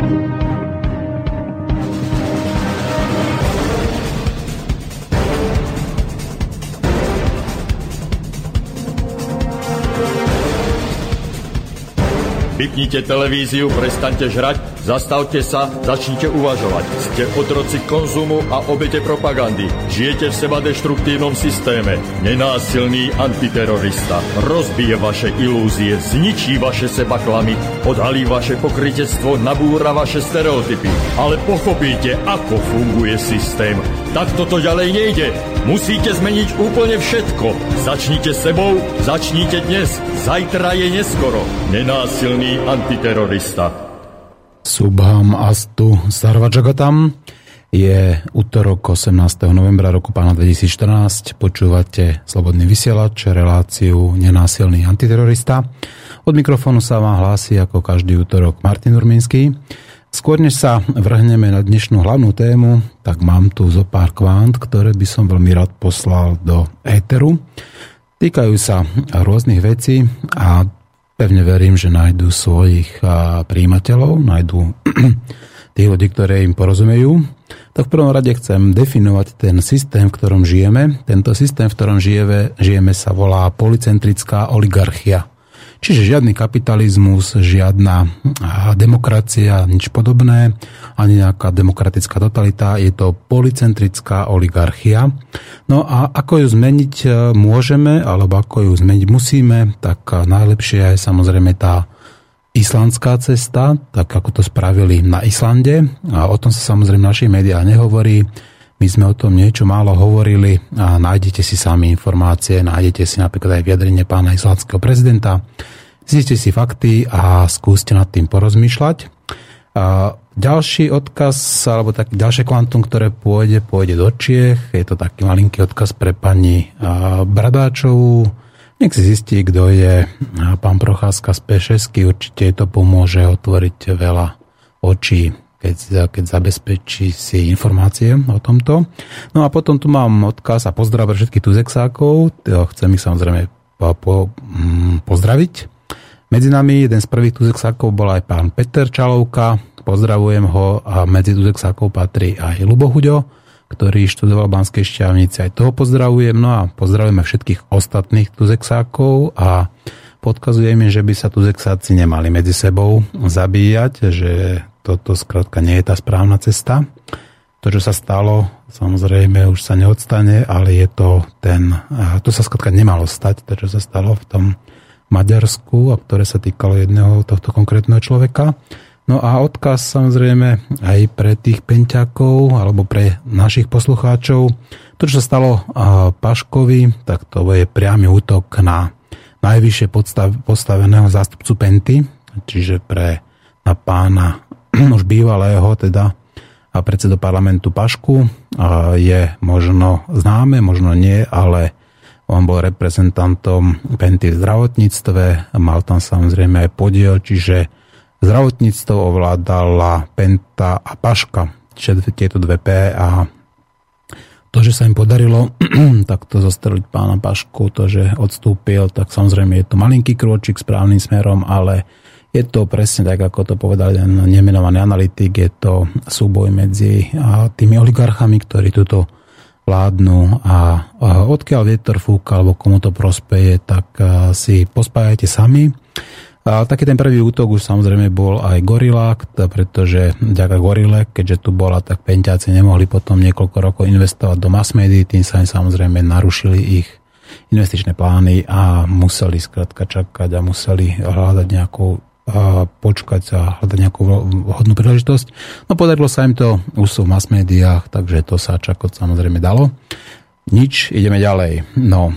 Vypnite televíziu, prestaňte žrať, zastavte sa, začnite uvažovať. Ste otroci konzumu a obete propagandy. Žijete v sebadeštruktívnom systéme. Nenásilný antiterorista rozbije vaše ilúzie, zničí vaše sebaklamy, odhalí vaše pokrytectvo, nabúra vaše stereotypy. Ale pochopíte, ako funguje systém. Tak toto ďalej nejde. Musíte zmeniť úplne všetko. Začnite sebou, začnite dnes. Zajtra je neskoro. Nenásilný antiterorista. Subham Astu Sarvajagatam. Je útorok 18. novembra roku pána 2014. Počúvate Slobodný vysielač, reláciu Nenásilný antiterorista. Od mikrofónu sa vám hlási ako každý útorok Martin Urmínsky. Skôr než sa vrhneme na dnešnú hlavnú tému, tak mám tu zo pár kvant, ktoré by som veľmi rád poslal do éteru. Týkajú sa rôznych vecí a pevne verím, že nájdú svojich prijímateľov, nájdú tých ľudí, ktoré im porozumejú. Tak v prvom rade chcem definovať ten systém, v ktorom žijeme. Tento systém, v ktorom žijeme sa volá policentrická oligarchia. Čiže žiadny kapitalizmus, žiadna demokracia, nič podobné, ani nejaká demokratická totalita, je to policentrická oligarchia. No a ako ju zmeniť môžeme, alebo ako ju zmeniť musíme, tak najlepšia je samozrejme tá islandská cesta, tak ako to spravili na Islande. A o tom sa samozrejme v našich médiách nehovorí. My sme o tom niečo málo hovorili a nájdete si sami informácie, nájdete si napríklad aj vyjadrenie pána islandského prezidenta, zistite si fakty a skúste nad tým porozmýšľať. A ďalší odkaz, alebo taký ďalšie kvantum, ktoré pôjde do Čiech, je to taký malinký odkaz pre pani Bradáčovú. Nech si zistí, kto je pán Procházka z P6, určite to pomôže otvoriť veľa očí, keď zabezpečí si informácie o tomto. No a potom tu mám odkaz a pozdrav pre všetkých tuzexákov. Chcem ich samozrejme pozdraviť. Medzi nami jeden z prvých tuzexákov bol aj pán Peter Čalovka. Pozdravujem ho a medzi tuzexákov patrí aj Ľubo Huďo, ktorý študoval v Banskej Štiavnici. Aj toho pozdravujem. No a pozdravujeme všetkých ostatných tuzexákov a podkazujem, že by sa tuzexáci nemali medzi sebou zabíjať, že toto skrátka nie je tá správna cesta. To, čo sa stalo, samozrejme už sa neodstane, ale je to to sa skrátka nemalo stať, to, čo sa stalo v tom Maďarsku a ktoré sa týkalo jedného tohto konkrétneho človeka. No a odkaz samozrejme aj pre tých penťákov alebo pre našich poslucháčov. To, čo sa stalo Paškovi, tak to je priamy útok na najvyššie postaveného zástupcu Penty, čiže na pána už bývalého teda a predsedu parlamentu Pašku. Je možno známe, možno nie, ale on bol reprezentantom Penty v zdravotníctve, mal tam samozrejme aj podiel, čiže zdravotníctvo ovládala Penta a Paška, čiže tieto dve P, a to, že sa im podarilo takto zostreliť pána Pašku, to, že odstúpil, tak samozrejme je to malinký krôčik správnym smerom, ale je to presne tak, ako to povedal ten nemenovaný analytik, je to súboj medzi tými oligarchami, ktorí tuto vládnu a odkiaľ vietor fúka, alebo komu to prospeje, tak si pospájajte sami. Taký ten prvý útok už samozrejme bol aj Gorilák, pretože vďaka Gorile, keďže tu bola, tak penťáci nemohli potom niekoľko rokov investovať do mass médií, tým sa im samozrejme narušili ich investičné plány a museli skrátka čakať a museli hľadať počkať a hľadať nejakú vhodnú príležitosť. No podarilo sa im to, už sú v mass médiách, takže to sa čakať samozrejme dalo. Nič, ideme ďalej. No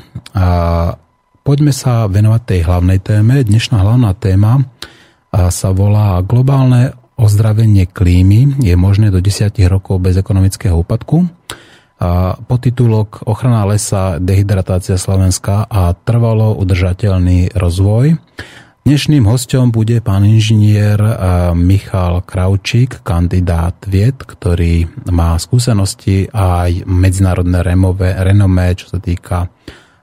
poďme sa venovať tej hlavnej téme. Dnešná hlavná téma sa volá Globálne ozdravenie klímy je možné do 10 rokov bez ekonomického úpadku. Podtitulok Ochrana lesa, dehydratácia Slovenska a trvalo udržateľný rozvoj. Dnešným hosťom bude pán inžinier Michal Kravčík, kandidát vied, ktorý má skúsenosti a aj medzinárodné renomé, čo sa týka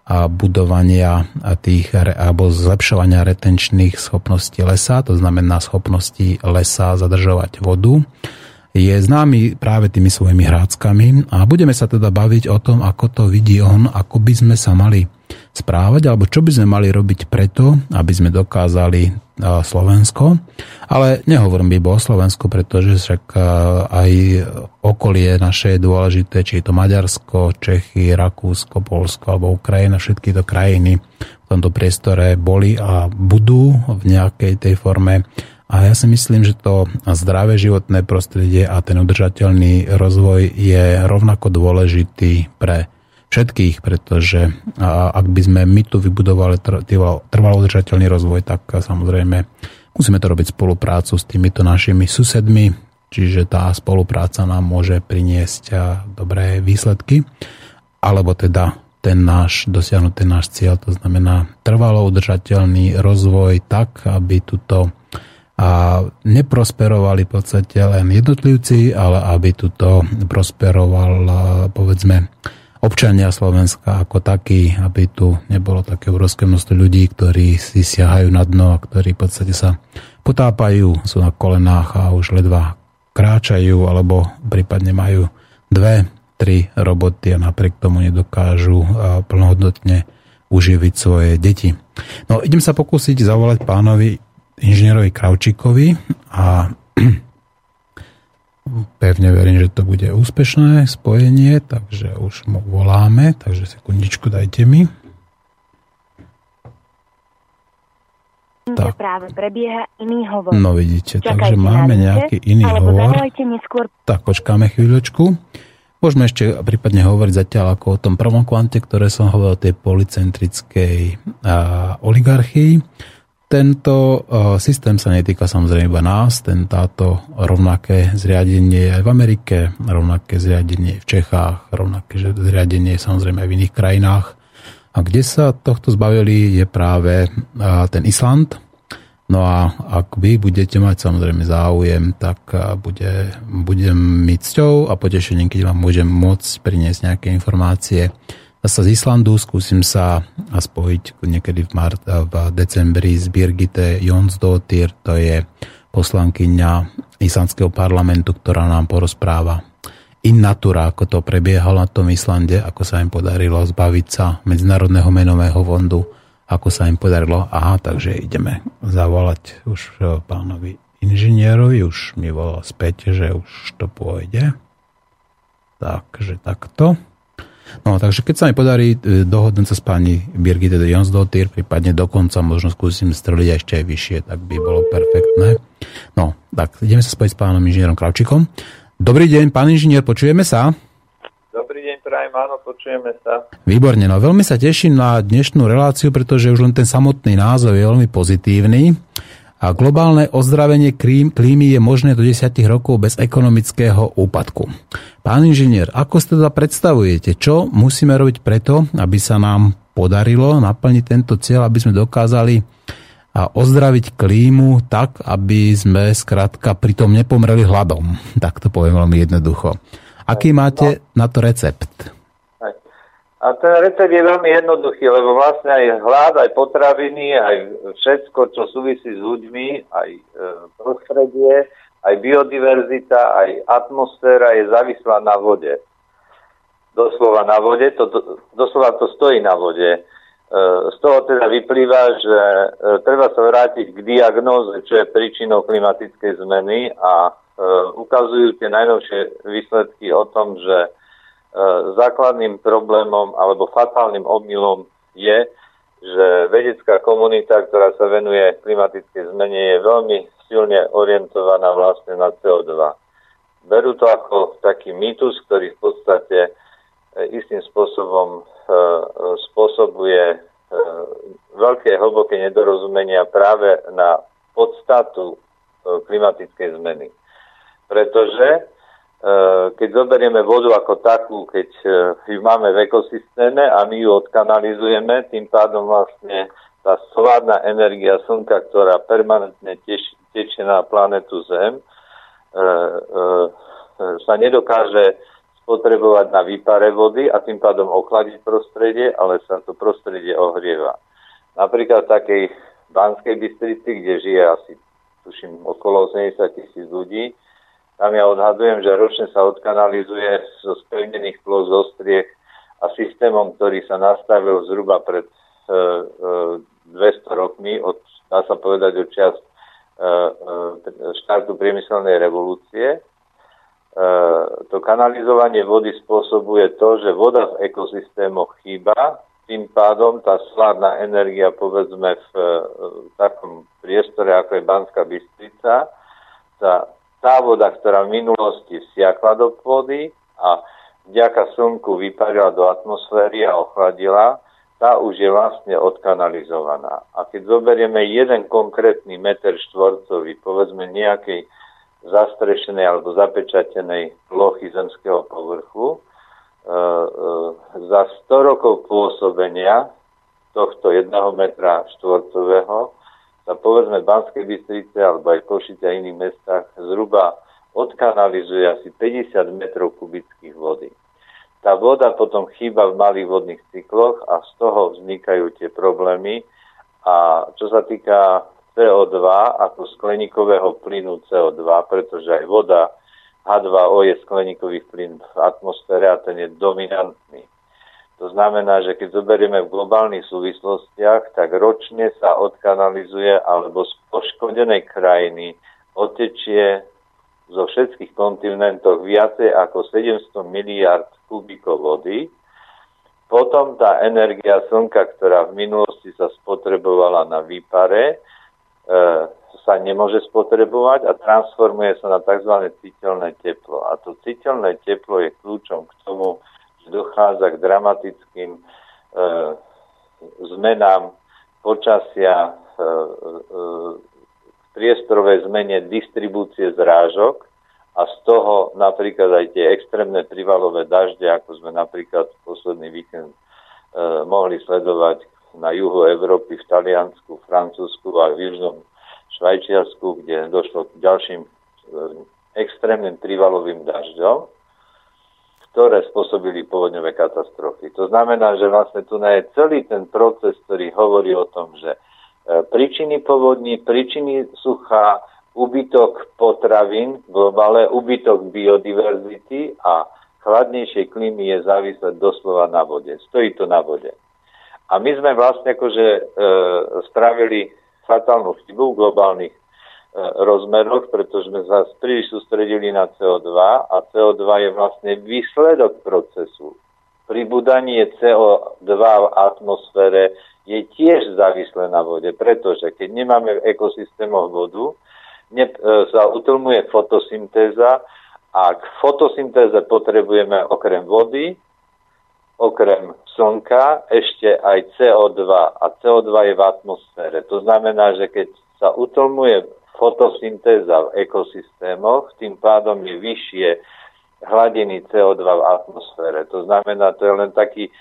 budovania alebo zlepšovania retenčných schopností lesa, to znamená schopností lesa zadržovať vodu, je známy práve tými svojimi hráckami a budeme sa teda baviť o tom, ako to vidí on, ako by sme sa mali správať, alebo čo by sme mali robiť preto, aby sme dokázali Slovensko. Ale nehovorím iba o Slovensku, pretože však aj okolie naše je dôležité, či je to Maďarsko, Čechy, Rakúsko, Poľsko alebo Ukrajina, všetky to krajiny v tomto priestore boli a budú v nejakej tej forme. A ja si myslím, že to zdravé životné prostredie a ten udržateľný rozvoj je rovnako dôležitý pre všetkých, pretože ak by sme my tu vybudovali trvalo udržateľný rozvoj, tak samozrejme musíme to robiť spoluprácu s týmito našimi susedmi, čiže tá spolupráca nám môže priniesť dobré výsledky, alebo teda dosiahnuť ten náš cieľ, to znamená trvalo udržateľný rozvoj tak, aby tuto neprosperovali v podstate len jednotlivci, ale aby tuto prosperoval, povedzme, občania Slovenska ako takí, aby tu nebolo také obrovské množstvo ľudí, ktorí si siahajú na dno a ktorí v podstate sa potápajú, sú na kolenách a už ledva kráčajú, alebo prípadne majú 2-3 roboty a napriek tomu nedokážu plnohodnotne uživiť svoje deti. No, idem sa pokúsiť zavolať pánovi inžinierovi Kravčíkovi a pevne verím, že to bude úspešné spojenie, takže už mu voláme, takže sekundičku dajte mi. Tak. Práve prebieha iný hovor. No vidíte, takže máme nejaký iný hovor. Tak počkáme chvíľočku. Môžeme ešte prípadne hovoriť zatiaľ ako o tom prvom kvante, ktoré som hovoril o tej policentrickej oligarchii. Tento systém sa netýka samozrejme iba nás, táto rovnaké zriadenie aj v Amerike, rovnaké zriadenie v Čechách, rovnaké zriadenie samozrejme aj v iných krajinách. A kde sa tohto zbavili je práve ten Island. No a ak vy budete mať samozrejme záujem, tak budem mi cťou a potešením, keď vám môžem môcť priniesť nejaké informácie z Islandu. Skúsim sa spojiť niekedy v decembri s Birgitte Jonsdottir, to je poslankyňa islandského parlamentu, ktorá nám porozpráva in natura, ako to prebiehalo na tom Islande, ako sa im podarilo zbaviť sa Medzinárodného menového fondu, ako sa im podarilo. Aha, takže ideme zavolať už pánovi inžinierovi, už mi volal späť, že už to pôjde. Takže takto. No, takže keď sa mi podarí dohodnúť sa s pani Birgitte Jonsdottir, prípadne dokonca možno skúsim streliť ešte aj vyššie, tak by bolo perfektné. No, tak ideme sa spojiť s pánom inžinierom Kravčíkom. Dobrý deň, pán inžinier, počujeme sa? Dobrý deň, prajem, áno, počujeme sa. Výborne, no veľmi sa teším na dnešnú reláciu, pretože už len ten samotný názov je veľmi pozitívny. A globálne ozdravenie klímy je možné do 10 rokov bez ekonomického úpadku. Pán inžinier, ako si teda predstavujete, čo musíme robiť preto, aby sa nám podarilo naplniť tento cieľ, aby sme dokázali ozdraviť klímu tak, aby sme skrátka pritom nepomreli hladom. Tak to poviem veľmi jednoducho. Aký máte na to recept? A ten recept je veľmi jednoduchý, lebo vlastne aj hlad, aj potraviny, aj všetko, čo súvisí s ľuďmi, aj prostredie, aj biodiverzita, aj atmosféra je závislá na vode. Doslova na vode, doslova to stojí na vode. Z toho teda vyplýva, že treba sa vrátiť k diagnóze, čo je príčinou klimatickej zmeny a ukazujú tie najnovšie výsledky o tom, že základným problémom alebo fatálnym omylom je, že vedecká komunita, ktorá sa venuje klimatickej zmene, je veľmi silne orientovaná vlastne na CO2. Berú to ako taký mýtus, ktorý v podstate istým spôsobom spôsobuje veľké hlboké nedorozumenia práve na podstatu klimatickej zmeny. Pretože keď zoberieme vodu ako takú, keď ju máme v ekosystéme a my ju odkanalizujeme, tým pádom vlastne tá solárna energia slnka, ktorá permanentne tečie na planetu Zem, sa nedokáže spotrebovať na výpare vody a tým pádom ochladiť prostredie, ale sa to prostredie ohrieva. Napríklad v takej Banskej Bystrici, kde žije asi, tuším, okolo 80,000 ľudí, tam ja odhadujem, že ročne sa odkanalizuje zo spevnených ploch, zo striech a systémom, ktorý sa nastavil zhruba pred 200 rokmi, dá sa povedať, od čias štartu priemyselnej revolúcie. To kanalizovanie vody spôsobuje to, že voda v ekosystémoch chýba, tým pádom tá solárna energia, povedzme, v takom priestore, ako je Banská Bystrica, tá voda, ktorá v minulosti vsiakla do pôdy a vďaka slnku vyparila do atmosféry a ochladila, tá už je vlastne odkanalizovaná. A keď zoberieme jeden konkrétny meter štvorcový, povedzme nejakej zastrešenej alebo zapečatenej plochy zemského povrchu, za 100 rokov pôsobenia tohto 1 metra štvorcového sa povedzme v Banskej Bystrici alebo aj v Košici a iných mestách zhruba odkanalizuje asi 50 metrov kubických vody. Tá voda potom chýba v malých vodných cykloch a z toho vznikajú tie problémy. A čo sa týka CO2 ako skleníkového plynu CO2, pretože aj voda H2O je skleníkový plyn v atmosfére a ten je dominantný. To znamená, že keď zoberieme v globálnych súvislostiach, tak ročne sa odkanalizuje alebo z poškodenej krajiny odtečie zo všetkých kontinentoch viacej ako 700 miliard kubíkov vody. Potom tá energia slnka, ktorá v minulosti sa spotrebovala na výpare, sa nemôže spotrebovať a transformuje sa na tzv. Citeľné teplo. A to citeľné teplo je kľúčom k tomu, že dochádza k dramatickým zmenám počasia, priestorovej zmene distribúcie zrážok a z toho napríklad aj tie extrémne privalové dažde, ako sme napríklad posledný víkend mohli sledovať na juhu Európy, v Taliansku, Francúzsku a v južnom Švajčiarsku, kde došlo k ďalším extrémnym privalovým dažďom, ktoré spôsobili povodňové katastrofy. To znamená, že vlastne tu je celý ten proces, ktorý hovorí o tom, že príčiny povodní, príčiny sucha, úbytok potravín v globále, úbytok biodiverzity a chladnejšej klímy je závislé doslova na vode. Stojí to na vode. A my sme vlastne akože spravili fatálnu chybu v globálnych rozmeroch, pretože sme sa príliš sústredili na CO2 a CO2 je vlastne výsledok procesu. Pribúdanie CO2 v atmosfére je tiež závislé na vode, pretože keď nemáme v ekosystémoch vodu, sa utlmuje fotosyntéza a k fotosyntéze potrebujeme okrem vody, okrem slnka, ešte aj CO2 a CO2 je v atmosfére. To znamená, že keď sa utlmuje fotosyntéza v ekosystémoch, tým pádom je vyššie hladiny CO2 v atmosfére. To znamená, to je len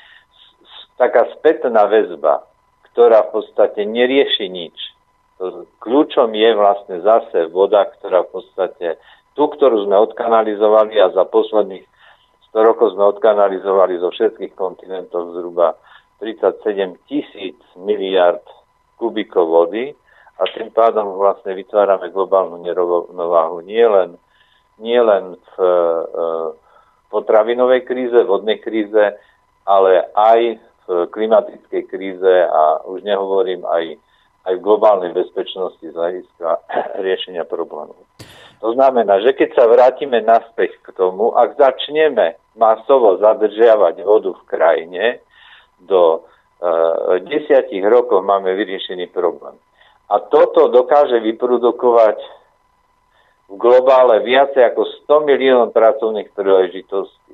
taká spätná väzba, ktorá v podstate nerieši nič. Kľúčom je vlastne zase voda, ktorá v podstate tú, ktorú sme odkanalizovali a za posledných 100 rokov sme odkanalizovali zo všetkých kontinentov zhruba 37 000 miliard kubíkov vody a tým pádom vlastne vytvárame globálnu nerovnováhu nielen v potravinovej kríze, vodnej kríze, ale aj v klimatickej kríze a už nehovorím aj v globálnej bezpečnosti z hľadiska riešenia problémov. To znamená, že keď sa vrátime naspäť k tomu, ak začneme masovo zadržiavať vodu v krajine, do 10 rokov máme vyriešený problém. A toto dokáže vyprodukovať v globále viacej ako 100 miliónov pracovných príležitostí.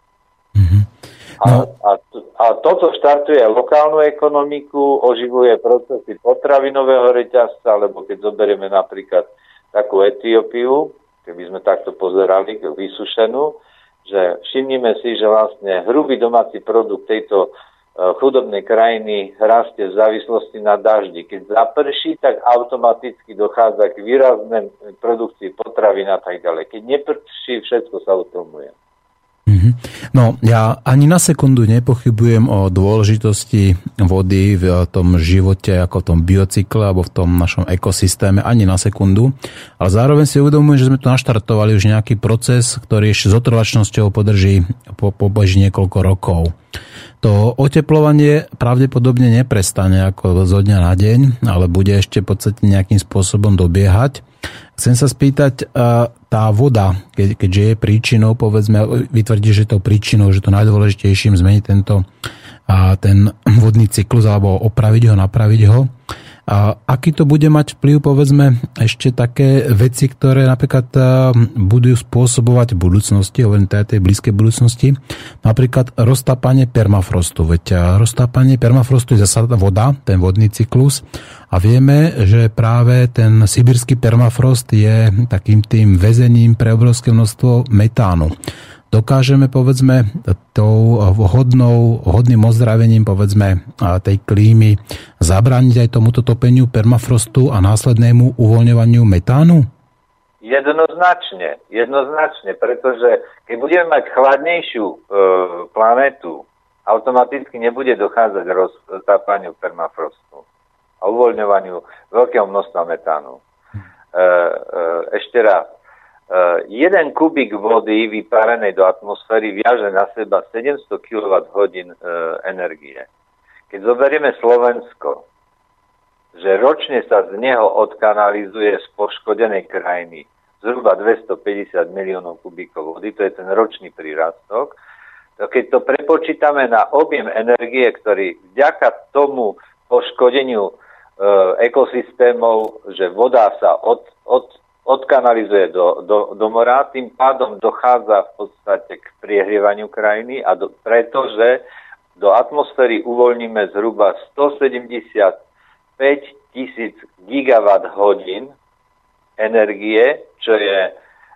A toto štartuje lokálnu ekonomiku, oživuje procesy potravinového reťazca, alebo keď zoberieme napríklad takú Etiópiu, keby sme takto pozerali, vysušenú, že všimnime si, že vlastne hrubý domáci produkt tejto chudobnej krajiny rastie v závislosti na daždi. Keď zaprší, tak automaticky dochádza k výraznej produkcii potravín a tak ďalej. Keď neprší, všetko sa utlmuje. Mm-hmm. No, ja ani na sekundu nepochybujem o dôležitosti vody v tom živote, ako v tom biocykle alebo v tom našom ekosystéme, ani na sekundu. Ale zároveň si uvedomujem, že sme tu naštartovali už nejaký proces, ktorý ešte s otrvačnosťou pobeží niekoľko rokov. To oteplovanie pravdepodobne neprestane ako zo dňa na deň, ale bude ešte v podstate nejakým spôsobom dobiehať. Chcem sa spýtať, tá voda, keďže je príčinou, povedzme, vytvrdí, že to príčinou, že to najdôležitejším zmeniť ten vodný cyklus alebo opraviť ho, napraviť ho. A aký to bude mať vplyv, povedzme, ešte také veci, ktoré napríklad budú spôsobovať v budúcnosti, hovorím tej blízkej budúcnosti, napríklad roztápanie permafrostu. Veď roztápanie permafrostu je zasa voda, ten vodný cyklus, a vieme, že práve ten sibírsky permafrost je takým tým väzením pre obrovské množstvo metánu. Dokážeme, povedzme, vhodným ozdravením, povedzme, tej klímy zabrániť aj tomuto topeniu permafrostu a následnému uvoľňovaniu metánu? Jednoznačne, pretože keď budeme mať chladnejšiu planétu, automaticky nebude dochádzať k roztápaniu permafrostu a uvoľňovaniu veľkého množstva metánu. Ešte raz. 1 kubík vody vypárenej do atmosféry viaže na seba 700 kWh energie. Keď zoberieme Slovensko, že ročne sa z neho odkanalizuje z poškodenej krajiny zhruba 250 miliónov kubíkov vody, to je ten ročný prírastok, to keď to prepočítame na objem energie, ktorý vďaka tomu poškodeniu ekosystémov, že voda sa odkanalizuje do mora, tým pádom dochádza v podstate k priehrievaniu krajiny a pretože do atmosféry uvoľníme zhruba 175 000 gigawatt hodín energie, čo je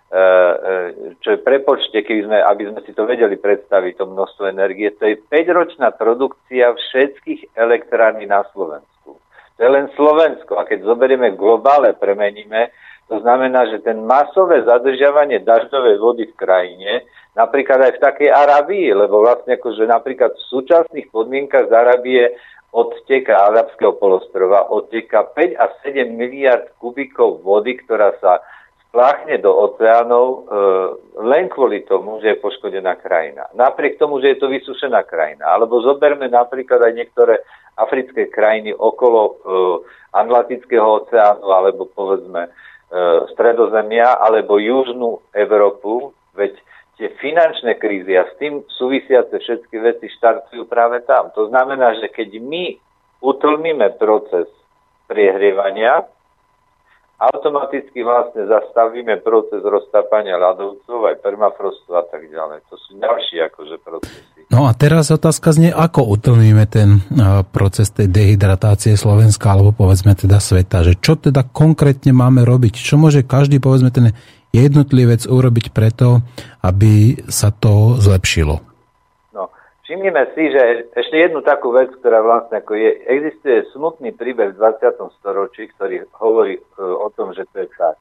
prepočte, aby sme si to vedeli predstaviť, to množstvo energie, to je 5-ročná produkcia všetkých elektrární na Slovensku. To je len Slovensko. A keď zoberieme globále, premeníme, to znamená, že ten masové zadržiavanie dažďovej vody v krajine, napríklad aj v takej Arabii, lebo vlastne akože napríklad v súčasných podmienkach z Arábie odteka arabského polostrova, odteka 5 a 7 miliard kubíkov vody, ktorá sa spláchne do oceánov len kvôli tomu, že je poškodená krajina. Napriek tomu, že je to vysušená krajina. Alebo zoberme napríklad aj niektoré africké krajiny okolo Atlantického oceánu, alebo povedzme Stredozemia, alebo Južnú Európu, veď tie finančné krízy a s tým súvisiace všetky veci štartujú práve tam. To znamená, že keď my utlmíme proces priehrievania, automaticky vlastne zastavíme proces roztápania ľadovcov, aj permafrostu a tak ďalej. To sú ďalšie akože procesy. No a teraz otázka znie, ako utlmíme ten proces tej dehydratácie Slovenska, alebo povedzme teda sveta, že čo teda konkrétne máme robiť? Čo môže každý, povedzme, ten jednotlivec urobiť preto, aby sa to zlepšilo? No, všimnime si, že ešte jednu takú vec, ktorá vlastne ako existuje smutný príbeh v 20. storočí, ktorý hovorí o tom, že to je tak.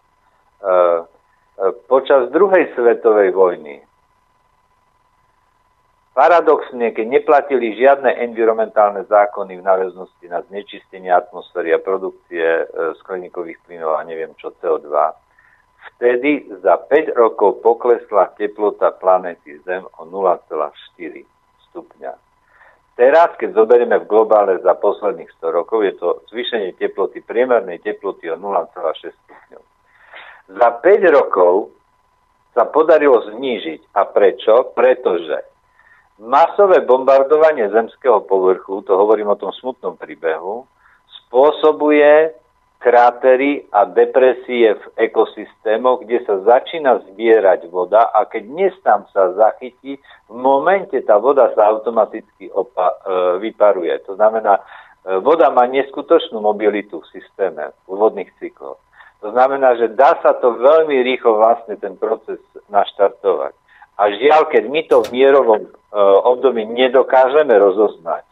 Počas druhej svetovej vojny paradoxne, keď neplatili žiadne environmentálne zákony v náväznosti na znečistenie atmosféry a produkcie skleníkových plynov a neviem čo, CO2, vtedy za 5 rokov poklesla teplota planéty Zem o 0,4 stupňa. Teraz, keď zoberieme v globále za posledných 100 rokov, je to zvýšenie teploty, priemernej teploty o 0,6 stupňov. Za 5 rokov sa podarilo znížiť. A prečo? Pretože masové bombardovanie zemského povrchu, to hovorím o tom smutnom príbehu, spôsobuje krátery a depresie v ekosystémoch, kde sa začína zbierať voda a keď nestám sa zachytí, v momente tá voda sa automaticky vyparuje. To znamená, voda má neskutočnú mobilitu v systéme, v vodných cykloch. To znamená, že dá sa to veľmi rýchlo vlastne ten proces naštartovať. A žiaľ, keď my to v mierovom období nedokážeme rozoznať,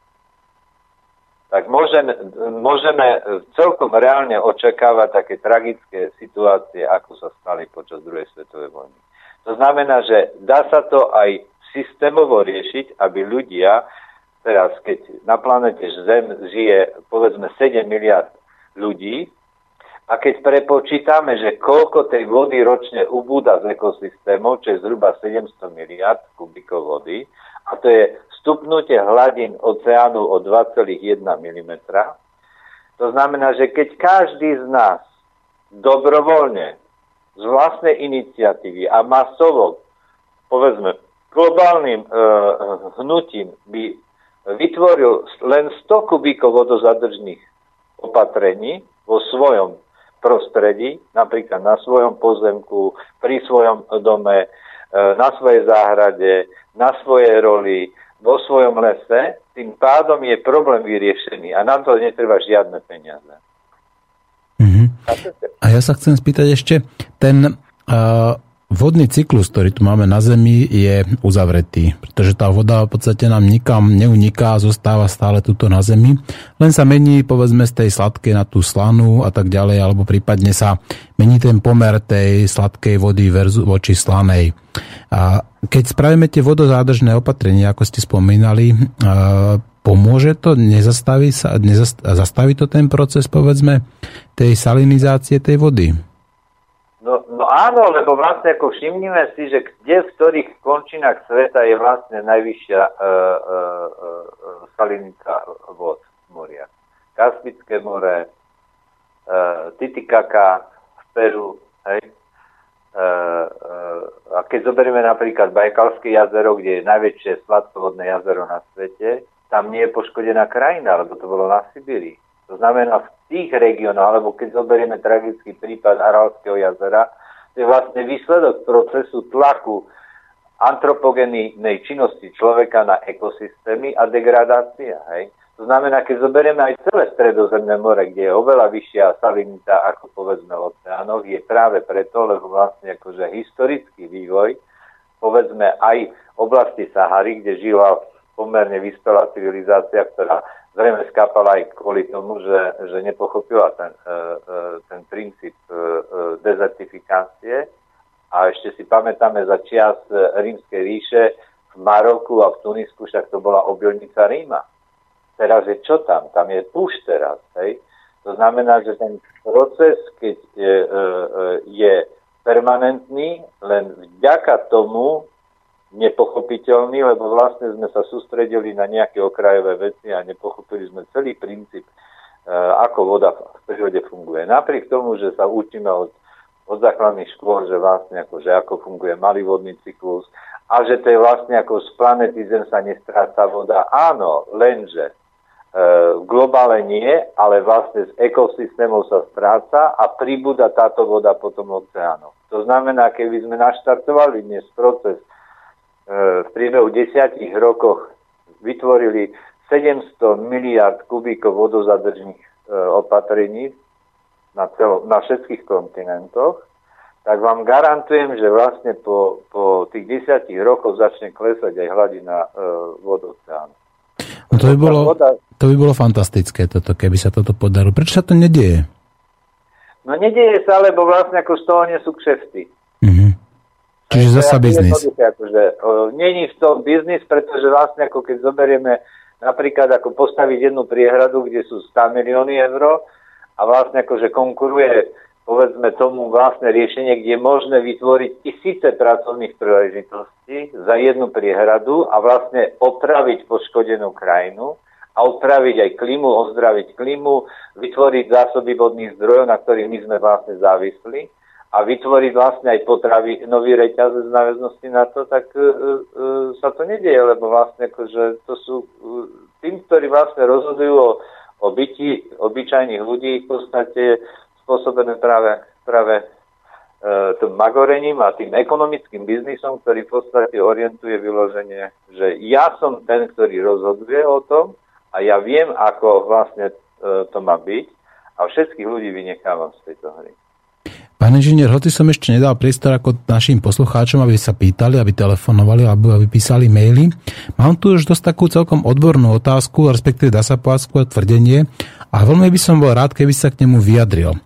tak môžeme celkom reálne očakávať také tragické situácie, ako sa stali počas druhej svetovej vojny. To znamená, že dá sa to aj systémovo riešiť, aby ľudia, teraz keď na planete Zem žije povedzme 7 miliard ľudí, a keď prepočítame, že koľko tej vody ročne ubúda z ekosystémov, čo je zhruba 700 miliard kubíkov vody, a to je stupnutie hladín oceánu o 2,1 mm, to znamená, že keď každý z nás dobrovoľne z vlastnej iniciatívy a masovo, povedzme, globálnym hnutím by vytvoril len 100 kubíkov vodozadržných opatrení vo svojom prostredí, napríklad na svojom pozemku, pri svojom dome, na svojej záhrade, na svojej roli, vo svojom lese, tým pádom je problém vyriešený a na to netreba žiadne peniaze. Mm-hmm. A ja sa chcem spýtať ešte, ten vodný cyklus, ktorý tu máme na Zemi, je uzavretý, pretože tá voda v podstate nám nikam neuniká, zostáva stále tuto na Zemi, len sa mení, povedzme, z tej sladkej na tú slanú a tak ďalej, alebo prípadne sa mení ten pomer tej sladkej vody voči slanej. A keď spravíme tie vodozádržné opatrenia, ako ste spomínali, pomôže to, zastaví to ten proces, povedzme, tej salinizácie tej vody? No áno, lebo vlastne ako všimnime si, že kde v ktorých končinách sveta je vlastne najvyššia salinica vod moria. Kaspické more, Titicaca v Peru, hej. A keď zoberieme napríklad Bajkalské jazero, kde je najväčšie sladkovodné jazero na svete, tam nie je poškodená krajina, lebo to bolo na Sibírii. To znamená v tých regiónoch, alebo keď zoberieme tragický prípad Aralského jazera, to je vlastne výsledok procesu tlaku antropogénnej činnosti človeka na ekosystémy a degradácia. Hej? To znamená, keď zoberieme aj celé Stredozemné more, kde je oveľa vyššia salinita ako povedzme v oceánoch, je práve preto, lebo vlastne akože historický vývoj, povedzme aj v oblasti Sahary, kde žila pomerne vyspelá civilizácia, ktorá zrejme skápala aj kvôli tomu, že nepochopila ten princíp dezertifikácie. A ešte si pamätáme za čias Rímskej ríše v Maroku a v Tunisku, však to bola obilnica Ríma. Teraz je čo tam? Tam je púšť teraz. Hej? To znamená, že ten proces, keď je permanentný, len vďaka tomu nepochopiteľný, lebo vlastne sme sa sústredili na nejaké okrajové veci a nepochopili sme celý princíp, ako voda v prírode funguje. Napriek tomu, že sa učíme od základných škôl, že vlastne ako funguje malý vodný cyklus a že to je vlastne ako z planety Zem sa nestráca voda. Áno, lenže v globále nie, ale vlastne z ekosystémov sa stráca a pribúda táto voda potom oceánov. To znamená, keby sme naštartovali dnes proces v priebehu 10 rokoch vytvorili 700 miliard kubíkov vodozadržných opatrení na všetkých kontinentoch, tak vám garantujem, že vlastne po tých 10 rokoch začne klesať aj hladina vod oceánu. No to by bolo fantastické, keby sa toto podarilo. Prečo sa to nedieje? No nedieje sa, lebo vlastne ako z toho nie sú kšefty. Mhm. Čiže zasa biznis. Není v tom biznis, pretože vlastne ako keď zoberieme napríklad ako postaviť jednu priehradu, kde sú 100 milióny eur a vlastne akože konkuruje povedzme tomu vlastne riešenie, kde je možné vytvoriť tisíce pracovných príležitostí za jednu priehradu a vlastne opraviť poškodenú krajinu a opraviť aj klímu, ozdraviť klímu, vytvoriť zásoby vodných zdrojov, na ktorých my sme vlastne závislí a vytvoriť vlastne aj potravy, nový reťazec v náväznosti na to, tak sa to nedieje, lebo vlastne akože to sú tým, ktorí vlastne rozhodujú o byti obyčajných ľudí, v podstate spôsobené práve tým magorením a tým ekonomickým biznisom, ktorý v podstate orientuje vyloženie, že ja som ten, ktorý rozhoduje o tom a ja viem, ako vlastne to má byť a všetkých ľudí vynechávam z tejto hry. Pán inžinier, hoci som ešte nedal priestor ako našim poslucháčom, aby sa pýtali, aby telefonovali, alebo aby písali maily. Mám tu už dosť takú celkom odbornú otázku, respektíve dá sa povedať skôr tvrdenie a veľmi by som bol rád, keby sa k nemu vyjadril.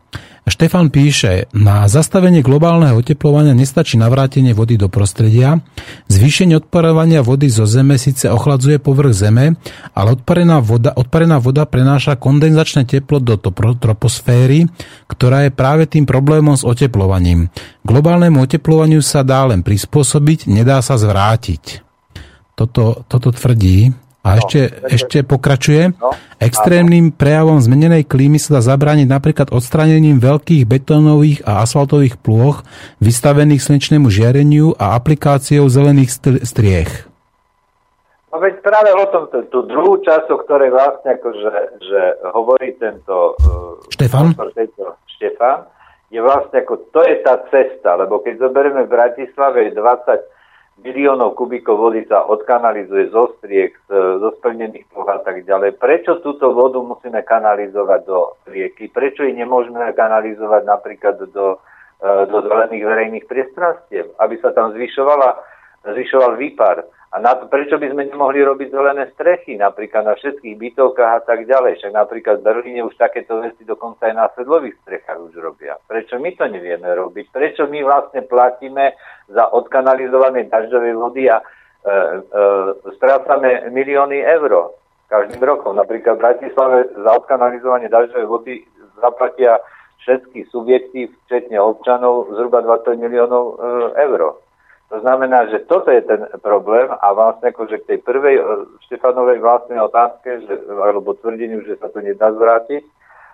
Štefan píše, na zastavenie globálneho oteplovania nestačí navrátenie vody do prostredia. Zvýšenie odparovania vody zo Zeme síce ochladzuje povrch Zeme, ale odparená voda prenáša kondenzačné teplo do troposféry, ktorá je práve tým problémom s oteplovaním. Globálnemu oteplovaniu sa dá len prispôsobiť, nedá sa zvrátiť. Toto tvrdí. A ešte pokračuje. Extrémnym prejavom zmenenej klímy sa dá zabrániť napríklad odstránením veľkých betónových a asfaltových plôch vystavených slnečnému žiareniu a aplikáciou zelených striech. No veď práve o tom, tú druhú časť, o ktorej vlastne akože, že hovorí tento Štefan, je vlastne ako, to je tá cesta, lebo keď zoberieme v Bratislave 20 miliónov kubíkov vody sa odkanalizuje zo striek, zo splnených ploch a tak ďalej. Prečo túto vodu musíme kanalizovať do rieky? Prečo ji nemôžeme kanalizovať napríklad do zelených verejných priestranstiev, aby sa tam zvyšoval výpar? A prečo by sme nemohli robiť zelené strechy, napríklad na všetkých bytovkách a tak ďalej? Však napríklad v Berlíne už takéto veci dokonca aj na sedlových strechách už robia. Prečo my to nevieme robiť? Prečo my vlastne platíme za odkanalizované dažďové vody a strácame milióny eur každým rokom? Napríklad v Bratislave za odkanalizovanie dažďovej vody zaplatia všetky subjekty, včetne občanov, zhruba 20 miliónov eur. To znamená, že toto je ten problém a vlastne akože k tej prvej Štefanovej vlastne otázke, alebo tvrdeniu, že sa to nedá zvrátiť,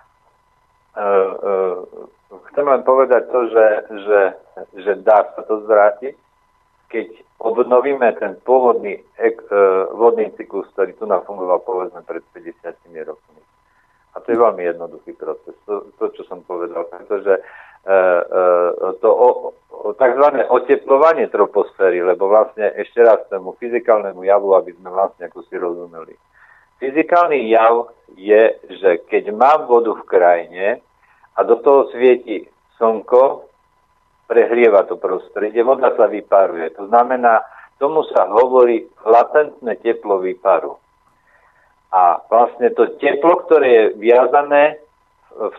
chcem len povedať to, že dá sa to zvrátiť, keď obnovíme ten pôvodný vodný cyklus, ktorý tu nám fungoval povedzme pred 50 rokmi. A to je veľmi jednoduchý proces, to čo som povedal, pretože takzvané oteplovanie troposféry, lebo vlastne ešte raz tomu fyzikálnemu javu, aby sme vlastne ako si rozumeli. Fyzikálny jav je, že keď mám vodu v krajine a do toho svieti slnko, prehrieva to prostredie, voda sa vyparuje. To znamená, tomu sa hovorí latentné teplo výparu. A vlastne to teplo, ktoré je viazané v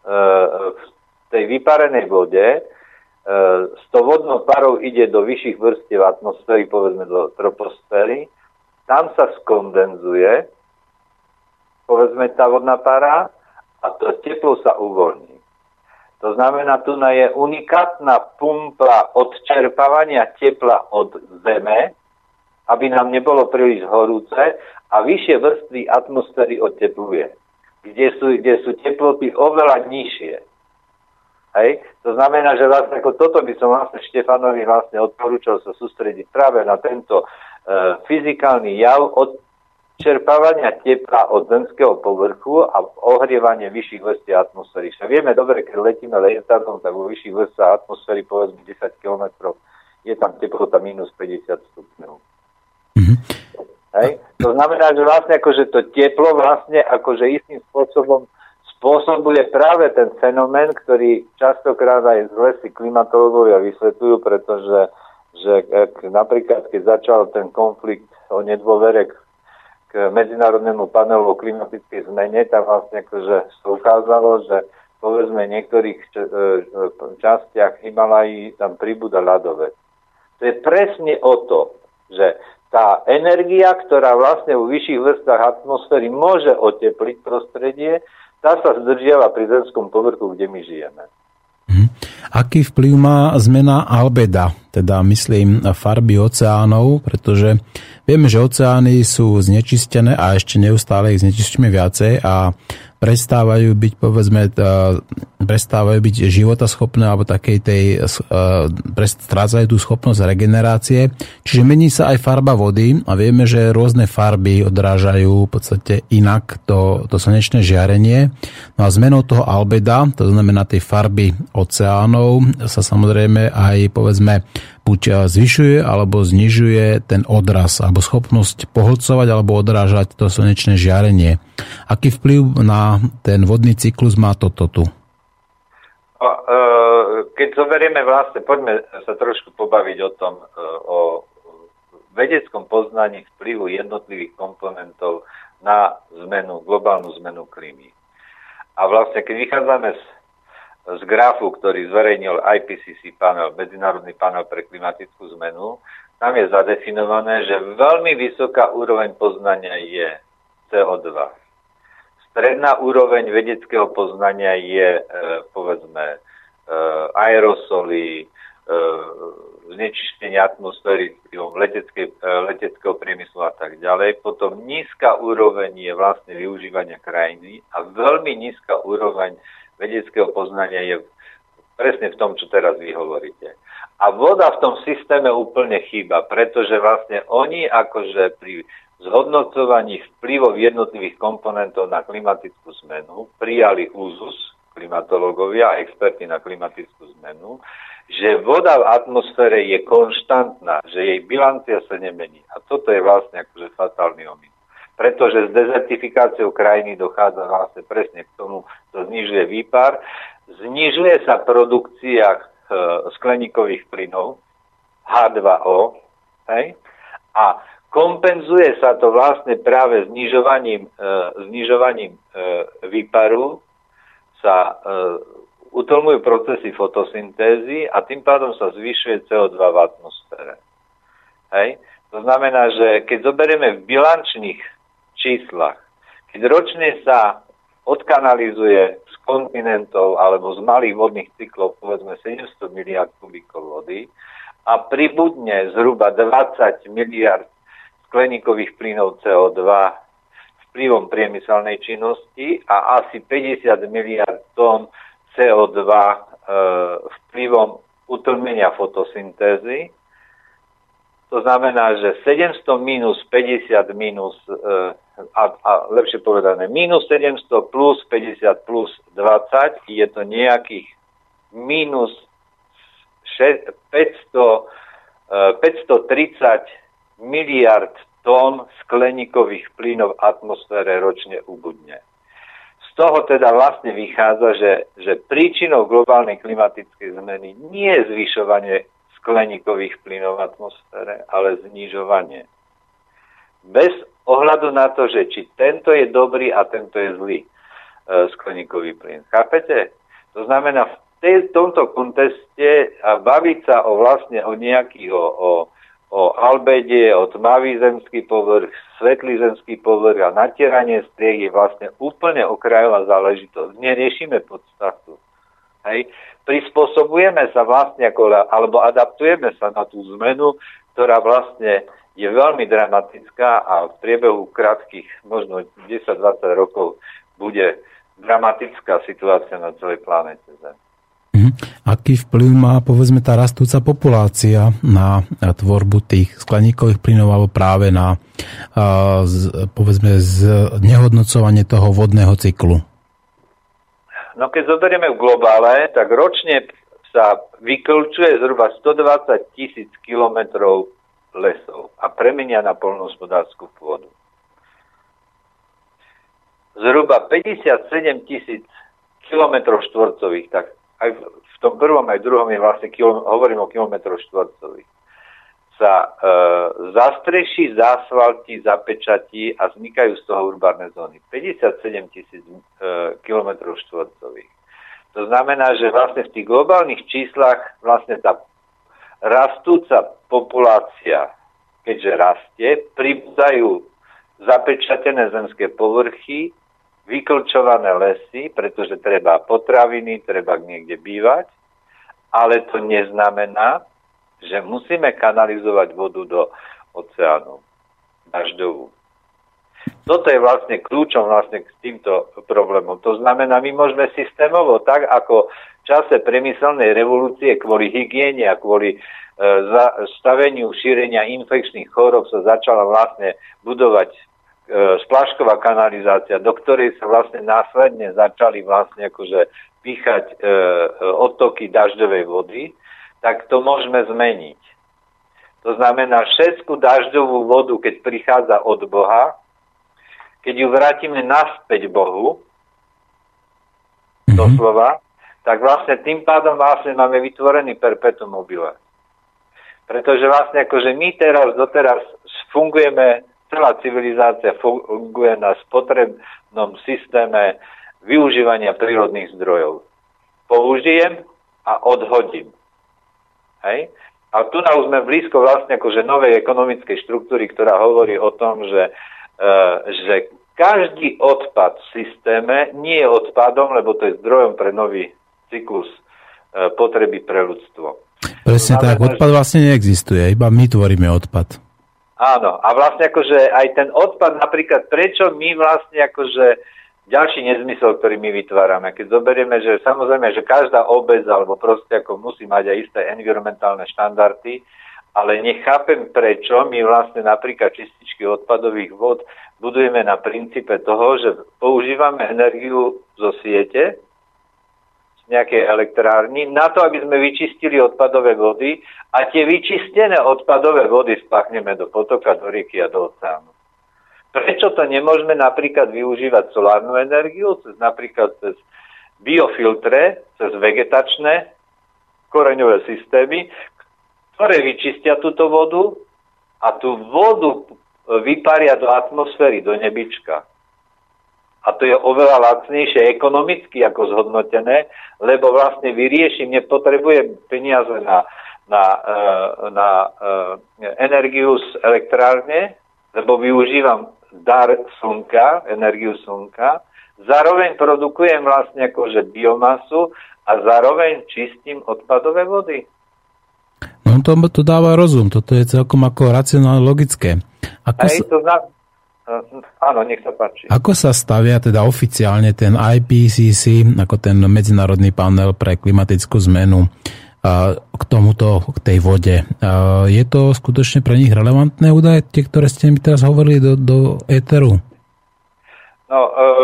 tej vyparenej vode, s tou vodnou parou ide do vyšších vrstiev atmosféry, povedzme do troposféry, tam sa skondenzuje, povedzme tá vodná para, a to teplo sa uvoľní. To znamená, tu je unikátna pumpa odčerpávania tepla od Zeme, aby nám nebolo príliš horúce, a vyššie vrstvy atmosféry odtepluje, kde sú teploty oveľa nižšie. Hej? To znamená, že vlastne ako toto by som vlastne Štefanovi vlastne odporúčal sa sústrediť práve na tento fyzikálny jav odčerpávania tepla od zemského povrchu a ohrievanie vyšších vrstiev atmosféry. Však vieme dobre, keď letíme lietadlom, tak vo vyšších vrstvách atmosféry povedzme 10 km je tam teplota minus 50 stupňov. Hej? To znamená, že vlastne akože to teplo vlastne akože istým spôsobom spôsobuje práve ten fenomén, ktorý častokrát aj zle si klimatológovia vysvetľujú, pretože napríklad keď začal ten konflikt o nedôvere k Medzinárodnému panelu o klimatickej zmene, tak vlastne akože sa ukázalo, že povedzme v niektorých častiach Himalají tam pribúda ľadovec. To je presne o to, že tá energia, ktorá vlastne vo vyšších vrstvách atmosféry môže otepliť prostredie, tá sa zdržiava pri zemskom povrchu, kde my žijeme. Aký vplyv má zmena albeda, teda myslím farby oceánov, pretože vieme, že oceány sú znečistené a ešte neustále ich znečistíme viacej a prestávajú byť životaschopné alebo takej strácajú tú schopnosť regenerácie. Čiže mení sa aj farba vody a vieme, že rôzne farby odrážajú v podstate inak to slnečné žiarenie. No a zmenou toho albeda, to znamená tej farby oceánov, sa samozrejme aj povedzme buď zvyšuje alebo znižuje ten odraz alebo schopnosť pohlcovať alebo odrážať to slnečné žiarenie. Aký vplyv na ten vodný cyklus má toto tu? Keď zoberieme vlastne, poďme sa trošku pobaviť o tom, o vedeckom poznaní vplyvu jednotlivých komponentov na globálnu zmenu klímy. A vlastne, keď vychádzame z grafu, ktorý zverejnil IPCC panel, Medzinárodný panel pre klimatickú zmenu, tam je zadefinované, že veľmi vysoká úroveň poznania je CO2. Stredná úroveň vedeckého poznania je, povedzme, aerosoly, znečistenie atmosféry leteckého priemyslu a tak ďalej. Potom nízka úroveň je vlastne využívania krajiny a veľmi nízka úroveň vedeckého poznania je presne v tom, čo teraz vy hovoríte. A voda v tom systéme úplne chýba, pretože vlastne oni akože pri zhodnocovaní vplyvov jednotlivých komponentov na klimatickú zmenu prijali úzus, klimatológovia a experti na klimatickú zmenu, že voda v atmosfére je konštantná, že jej bilancia sa nemení. A toto je vlastne akože fatálny omyl. Pretože s dezertifikáciou krajiny dochádza vlastne presne k tomu, to znižuje výpar, znižuje sa produkcia skleníkových plynov, H2O, hej? A kompenzuje sa to vlastne práve znižovaním výparu, sa utlmujú procesy fotosyntézy a tým pádom sa zvyšuje CO2 v atmosfére. Hej? To znamená, že keď zoberieme v bilančných číslach, keď ročne sa odkanalizuje z kontinentov alebo z malých vodných cyklov povedzme 700 miliard kubíkov vody a pribudne zhruba 20 miliard skleníkových plynov CO2 vplyvom priemyselnej činnosti a asi 50 miliard tón CO2 vplyvom utlmenia fotosyntézy. To znamená, že 700 minus 50 minus, a lepšie povedané, minus 700 plus 50 plus 20, je to nejakých minus 530 miliard tón skleníkových plynov v atmosfére ročne ubudne. Z toho teda vlastne vychádza, že príčinou globálnej klimatickej zmeny nie je zvyšovanie skleníkových plynov v atmosfére, ale znižovanie. Bez ohľadu na to, že či tento je dobrý a tento je zlý skleníkový plyn. Chápete? To znamená, v tomto kontexte a baviť sa o nejakých, o albede, o tmavý zemský povrch, svetlý zemský povrch a natieranie striech je vlastne úplne okrajová záležitosť. Neriešime podstatu. Hej. Prispôsobujeme sa vlastne, alebo adaptujeme sa na tú zmenu, ktorá vlastne je veľmi dramatická a v priebehu krátkych, možno 10-20 rokov, bude dramatická situácia na celej planéte Zem. Aký vplyv má, povedzme, tá rastúca populácia na tvorbu tých skleníkových plynov alebo práve na, povedzme, znehodnocovanie toho vodného cyklu? No keď zoberieme v globále, tak ročne sa vyklčuje zhruba 120 000 kilometrov lesov a premenia na poľnohospodársku pôdu. Zhruba 57 000 kilometrov štvorcových, tak aj v tom prvom, aj druhom je vlastne, hovorím o kilometroch štvorcových, sa zastreší, zasvaltí, zapečatí a vznikajú z toho urbárne zóny. 57 000 kilometrov štvorcových. To znamená, že vlastne v tých globálnych číslach vlastne tá rastúca populácia, keďže rastie, pribúdajú zapečatené zemské povrchy, vyklčované lesy, pretože treba potraviny, treba niekde bývať, ale to neznamená, že musíme kanalizovať vodu do oceánu, dažďovú. Toto je vlastne kľúčom vlastne k týmto problémom. To znamená, my môžeme systémovo, tak ako v čase priemyselnej revolúcie kvôli hygiene a kvôli zastaveniu šírenia infekčných chorób sa začala vlastne budovať splášková kanalizácia, do ktorej sa vlastne následne začali vlastne akože píchať odtoky dažďovej vody, tak to môžeme zmeniť. To znamená, všetku dažďovú vodu, keď prichádza od Boha, keď ju vrátime naspäť Bohu, doslova, tak vlastne tým pádom vlastne máme vytvorený perpetuum mobile. Pretože vlastne akože my doteraz fungujeme, celá civilizácia funguje na spotrebnom systéme využívania prírodných zdrojov. použijem a odhodím. Hej? A tu už sme blízko vlastne akože novej ekonomickej štruktúry, ktorá hovorí o tom, že každý odpad v systéme nie je odpadom, lebo to je zdrojom pre nový cyklus potreby pre ľudstvo. Presne tak, odpad vlastne neexistuje, iba my tvoríme odpad. Áno, a vlastne akože aj ten odpad, napríklad prečo my vlastne akože ďalší nezmysel, ktorý my vytvárame, keď zoberieme, že samozrejme, že každá obec alebo proste ako musí mať aj isté environmentálne štandardy, ale nechápem prečo my vlastne napríklad čističky odpadových vod budujeme na princípe toho, že používame energiu zo siete, nejakej elektrárni, na to, aby sme vyčistili odpadové vody a tie vyčistené odpadové vody spáchneme do potoka, do rieky a do oceánu. Prečo to nemôžeme napríklad využívať solárnu energiu, napríklad cez biofiltre, cez vegetačné koreňové systémy, ktoré vyčistia túto vodu a tú vodu vyparia do atmosféry, do nebička. A to je oveľa lacnejšie ekonomicky ako zhodnotené, lebo vlastne vyriešim, nepotrebujem peniaze na energiu z elektrárne, lebo využívam dar slnka, energiu slnka, zároveň produkujem vlastne akože biomasu a zároveň čistím odpadové vody. No to dáva rozum, toto je celkom ako racionálne logické. Áno, nech sa páči. Ako sa stavia teda oficiálne ten IPCC, ako ten medzinárodný panel pre klimatickú zmenu k k tej vode? Je to skutočne pre nich relevantné údaje, tie, ktoré ste mi teraz hovorili do éteru? No,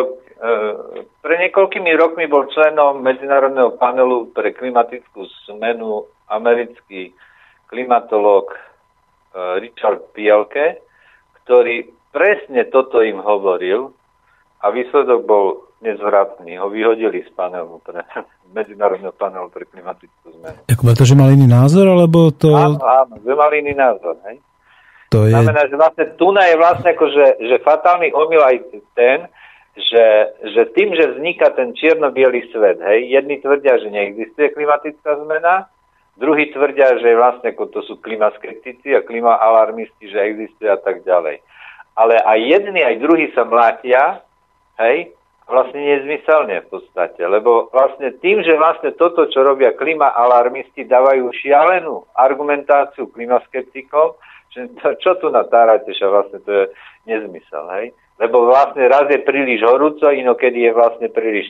pre niekoľkými rokmi bol členom medzinárodného panelu pre klimatickú zmenu americký klimatológ Richard Pielke, ktorý presne toto im hovoril a výsledok bol nezvratný. Ho vyhodili z panelu medzinárodného panelu pre klimatickú zmenu. Pretože mal iný názor, alebo to... Áno, že mal iný názor, hej? To je... Znamená, že vlastne tuná je vlastne ako, že fatálny omyl aj ten, že tým, že vzniká ten čierno-bielý svet, hej, jedni tvrdia, že neexistuje klimatická zmena, druhí tvrdia, že vlastne ako to sú klimaskeptici a klimaalarmisti, že existuje a tak ďalej. Ale aj jedni, aj druhí sa mlátia, hej, vlastne nezmyselne v podstate, lebo vlastne tým, že vlastne toto, čo robia klimaalarmisti, dávajú šialenú argumentáciu klimaskeptikom, že čo tu natárate, že vlastne to je nezmysel, hej, lebo vlastne raz je príliš horúco, inokedy je vlastne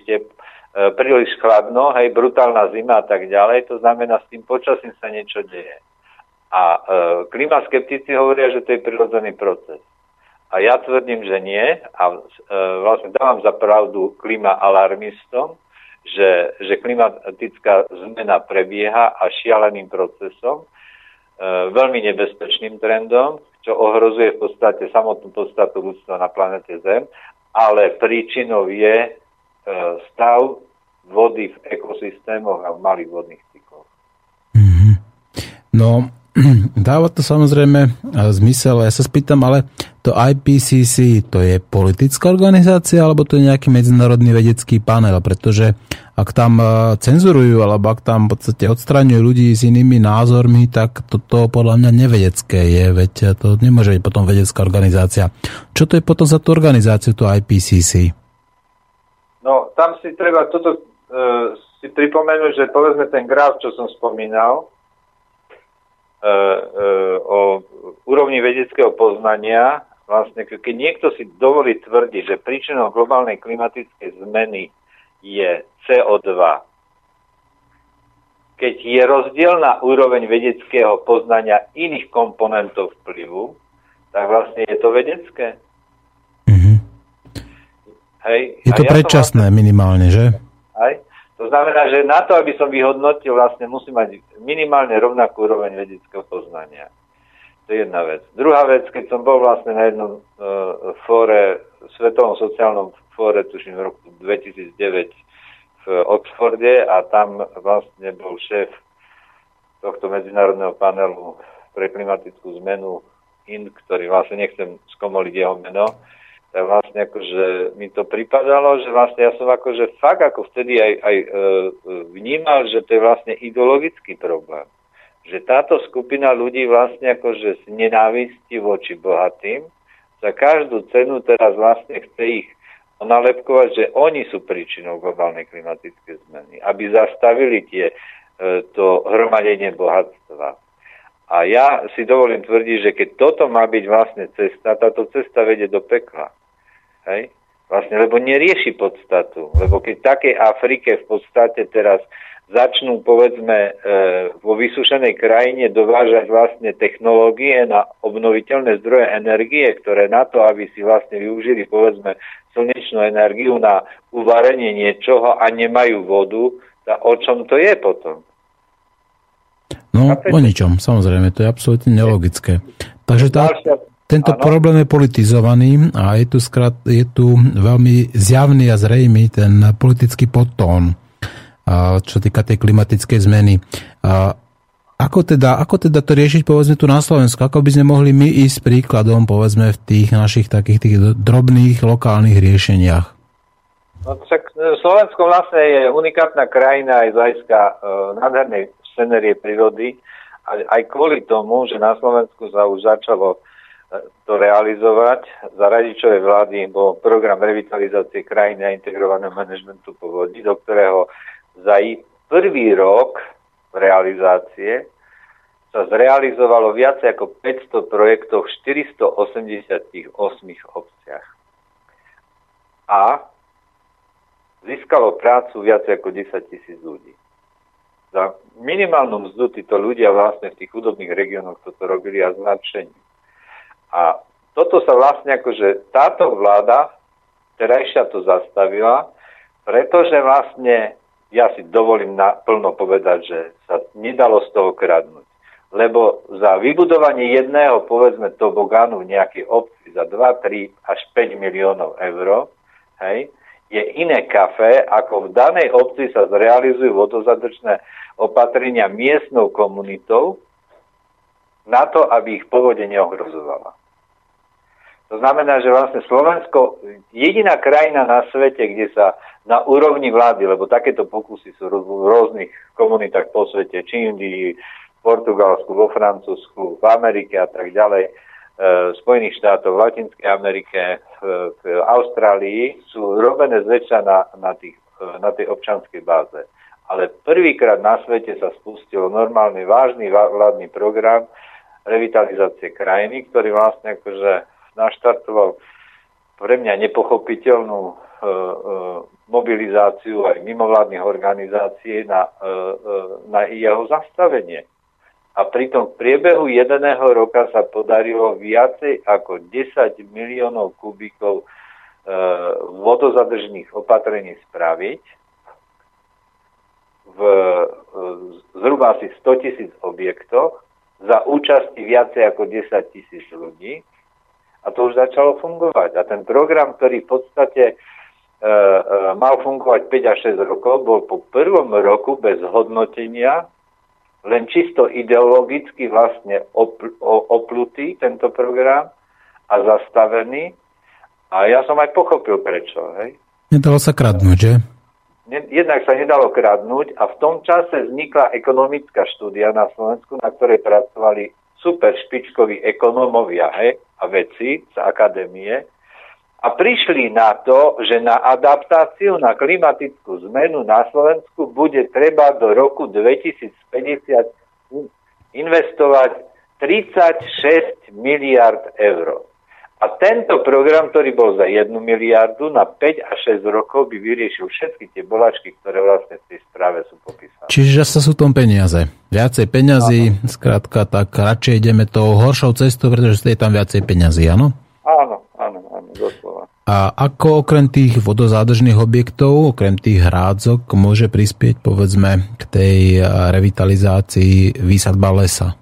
príliš chladno, hej, brutálna zima a tak ďalej, to znamená, s tým počasím sa niečo deje. A klimaskeptici hovoria, že to je prirodzený proces. A ja tvrdím, že nie a vlastne dávam za pravdu klimaalarmistom, že klimatická zmena prebieha a šialeným procesom, veľmi nebezpečným trendom, čo ohrozuje v podstate samotnú podstatu ľudstva na planete Zem, ale príčinou je stav vody v ekosystémoch a v malých vodných cykloch. Mm-hmm. No, dáva to samozrejme zmysel. Ja sa spýtam, ale to IPCC, to je politická organizácia, alebo to je nejaký medzinárodný vedecký panel? Pretože ak tam cenzurujú, alebo ak tam v podstate odstraňujú ľudí s inými názormi, tak toto podľa mňa nevedecké je, veď to nemôže byť potom vedecká organizácia. Čo to je potom za tú organizáciu, to IPCC? No, tam si treba toto si pripomenúť, že povedzme ten graf, čo som spomínal, o úrovni vedeckého poznania, vlastne keď niekto si dovolí tvrdiť, že príčinou globálnej klimatickej zmeny je CO2, keď je rozdielna úroveň vedeckého poznania iných komponentov vplyvu, tak vlastne je to vedecké. Mm-hmm. Hej. Je to predčasné minimálne, že? Hej. To znamená, že na to, aby som vyhodnotil, vlastne musím mať minimálne rovnakú úroveň vedeckého poznania. To je jedna vec. Druhá vec, keď som bol vlastne na jednom fóre, svetovom sociálnom fóre, tuším v roku 2009 v Oxforde a tam vlastne bol šéf tohto medzinárodného panelu pre klimatickú zmenu, ktorý vlastne nechcem skomoliť jeho meno, tak vlastne akože mi to pripadalo, že vlastne ja som akože fakt ako vtedy aj vnímal, že to je vlastne ideologický problém. Že táto skupina ľudí vlastne akože z nenávisti voči bohatým za každú cenu teraz vlastne chce ich nalepkovať, že oni sú príčinou globálnej klimatickej zmeny, aby zastavili to hromadenie bohatstva. A ja si dovolím tvrdiť, že keď toto má byť vlastne cesta, táto cesta vedie do pekla. Hej? Vlastne, lebo nerieši podstatu. Lebo keď v takej Afrike v podstate teraz začnú, povedzme, vo vysúšenej krajine dovážať vlastne technológie na obnoviteľné zdroje energie, ktoré na to, aby si vlastne využili, povedzme, slnečnú energiu na uvarenie niečoho a nemajú vodu, tak o čom to je potom? No, o ničom, samozrejme, to je absolútne nelogické. Takže tento problém je politizovaný a je tu veľmi zjavný a zrejmý ten politický podtón, čo týka tej klimatickej zmeny. Ako teda to riešiť, povedzme, tu na Slovensku? Ako by sme mohli my ísť príkladom, povedzme, v tých našich takých tých drobných lokálnych riešeniach? No však Slovensko vlastne je unikátna krajina aj z hľadiska nádhernej scenérie prírody. Aj kvôli tomu, že na Slovensku sa už začalo to realizovať. Za Radičovej vlády bol program revitalizácie krajiny a integrovaného manažmentu povodí, do ktorého za prvý rok realizácie sa zrealizovalo viac ako 500 projektov v 488 obciach. A získalo prácu viac ako 10 000 ľudí. Za minimálnu mzdu títo ľudia vlastne v tých chudobných regiónoch toto robili a značení. A toto sa vlastne akože táto vláda terajšia to zastavila, pretože vlastne ja si dovolím naplno povedať, že sa nedalo z toho kradnúť. Lebo za vybudovanie jedného, povedzme, tobogánu v nejakej obci za 2, 3 až 5 miliónov eur, hej, je iné kafe, ako v danej obci sa zrealizujú vodozadržné opatrenia miestnou komunitou na to, aby ich povodeň neohrozovala. To znamená, že vlastne Slovensko jediná krajina na svete, kde sa na úrovni vlády, lebo takéto pokusy sú v rôznych komunitách po svete, či Indii, v Portugalsku, vo Francúzsku, v Amerike a tak ďalej, v Spojených štátoch, v Latinskej Amerike, v Austrálii sú robené zväčša na tej občanskej báze. Ale prvýkrát na svete sa spustil normálny, vážny vládny program revitalizácie krajiny, ktorý vlastne akože naštartoval pre mňa nepochopiteľnú mobilizáciu aj mimovládnych organizácií na jeho zastavenie. A pritom v priebehu 1 roka sa podarilo viacej ako 10 miliónov kubíkov vodozadržných opatrení spraviť v zhruba asi 100 000 objektoch za účasti viacej ako 10 000 ľudí. A to už začalo fungovať. A ten program, ktorý v podstate mal fungovať 5 až 6 rokov, bol po prvom roku bez hodnotenia len čisto ideologicky vlastne oplutý tento program a zastavený. A ja som aj pochopil prečo. Hej. Nedalo sa kradnúť, že? Jednak sa nedalo kradnúť a v tom čase vznikla ekonomická štúdia na Slovensku, na ktorej pracovali super špičkoví ekonómovia a vedci z akadémie a prišli na to, že na adaptáciu na klimatickú zmenu na Slovensku bude treba do roku 2050 investovať 36 miliard eur. A tento program, ktorý bol za 1 miliardu, na 5 až 6 rokov by vyriešil všetky tie bolačky, ktoré vlastne v tej správe sú popísané. Čiže sa sú tom peniaze. Viacej peňazí, skrátka, tak radšej ideme tou horšou cestou, pretože je tam viacej peňazí, áno? Áno, doslova. A ako okrem tých vodozádržných objektov, okrem tých hrádzok, môže prispieť, povedzme, k tej revitalizácii výsadba lesa?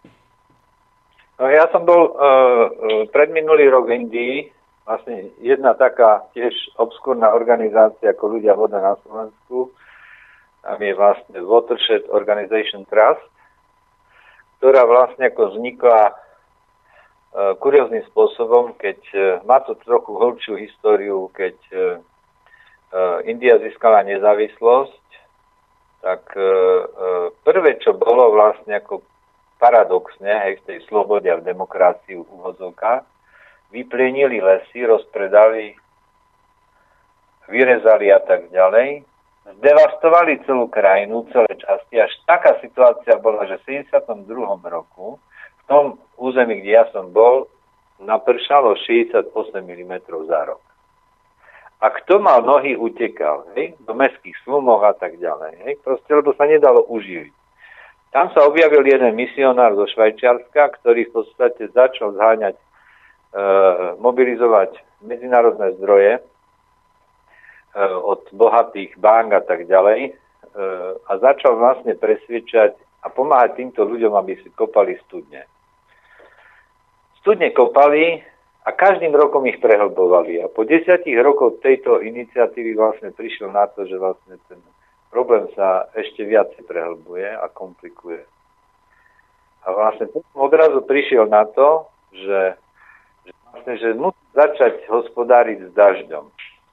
Ja som bol predminulý rok v Indii, vlastne jedna taká tiež obskúrna organizácia ako Ľudia voda na Slovensku, tam je vlastne Watershed Organization Trust, ktorá vlastne ako vznikla kurióznym spôsobom, keď má to trochu hĺbšiu históriu, keď India získala nezávislosť, tak prvé, čo bolo vlastne ako paradoxne, v tej slobode a v demokracii v úvodzovkách, vyplienili lesy, rozpredali, vyrezali a tak ďalej, zdevastovali celú krajinu, celé časti, až taká situácia bola, že v 72. roku v tom území, kde ja som bol, napršalo 68 mm za rok. A kto mal nohy, utekal, do mestských slumoch a tak ďalej. Proste, lebo sa nedalo uživiť. Tam sa objavil jeden misionár zo Švajčiarska, ktorý v podstate začal zháňať, mobilizovať medzinárodné zdroje od bohatých bank a tak ďalej a začal vlastne presviečať a pomáhať týmto ľuďom, aby si kopali studne. Studne kopali a každým rokom ich prehlbovali. A po 10 rokoch tejto iniciatívy vlastne prišiel na to, že vlastne ten problém sa ešte viac prehlbuje a komplikuje. A vlastne odrazu prišiel na to, že musí začať hospodáriť s dažďom.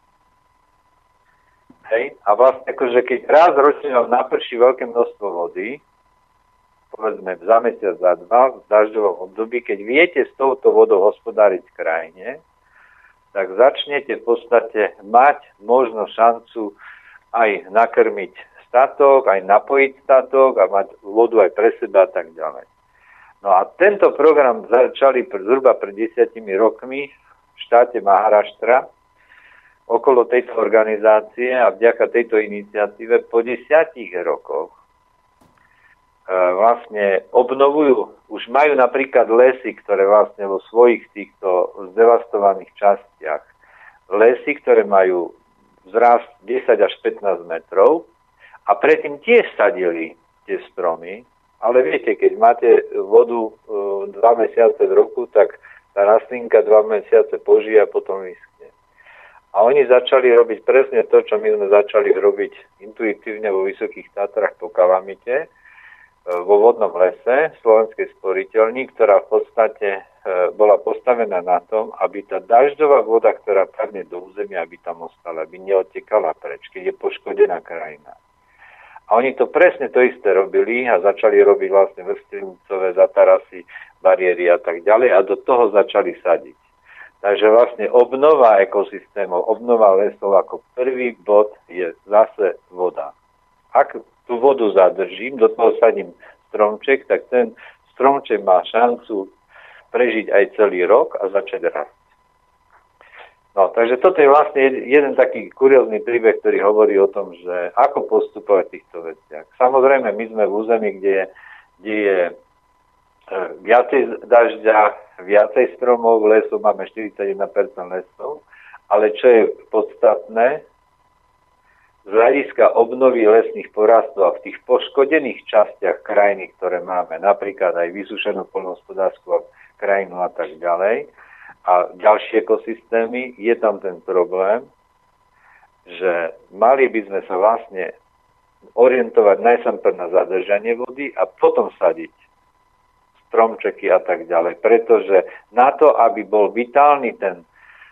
Hej. A vlastne akože keď raz ročne naprší veľké množstvo vody, povedzme za mesiac, za dva, v dažďovom období, keď viete s touto vodou hospodáriť v krajine, tak začnete v podstate mať možno šancu aj nakrmiť statok, aj napojiť statok a mať vodu aj pre seba a tak ďalej. No a tento program začali zhruba pred 10 rokmi v štáte Maharashtra, okolo tejto organizácie a vďaka tejto iniciatíve po 10 rokoch vlastne obnovujú, už majú napríklad lesy, ktoré vlastne vo svojich týchto zdevastovaných častiach, lesy, ktoré majú vzrast 10 až 15 metrov a predtým tiež sadili tie stromy, ale viete, keď máte vodu 2 mesiace v roku, tak tá rastlinka 2 mesiace požije a potom vyschne. A oni začali robiť presne to, čo my sme začali robiť intuitívne vo Vysokých Tatrách po kalamite, vo vodnom lese Slovenskej sporiteľni, ktorá v podstate bola postavená na tom, aby tá dažďová voda, ktorá padne do územia, aby tam ostala, aby neodtekala preč, keď je poškodená krajina. A oni to presne to isté robili a začali robiť vlastne vrstevnicové zatarasy, bariéry a tak ďalej a do toho začali sadiť. Takže vlastne obnova ekosystémov, obnova lesov ako prvý bod je zase voda. Ak tú vodu zadržím, do toho sadím stromček, tak ten stromček má šancu prežiť aj celý rok a začať rásť. No, takže toto je vlastne jeden taký kuriózny príbeh, ktorý hovorí o tom, že ako postupovať v týchto veciach. Samozrejme, my sme v území, kde je viacej dažďa, viacej stromov, lesov, máme 41% lesov, ale čo je podstatné, z hľadiska obnovy lesných porastov a v tých poškodených častiach krajiny, ktoré máme, napríklad aj vysušenú poľnohospodárskú krajinu a tak ďalej, a ďalšie ekosystémy, je tam ten problém, že mali by sme sa vlastne orientovať najprv na zadržanie vody a potom sadiť stromčeky a tak ďalej. Pretože na to, aby bol vitálny ten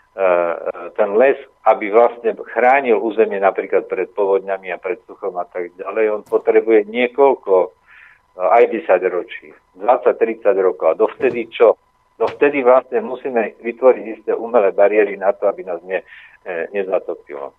les, aby vlastne chránil územie napríklad pred povodňami a pred suchom a tak ďalej, on potrebuje niekoľko, aj 10 ročí, 20-30 rokov. A dovtedy čo? Dovtedy vlastne musíme vytvoriť isté umelé bariéry na to, aby nás nezatopilo.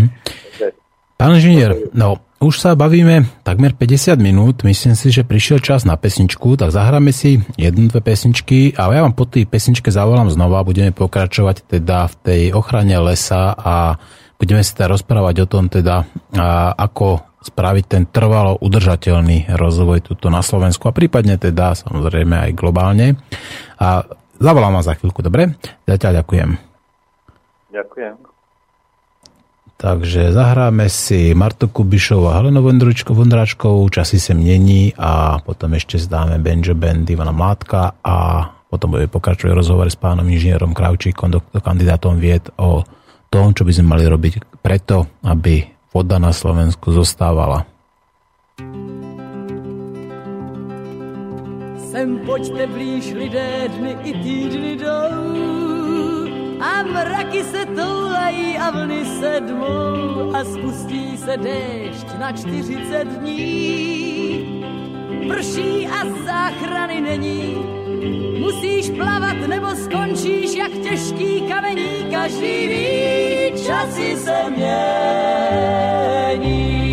Pán inžinier, no už sa bavíme takmer 50 minút, myslím si, že prišiel čas na pesničku, tak zahráme si 1-2 pesničky a ja vám po tej pesničke zavolám znova, budeme pokračovať teda v tej ochrane lesa a budeme si teda rozprávať o tom teda, ako spraviť ten trvalo udržateľný rozvoj tuto na Slovensku a prípadne teda samozrejme aj globálne. A zavolám vás za chvíľku, dobre? Zatiaľ ďakujem. Ďakujem. Takže zahráme si Martu Kubišovú a Helenu Vondráčkovú, Časy se mění a potom ešte zdáme Banjo Band Ivana Mládka a potom bude pokračovať rozhovor s pánom inžinierom Kravčíkom, kandidátom vied o tom, čo by sme mali robiť preto, aby voda na Slovensku zostávala. Sem pojďte blíž, lidé, dny i týdny jdou a mraky se toulají a vlny se dmou a spustí se déšť na 40 dní. Prší a záchrany není, musíš plavat nebo skončíš jak těžký kamení. Každý ví, časy se mění.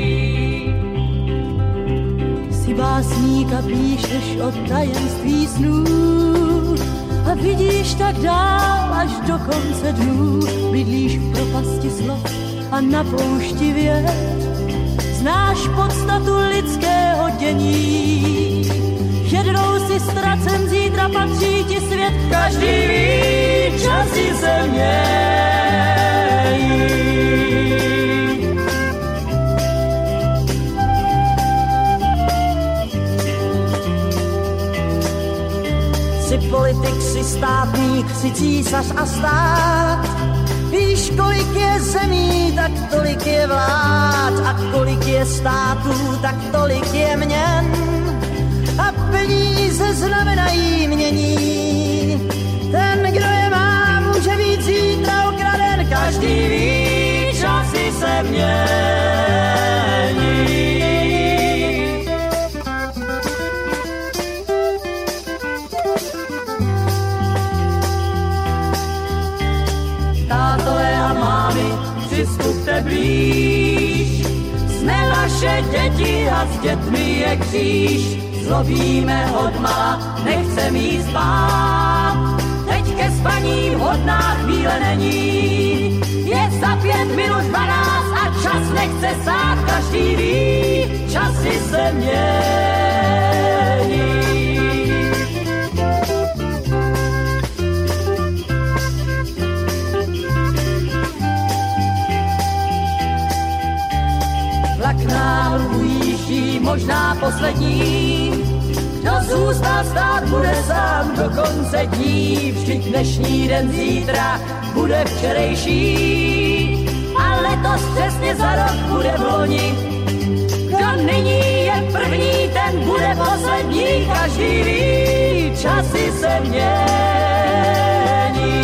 Jsi básník a píšeš o tajemství snů a vidíš tak dál až do konce dnů. Bydlíš v propasti slov a na poušti věd, znáš podstatu lidského dění. Jednou si ztracen, zítra patří ti svět. Každý ví, časy se mění. Jsi politik, jsi státník, jsi císař a stát. Víš, kolik je zemí, tak tolik je vlád. A kolik je států, tak tolik je měn. A peníze znamenají mění. Ten, kdo je má, může být zítra okraden. Každý ví, časy se mění. Tátové a mámy, přistupte blíž. Jsme vaše děti a s dětmi je kříž. Zlobíme odmala, nechcem jí spát. Teď ke spaní vhodná chvíle není. Je za 5 minut 12 a čas nechce sát. Každý ví, časy se mění. Vlak nám ujíždí, možná poslední. Kdo zůstal stát, bude sám do konce dní. Vždyť dnešní den zítra bude včerejší. A letos přesně za rok bude v loni. Kdo nyní je první, ten bude poslední. Každý ví, časy se mění.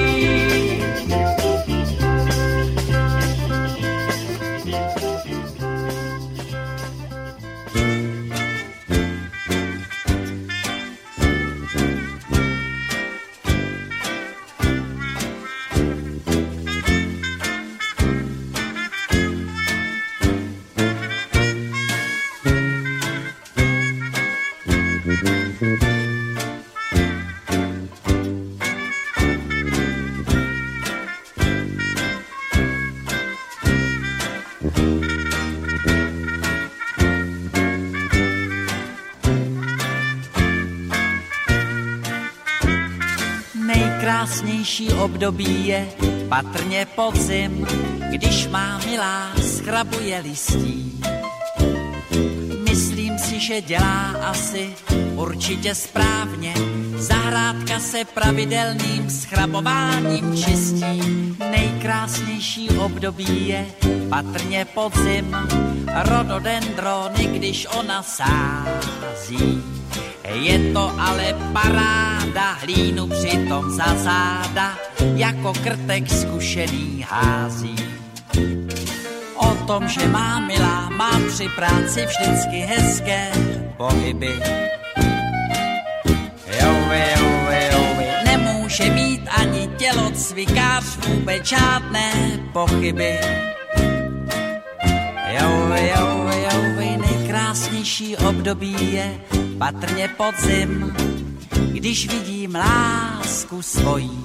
Nejkrásnější období je patrně podzim, když má milá schrabuje listí. Myslím si, že dělá asi určitě správně. Zahrádka se pravidelným schrabováním čistí. Nejkrásnější období je patrně podzim, rododendrony, když ona sází. Je to ale paráda, hlínu přitom za záda, jako krtek zkušený hází. O tom, že má milá, mám při práci vždycky hezké pohyby. Nemůže mít ani tělocvikář vůbec žádné pochyby. Nejkrásnější období je patrně podzim, když vidím lásku svojí.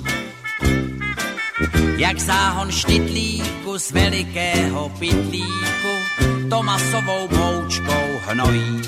Jak záhon štytlíku z velikého pytlíku Tomasovou moučkou hnojí.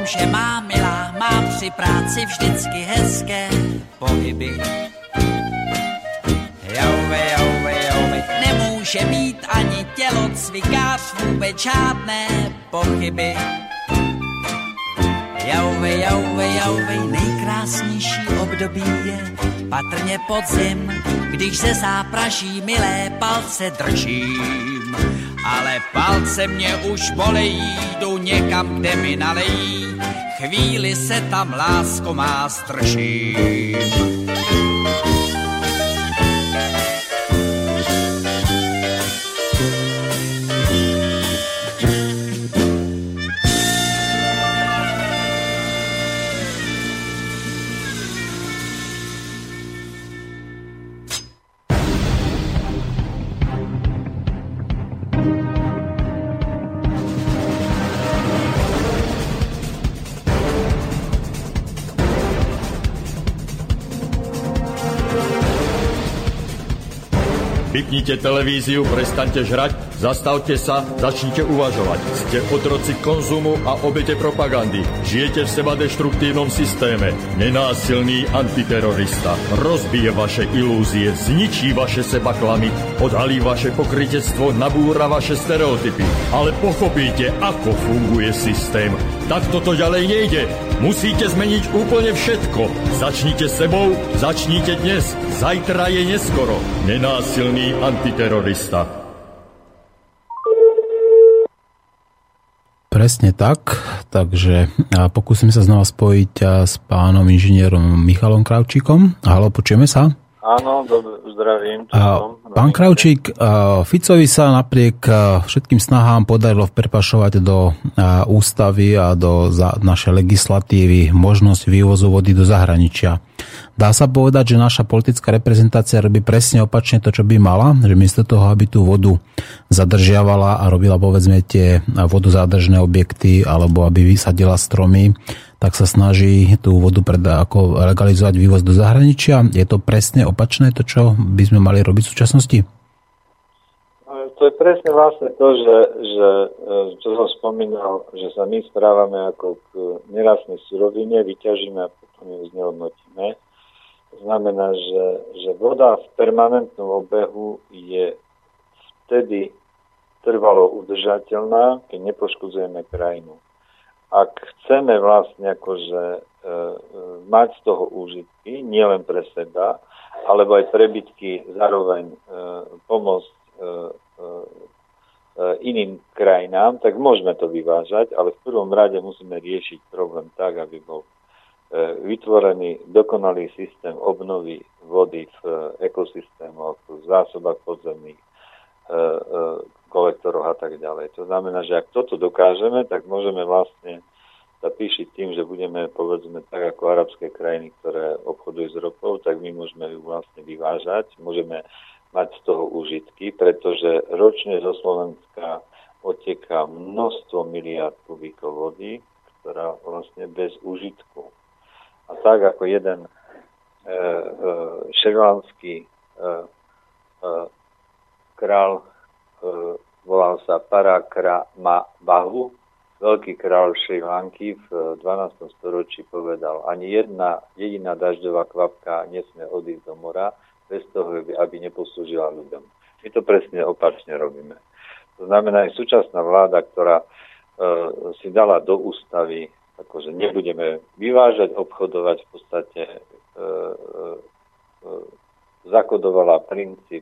že má milá, má při práci vždycky hezké pohyby. Jouve, nemůže mít ani tělocvikář vůbec žádné pochyby. Jouve, nejkrásnější období je patrně podzim, když se zápraží milé palce držím. Ale palce mě už bolejí, jdu někam, kde mi nalejí, chvíli se tam, lásko má, zdržím. Vypnite televíziu, prestaňte žrať, zastavte sa, začnite uvažovať. Ste otroci konzumu a obete propagandy. Žijete v sebadeštruktívnom systéme. Nenásilný antiterorista rozbije vaše ilúzie, zničí vaše sebaklamy, odhalí vaše pokrytectvo, nabúra vaše stereotypy. Ale pochopíte, ako funguje systém. Takto to ďalej nejde. Musíte zmeniť úplne všetko. Začnite sebou, začnite dnes. Zajtra je neskoro. Nenásilný antiterorista. Presne tak, takže pokúsim sa znova spojiť s pánom inžinierom Michalom Kravčíkom. Haló, počujeme sa? Áno, zdravím. Pán Kravčík, Ficovi sa napriek všetkým snahám podarilo prepašovať do ústavy a do našej legislatívy možnosť vývozu vody do zahraničia. Dá sa povedať, že naša politická reprezentácia robí presne opačne to, čo by mala, že miesto toho, aby tú vodu zadržiavala a robila povedzme tie vodozádržné objekty alebo aby vysadila stromy, tak sa snaží tú vodu ako legalizovať vývoz do zahraničia. Je to presne opačné to, čo by sme mali robiť v súčasnosti? To je presne vlastne to, že čo som spomínal, že sa my správame ako k nerastnej surovine, vyťažíme a potom ju znehodnotíme. To znamená, že voda v permanentnom obehu je vtedy trvalo udržateľná, keď nepoškodzujeme krajinu. Ak chceme vlastne akože mať z toho úžitky, nielen pre seba, alebo aj prebytky zároveň pomôcť iným krajinám, tak môžeme to vyvážať, ale v prvom rade musíme riešiť problém tak, aby bol vytvorený dokonalý systém obnovy vody v ekosystémoch, v zásobách podzemných, kolektoroch a tak ďalej. To znamená, že ak toto dokážeme, tak môžeme vlastne sa píšiť tým, že budeme, povedzme, tak ako arabské krajiny, ktoré obchodujú s ropou, tak my môžeme ju vlastne vyvážať, môžeme mať z toho úžitky, pretože ročne zo Slovenska odteká množstvo miliárd kubíkov vody, ktorá vlastne bez úžitku. A tak ako jeden šrilanský král, volal sa Parakramabahu, veľký král Šri Lanky v 12. storočí povedal, ani jedna jediná dažďová kvapka nesmie odísť do mora bez toho, aby neposlúžila ľuďom. My to presne opačne robíme. To znamená, aj súčasná vláda, ktorá si dala do ústavy, akože nebudeme vyvážať, obchodovať, v podstate zakodovala princíp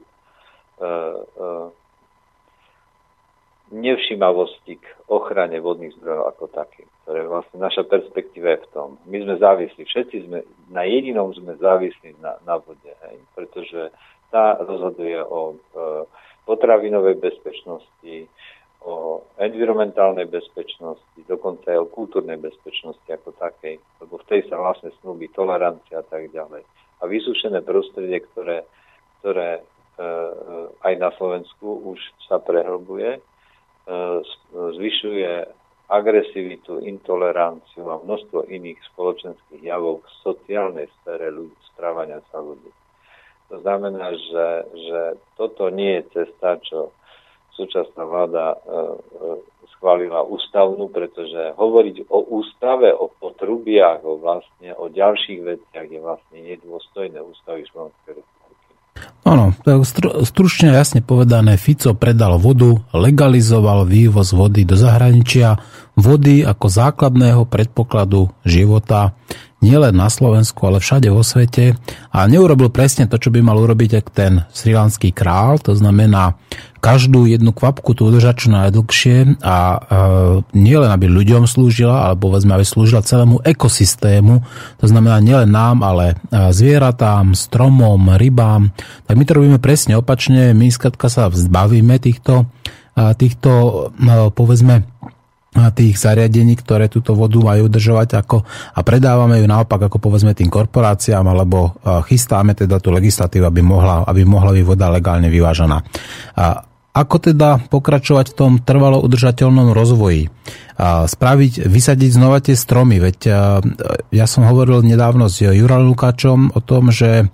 nevšímavosti k ochrane vodných zdrojov ako taký, ktoré vlastne naša perspektíva je v tom. My sme závislí, všetci sme, na jedinom sme závislí na vode, hej, pretože tá rozhoduje o potravinovej bezpečnosti, o environmentálnej bezpečnosti, dokonca aj o kultúrnej bezpečnosti ako takej, lebo v tej sa vlastne snúbi tolerancia a tak ďalej. A vysúšené prostredie, ktoré aj na Slovensku už sa prehlbuje, zvyšuje agresivitu, intoleranciu a množstvo iných spoločenských javov v sociálnej sfére správania sa ľudí. To znamená, že toto nie je cesta, čo súčasná vláda schválila ústavnú, pretože hovoriť o ústave, o potrubiach, o ďalších veciach je vlastne nedôstojné ústavy Slovenskej republiky. Áno, stručne a jasne povedané, Fico predal vodu, legalizoval vývoz vody do zahraničia, vody ako základného predpokladu života nielen na Slovensku, ale všade vo svete, a neurobil presne to, čo by mal urobiť ten srilanský král, to znamená každú jednu kvapku tu udržať čo najdlhšie a nielen aby ľuďom slúžila, ale povedzme, aby slúžila celému ekosystému, to znamená nielen nám, ale zvieratám, stromom, rybám, tak my to robíme presne opačne, my skrátka sa zbavíme týchto povedzme tých zariadení, ktoré túto vodu majú udržovať a predávame ju naopak ako povedzme tým korporáciám, alebo chystáme teda tú legislatívu, aby mohla byť voda legálne vyvážaná. Ako teda pokračovať v tom trvalo udržateľnom rozvoji? Vysadiť znova tie stromy, veď ja som hovoril nedávno s Jurajom Lukáčom o tom, že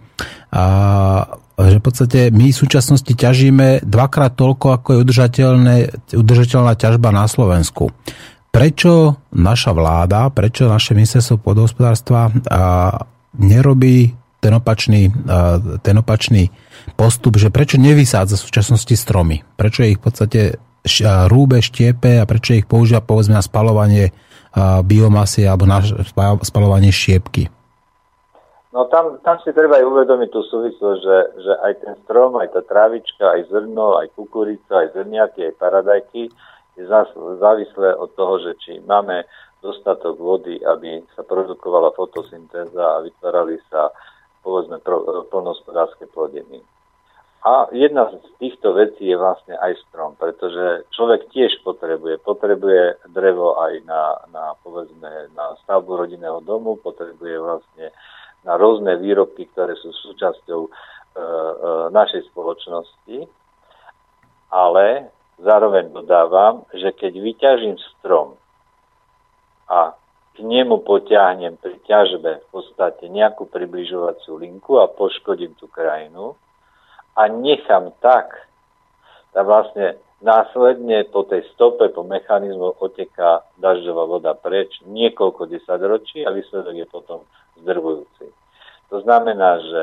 v podstate my v súčasnosti ťažíme dvakrát toľko, ako je udržateľná ťažba na Slovensku. Prečo naša vláda, prečo naše ministerstvo pôdohospodárstva nerobí ten opačný postup, že prečo nevysádza v súčasnosti stromy? Prečo ich v podstate rúbe, štiepe a prečo ich používa povedzme na spaľovanie biomasy alebo na spaľovanie šiepky? No tam si treba aj uvedomiť tú súvislosť, že aj ten strom, aj tá trávička, aj zrno, aj kukurica, aj zrniaky, aj paradajky je závislé od toho, že či máme dostatok vody, aby sa produkovala fotosyntéza a vytvárali sa povedzme poľnohospodárske plodiny. A jedna z týchto vecí je vlastne aj strom, pretože človek tiež potrebuje drevo aj na povedzme na stavbu rodinného domu, potrebuje vlastne na rôzne výrobky, ktoré sú súčasťou našej spoločnosti, ale zároveň dodávam, že keď vyťažím strom a k nemu potiahnem pri ťažbe v podstate nejakú približovaciu linku a poškodím tú krajinu a nechám tak vlastne následne po tej stope, po mechanizmu oteká dažďová voda preč niekoľko desaťročí a výsledok je potom zdrvujúci. To znamená, že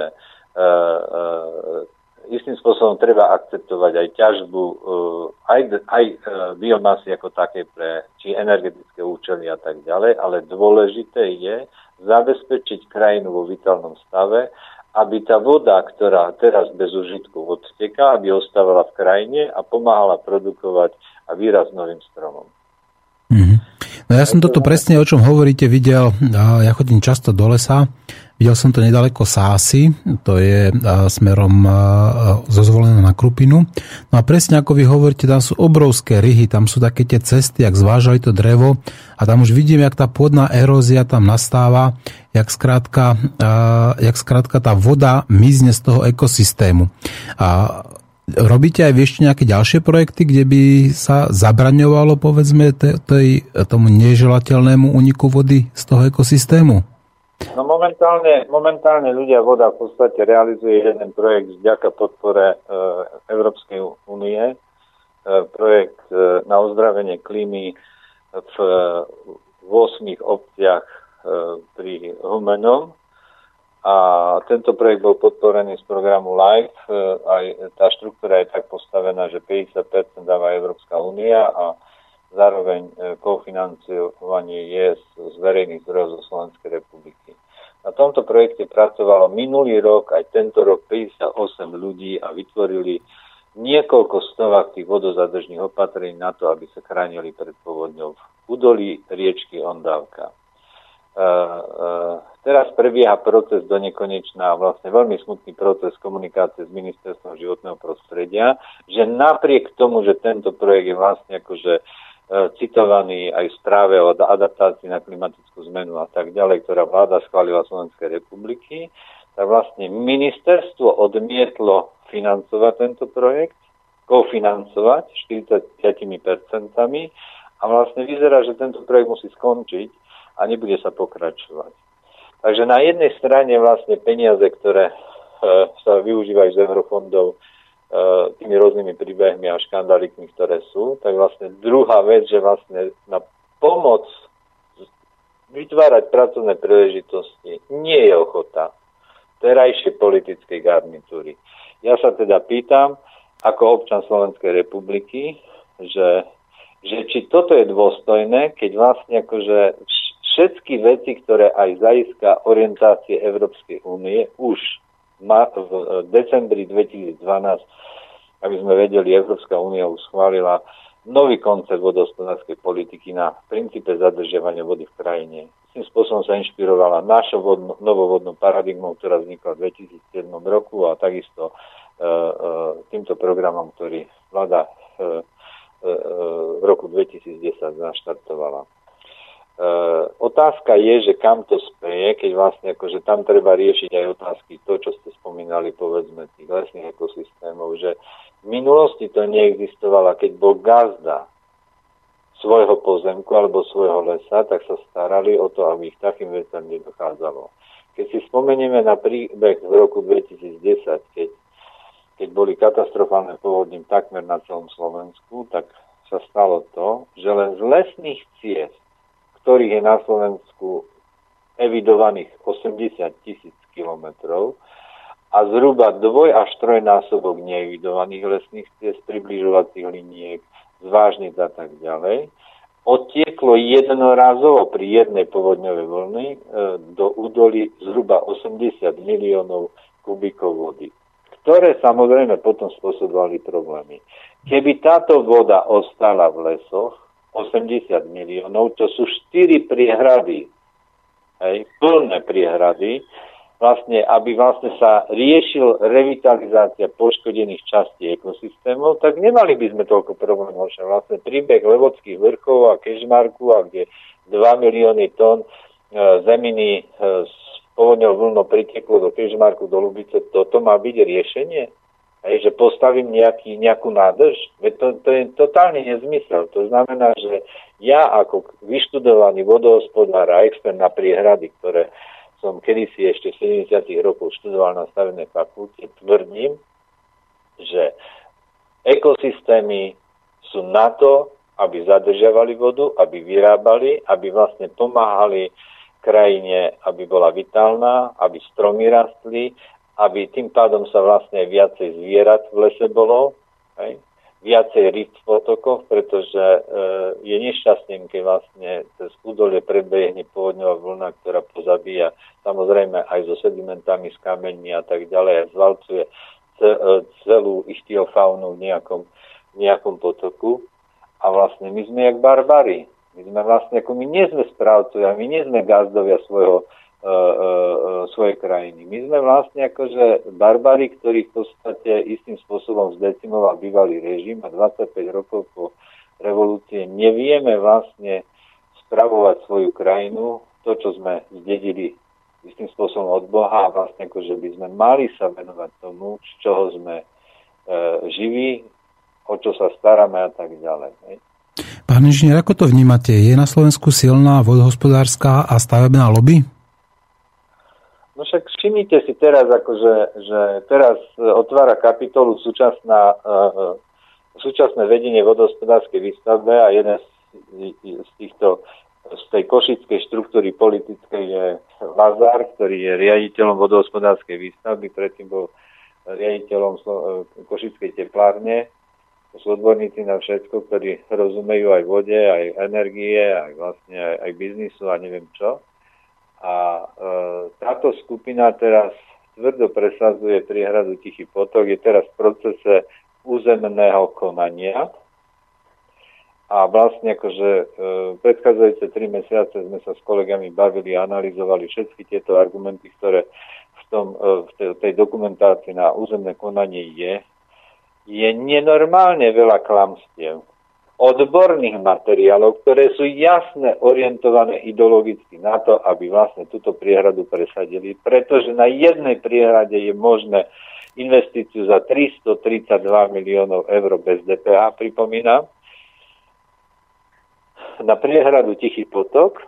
istým spôsobom treba akceptovať aj ťažbu, aj biomasy ako také pre či energetické účely a tak ďalej, ale dôležité je zabezpečiť krajinu vo vitálnom stave, aby tá voda, ktorá teraz bez užitku odteká, aby ostávala v krajine a pomáhala produkovať a výraz novým stromom. No ja som toto presne, o čom hovoríte, videl, ja chodím často do lesa, videl som to nedaleko Sásy, to je smerom zo Zvolena na Krupinu. No a presne ako vy hovoríte, tam sú obrovské ryhy, tam sú také tie cesty, jak zvážali to drevo a tam už vidím, jak tá pôdna erózia tam nastáva, jak skrátka tá voda mizne z toho ekosystému. Robíte aj ešte nejaké ďalšie projekty, kde by sa zabraňovalo, povedzme, tomu neželateľnému úniku vody z toho ekosystému? No momentálne ľudia voda v podstate realizuje jeden projekt vďaka podpore Európskej únie, projekt na ozdravenie klímy v 8 obciach pri Humennom. A tento projekt bol podporený z programu LIFE. Aj tá štruktúra je tak postavená, že 50% dáva Európska únia a zároveň kofinancovanie je z verejných zdrojov zo Slovenskej republiky. Na tomto projekte pracovalo minulý rok, aj tento rok 58 ľudí a vytvorili niekoľko stovák tých vodozadržných opatrení na to, aby sa chránili pred povodňou v údolí riečky Ondávka. Teraz prebieha proces do nekonečná, vlastne veľmi smutný proces komunikácie s Ministerstvom životného prostredia, že napriek tomu, že tento projekt je vlastne akože citovaný aj v správe o adaptácii na klimatickú zmenu a tak ďalej, ktorá vláda schválila Slovenskej republiky, tak vlastne ministerstvo odmietlo financovať tento projekt, kofinancovať 40% a vlastne vyzerá, že tento projekt musí skončiť a nebude sa pokračovať. Takže na jednej strane vlastne peniaze, ktoré sa využívajú z eurofondov, tými rôznymi príbehmi a škandálikmi, ktoré sú, tak vlastne druhá vec, že vlastne na pomoc vytvárať pracovné príležitosti nie je ochota terajšej politickej garnitúry. Ja sa teda pýtam, ako občan Slovenskej republiky, že či toto je dôstojné, keď vlastne akože všetky veci, ktoré aj z hľadiska orientácie Európskej únie už v decembri 2012, aby sme vedeli, Európska únia už schválila nový koncept vodohospodárskej politiky na princípe zadržiavania vody v krajine. Tým spôsobom sa inšpirovala našou novovodnou paradigmou, ktorá vznikla v 2007 roku a takisto týmto programom, ktorý vláda v roku 2010 naštartovala. Otázka je, že kam to speje, keď vlastne akože tam treba riešiť aj otázky, to, čo ste spomínali, povedzme, tých lesných ekosystémov, že v minulosti to neexistovalo, keď bol gazda svojho pozemku alebo svojho lesa, tak sa starali o to, aby ich takým veciam nedochádzalo. Keď si spomenieme na príbeh v roku 2010, keď boli katastrofálne povodním takmer na celom Slovensku, tak sa stalo to, že len z lesných ciest, ktorých je na Slovensku evidovaných 80 000 kilometrov a zhruba 2 až 3 násobok neevidovaných lesných ciest, približovacích liniek, zvážnic a tak ďalej, odtieklo jednorazovo pri jednej povodňovej vlny do údolí zhruba 80 miliónov kubíkov vody, ktoré samozrejme potom spôsobovali problémy. Keby táto voda ostala v lesoch, 80 miliónov, to sú 4 priehrady, plné priehrady, vlastne, aby vlastne sa riešil revitalizácia poškodených častí ekosystémov, tak nemali by sme toľko problémov. Vlastne príbeh Levodských vrchov a Kežmarku, a kde 2 milióny tón zeminy s povodňou vlnou priteklo do Kežmarku, do Lubice, toto má byť riešenie? Že postavím nejakú nádrž? To je totálne nezmysel. To znamená, že ja ako vyštudovaný vodohospodár a expert na priehrady, ktoré som kedysi ešte v 70. rokoch študoval na stavebnej fakulte, tvrdím, že ekosystémy sú na to, aby zadržiavali vodu, aby vyrábali, aby vlastne pomáhali krajine, aby bola vitálna, aby stromy rastli, aby tým pádom sa vlastne viacej zvierat v lese bolo, viacej rýb v potokoch, pretože je nešťastným, keď vlastne cez údolie prebehne povodňová vlna, ktorá pozabíja samozrejme aj so sedimentami, s kameňmi a tak ďalej, a zvalcuje celú ichtiofaunu v nejakom potoku. A vlastne my sme jak barbari. My sme vlastne, ako my nie sme správcovia, my nie sme gazdovia svojej krajiny. My sme vlastne akože barbari, ktorí v podstate istým spôsobom zdecimoval bývalý režim a 25 rokov po revolúcie nevieme vlastne spravovať svoju krajinu, to, čo sme zdedili istým spôsobom od Boha, a vlastne akože by sme mali sa venovať tomu, z čoho sme živí, o čo sa staráme a tak ďalej. Pán inžinier, ako to vnímate? Je na Slovensku silná vodohospodárska a stavebná lobby? No však všimnite si teraz, že teraz otvára kapitolu súčasné vedenie vodohospodárskej výstavbe a jeden z tej košickej štruktúry politickej je Lazar, ktorý je riaditeľom vodohospodárskej výstavby, predtým bol riaditeľom košickej teplárne. To sú odborníci na všetko, ktorí rozumejú aj vode, aj energie, aj vlastne aj biznisu a neviem čo. A táto skupina teraz tvrdo presadzuje priehradu Tichý potok, je teraz v procese územného konania a vlastne akože predchádzajúce 3 mesiace sme sa s kolegami bavili a analyzovali všetky tieto argumenty, ktoré v tej dokumentácii na územné konanie je nenormálne veľa klamstiev, odborných materiálov, ktoré sú jasne orientované ideologicky na to, aby vlastne túto priehradu presadili, pretože na jednej priehrade je možné investíciu za 332 miliónov eur bez DPH, pripomínam, na priehradu Tichý potok.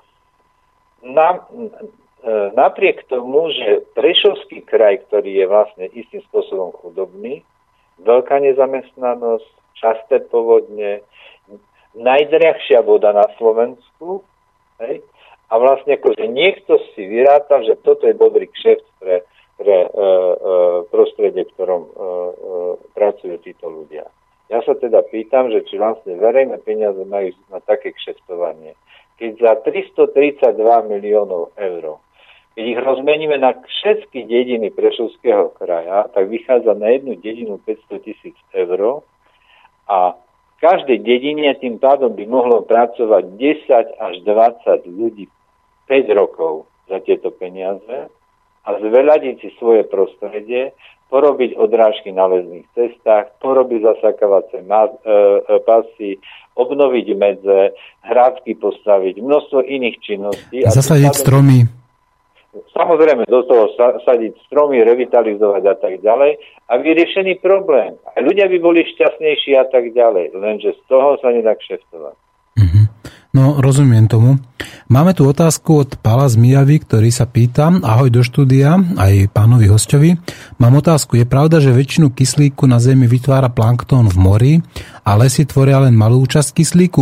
Napriek tomu, že Prešovský kraj, ktorý je vlastne istým spôsobom chudobný, veľká nezamestnanosť, časté povodne, najdrahšia voda na Slovensku, hej? A vlastne akože niekto si vyráta, že toto je dobrý kšeft pre prostredie, v ktorom pracujú títo ľudia. Ja sa teda pýtam, že či vlastne verejné peniaze majú na také kšeftovanie. Keď za 332 miliónov eur, keď ich rozmeníme na všetky dediny Prešovského kraja, tak vychádza na jednu dedinu 500 000 eur a v každej dedine tým pádom by mohlo pracovať 10 až 20 ľudí 5 rokov za tieto peniaze a zveľadiť si svoje prostredie, porobiť odrážky na lesných cestách, porobiť zasakávacie pasy, obnoviť medze, hrádzky postaviť, množstvo iných činností. A zasadiť stromy. Samozrejme, do toho sadiť stromy, revitalizovať a tak ďalej a vyriešený problém. A ľudia by boli šťastnejší a tak ďalej, lenže z toho sa nedá kšeftovať. Mhm. No, rozumiem tomu. Máme tu otázku od Pála z Mijavy, ktorý sa pýta, ahoj do štúdia, aj pánovi hosťovi. Mám otázku, je pravda, že väčšinu kyslíku na Zemi vytvára planktón v mori a lesy tvoria len malú časť kyslíku?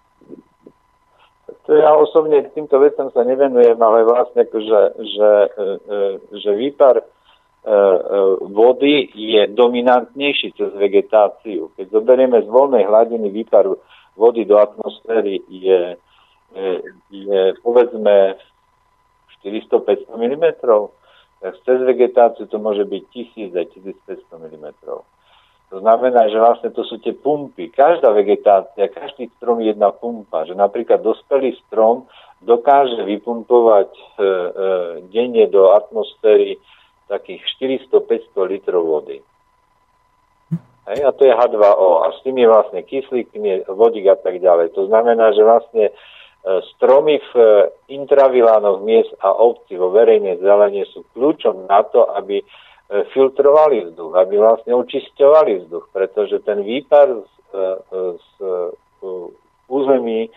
To ja osobne týmto vecom sa nevenujem, ale vlastne že výpar vody je dominantnejší cez vegetáciu. Keď zoberieme z voľnej hladiny výpar vody do atmosféry je povedzme 400-500 mm, tak cez vegetáciu to môže byť 1000 a 1500 mm. To znamená, že vlastne to sú tie pumpy. Každá vegetácia, každý strom je jedna pumpa. Že napríklad dospelý strom dokáže vypumpovať denne do atmosféry takých 400-500 litrov vody. Hej, a to je H2O. A s tým je vlastne kyslík, tým je vodík a tak ďalej. To znamená, že vlastne stromy v intravilánoch miest a obcí vo verejnej zelene sú kľúčom na to, aby filtrovali vzduch, aby vlastne očisťovali vzduch, pretože ten výpar z území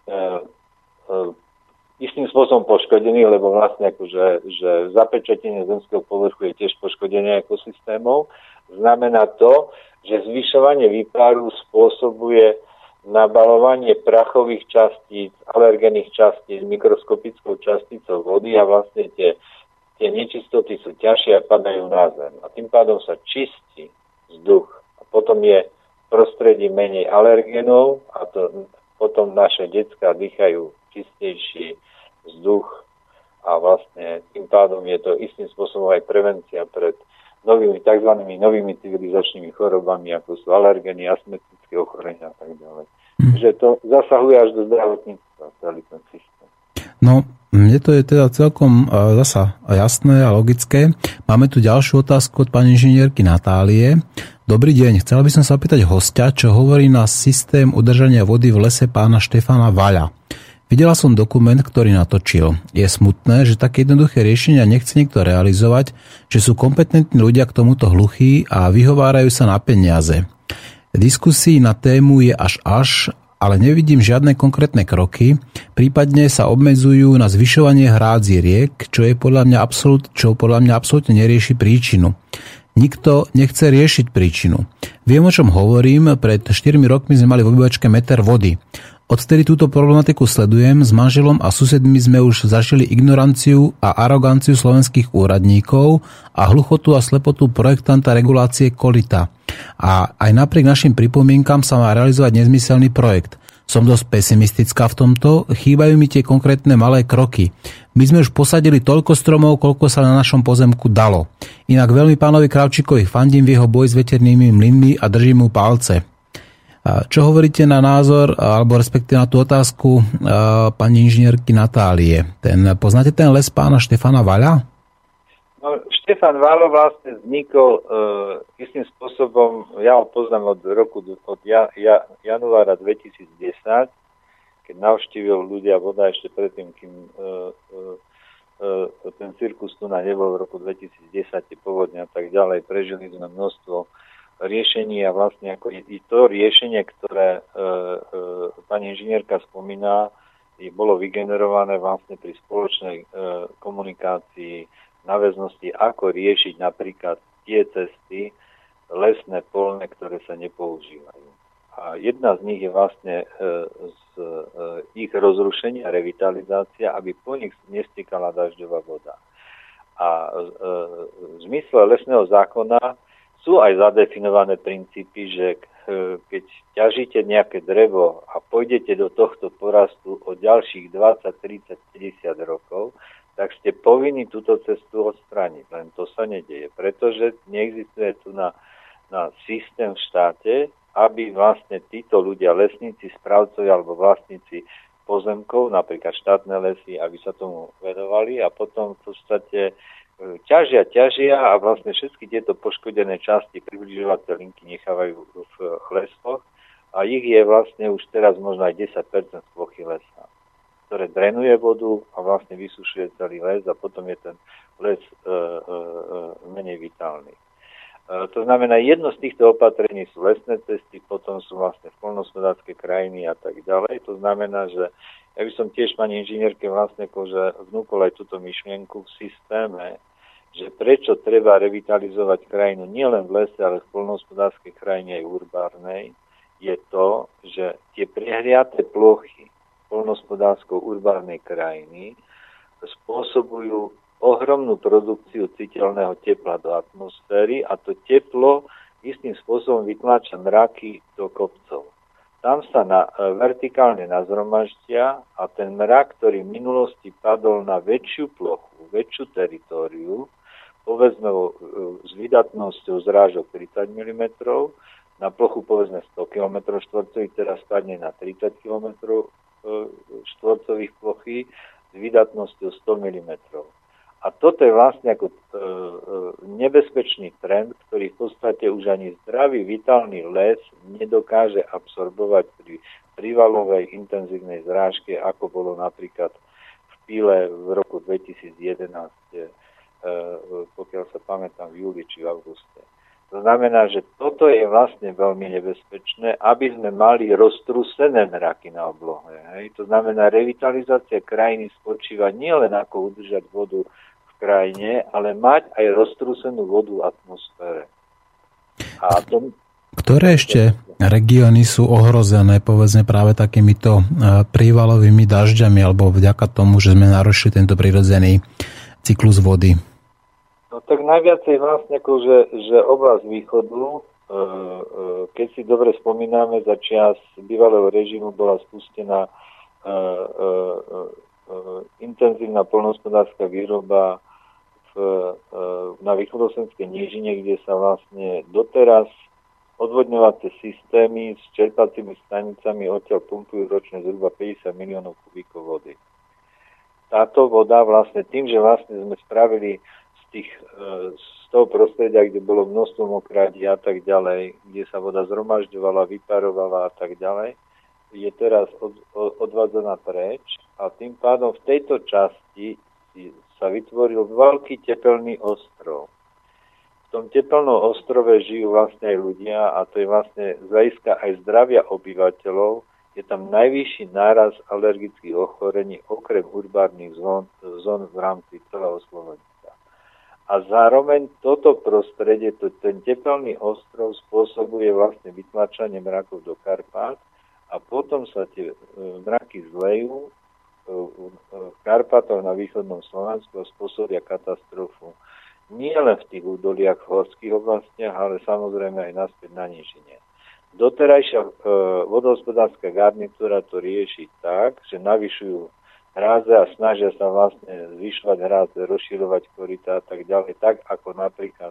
istým spôsobom poškodený, lebo vlastne akože, že zapečatenie zemského povrchu je tiež poškodenie ekosystémov. Znamená to, že zvyšovanie výparu spôsobuje nabalovanie prachových častíc, alergénnych častíc, mikroskopickou časticou vody a vlastne tie nečistoty sú ťažšie a padajú na zem. A tým pádom sa čistí vzduch. A potom je v prostredí menej alergénov a to potom naše decká dýchajú čistejší vzduch a vlastne tým pádom je to istým spôsobom aj prevencia pred tzv. Novými civilizačnými chorobami, ako sú alergény, astmatické ochorenia a tak ďalej. Že to zasahuje až do zdravotníctva, celý ten systém. No, mne to je teda celkom zasa jasné a logické. Máme tu ďalšiu otázku od pani inžinierky Natálie. Dobrý deň, chcela by som sa opýtať hostia, čo hovorí na systém udržania vody v lese pána Štefana Vaľa. Videla som dokument, ktorý natočil. Je smutné, že také jednoduché riešenia nechce niekto realizovať, že sú kompetentní ľudia k tomuto hluchí a vyhovárajú sa na peniaze. Diskusí na tému je až, ale nevidím žiadne konkrétne kroky, prípadne sa obmedzujú na zvyšovanie hrádzi riek, čo podľa mňa absolútne nerieši príčinu. Nikto nechce riešiť príčinu. Viem, o čom hovorím, pred 4 rokmi sme mali v obývačke meter vody. Odtedy túto problematiku sledujem, s manželom a susedmi sme už zažili ignoranciu a aroganciu slovenských úradníkov a hluchotu a slepotu projektanta regulácie kolita. A aj napriek našim pripomienkam sa má realizovať nezmyselný projekt. Som dosť pesimistická v tomto, chýbajú mi tie konkrétne malé kroky. My sme už posadili toľko stromov, koľko sa na našom pozemku dalo. Inak veľmi pánovi Kravčíkovi fandím v jeho boji s veternými mlynmi a držím mu palce. Čo hovoríte na názor, alebo respektíve na tú otázku pani inžinierky Natálie? Poznáte ten les pána Štefana Vaľa? No, Štefan Vaľo vlastne vznikol istým spôsobom, ja ho poznám od januára 2010, keď navštívil ľudia voda ešte predtým, kým ten cirkus tu nebol v roku 2010, povodne a tak ďalej. Prežili sme množstvo riešení a vlastne ako i to riešenie, ktoré pani inžinierka spomína, bolo vygenerované vlastne pri spoločnej komunikácii náväznosti, ako riešiť napríklad tie cesty, lesné, polné, ktoré sa nepoužívajú. A jedna z nich je vlastne ich rozrušenie a revitalizácia, aby po nich nestekala dažďová voda. A v zmysle lesného zákona sú aj zadefinované princípy, že keď ťažíte nejaké drevo a pôjdete do tohto porastu o ďalších 20, 30, 50 rokov, tak ste povinni túto cestu odstrániť. Len to sa nedieje, pretože neexistuje tu na systém v štáte, aby vlastne títo ľudia, lesníci, správcovia alebo vlastníci pozemkov, napríklad štátne lesy, aby sa tomu venovali a potom v podstate ťažia a vlastne všetky tieto poškodené časti približovacie linky nechávajú v lesoch a ich je vlastne už teraz možno aj 10% z plochy lesa, ktoré drenuje vodu a vlastne vysušuje celý les a potom je ten les menej vitálny. To znamená, jedno z týchto opatrení sú lesné cesty, potom sú vlastne poľnohospodárske krajiny a tak ďalej. To znamená, že ja by som tiež pani inžinierke vlastne že vnúkol aj túto myšlienku v systéme, že prečo treba revitalizovať krajinu nielen v lese, ale v poľnohospodárskej krajine aj urbárnej, je to, že tie prehriaté plochy poľnohospodársko-urbárnej krajiny spôsobujú ohromnú produkciu citeľného tepla do atmosféry a to teplo istým spôsobom vytláča mraky do kopcov. Tam sa vertikálne nazhromaždia a ten mrak, ktorý v minulosti padol na väčšiu plochu, väčšiu teritóriu, povedzme s vydatnosťou zrážok 30 mm, na plochu povedzme 100 km štvorcových, teraz padne na 30 km štvorcových plochy s vydatnosťou 100 mm. A toto je vlastne ako nebezpečný trend, ktorý v podstate už ani zdravý, vitálny les nedokáže absorbovať pri prívalovej intenzívnej zrážke, ako bolo napríklad v Píle v roku 2011, pokiaľ sa pamätám, v júli či v auguste. To znamená, že toto je vlastne veľmi nebezpečné, aby sme mali roztrúsené mraky na oblohe. Hej. To znamená, revitalizácia krajiny spočíva nielen ako udržať vodu krajine, ale mať aj roztrúsenú vodu v atmosfére. Ktoré ešte regióny sú ohrozené, povedzme práve takýmito prívalovými dažďami, alebo vďaka tomu, že sme narušili tento prirodzený cyklus vody? No tak najviac je vlastne že oblasť východu, keď si dobre spomíname, za čias bývalého režimu bola spustená intenzívna poľnohospodárska výroba na východoslovenskej nížine, kde sa vlastne doteraz odvodňovacie systémy s čerpacími stanicami odtiaľ pumpujú ročne zhruba 50 miliónov kubíkov vody. Táto voda vlastne tým, že vlastne sme spravili z toho prostredia, kde bolo množstvo mokradí a tak ďalej, kde sa voda zhromažďovala, vyparovala a tak ďalej, je teraz odvádzaná preč a tým pádom v tejto časti sa vytvoril veľký tepelný ostrov. V tom tepelnom ostrove žijú vlastne aj ľudia a to je vlastne z hľadiska aj zdravia obyvateľov. Je tam najvyšší náraz alergických ochorení okrem urbárnych zón v rámci celého Slovenska. A zároveň toto prostredie, ten tepelný ostrov spôsobuje vlastne vytlačanie mrakov do Karpát a potom sa tie mraky zlejú v Karpatoch na východnom Slovensku a spôsobia katastrofu. Nie len v tých údoliach v horských oblastiach, ale samozrejme aj naspäť na nížine. Doterajšia vodohospodárska garnitúra to rieši tak, že navyšujú hráze a snažia sa vlastne zvyšovať hráze, rozširovať korytá a tak ďalej, tak ako napríklad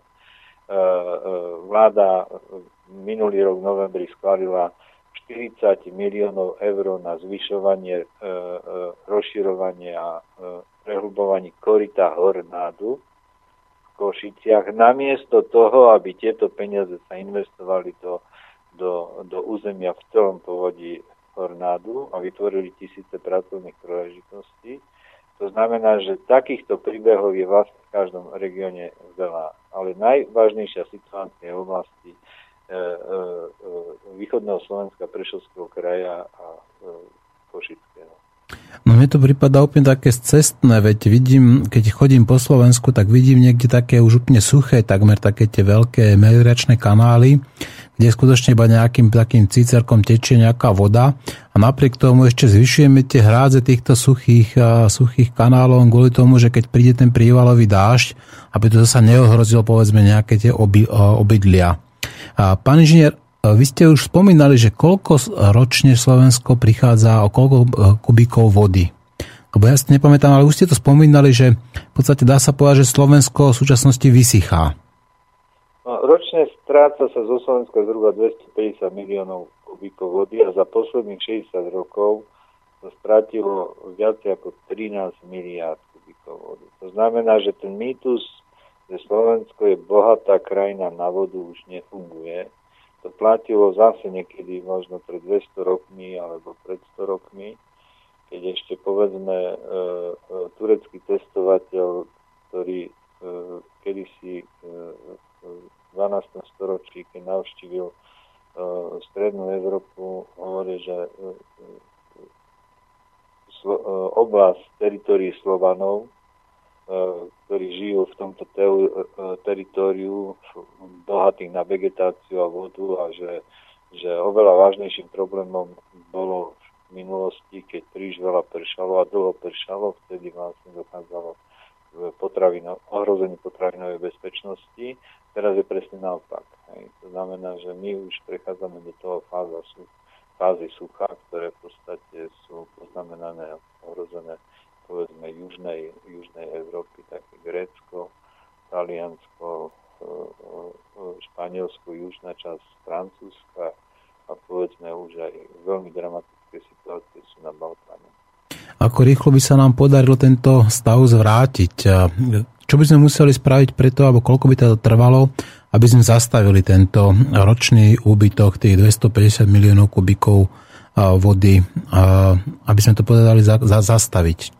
vláda minulý rok v novembri schválila 40 miliónov eur na zvyšovanie, rozširovanie a prehlbovanie koryta Hornádu v Košiciach. Namiesto toho, aby tieto peniaze sa investovali do územia v celom povodí Hornádu a vytvorili tisíce pracovných príležitostí. To znamená, že takýchto príbehov je vlastne v každom regióne veľa. Ale najvážnejšia situácia je v oblasti východného Slovenska, Prešovského kraja a Košického. No mne to prípada úplne také scestné, veď vidím, keď chodím po Slovensku, tak vidím niekde také už úplne suché, takmer také tie veľké melioračné kanály, kde skutočne iba nejakým takým cícerkom tečie nejaká voda a napriek tomu ešte zvyšujeme tie hrádze týchto suchých kanálov kvôli tomu, že keď príde ten prívalový dážď, aby to zasa neohrozilo povedzme nejaké tie obydlia. Pán inžinier, vy ste už spomínali, že koľko ročne Slovensko prichádza o koľko kubíkov vody. Lebo ja si nepamätám, ale už ste to spomínali, že v podstate dá sa povedať, že Slovensko v súčasnosti vysychá. No, ročne stráca sa zo Slovenska zhruba 250 miliónov kubíkov vody a za posledných 60 rokov to strátilo viac ako 13 miliárd kubíkov vody. To znamená, že ten mýtus, že Slovensko je bohatá krajina na vodu, už nefunguje. To platilo zase niekedy možno pred 200 rokmi alebo pred 100 rokmi, keď ešte povedzme turecký testovateľ, ktorý kedysi v 12. storočí, keď navštívil strednú Európu, hovorí, že oblasť teritórií Slovanov, ktorí žijú v tomto teritóriu bohatých na vegetáciu a vodu a že oveľa vážnejším problémom bolo v minulosti, keď príliš veľa pršalo a dlho pršalo, vtedy vlastne dochádzalo ohrozenie potravinovej bezpečnosti. Teraz je presne naopak. Hej. To znamená, že my už prechádzame do toho fázy sucha, ktoré v podstate sú poznamenané a ohrozené povedzme južnej Európy, také Grécko, Taliansko, Španielsko, južná časť Francúzska a povedzme už aj veľmi dramatické situácie sú na Balkáne. Ako rýchlo by sa nám podarilo tento stav zvrátiť? Čo by sme museli spraviť preto, alebo koľko by to trvalo, aby sme zastavili tento ročný úbytok tých 250 miliónov kubíkov vody, aby sme to povedali zastaviť?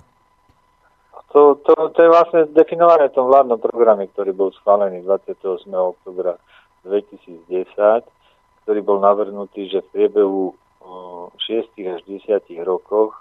To je vlastne definované v tom vládnom programe, ktorý bol schválený 28. oktobra 2010, ktorý bol navrhnutý, že v priebehu 6 až 10 rokoch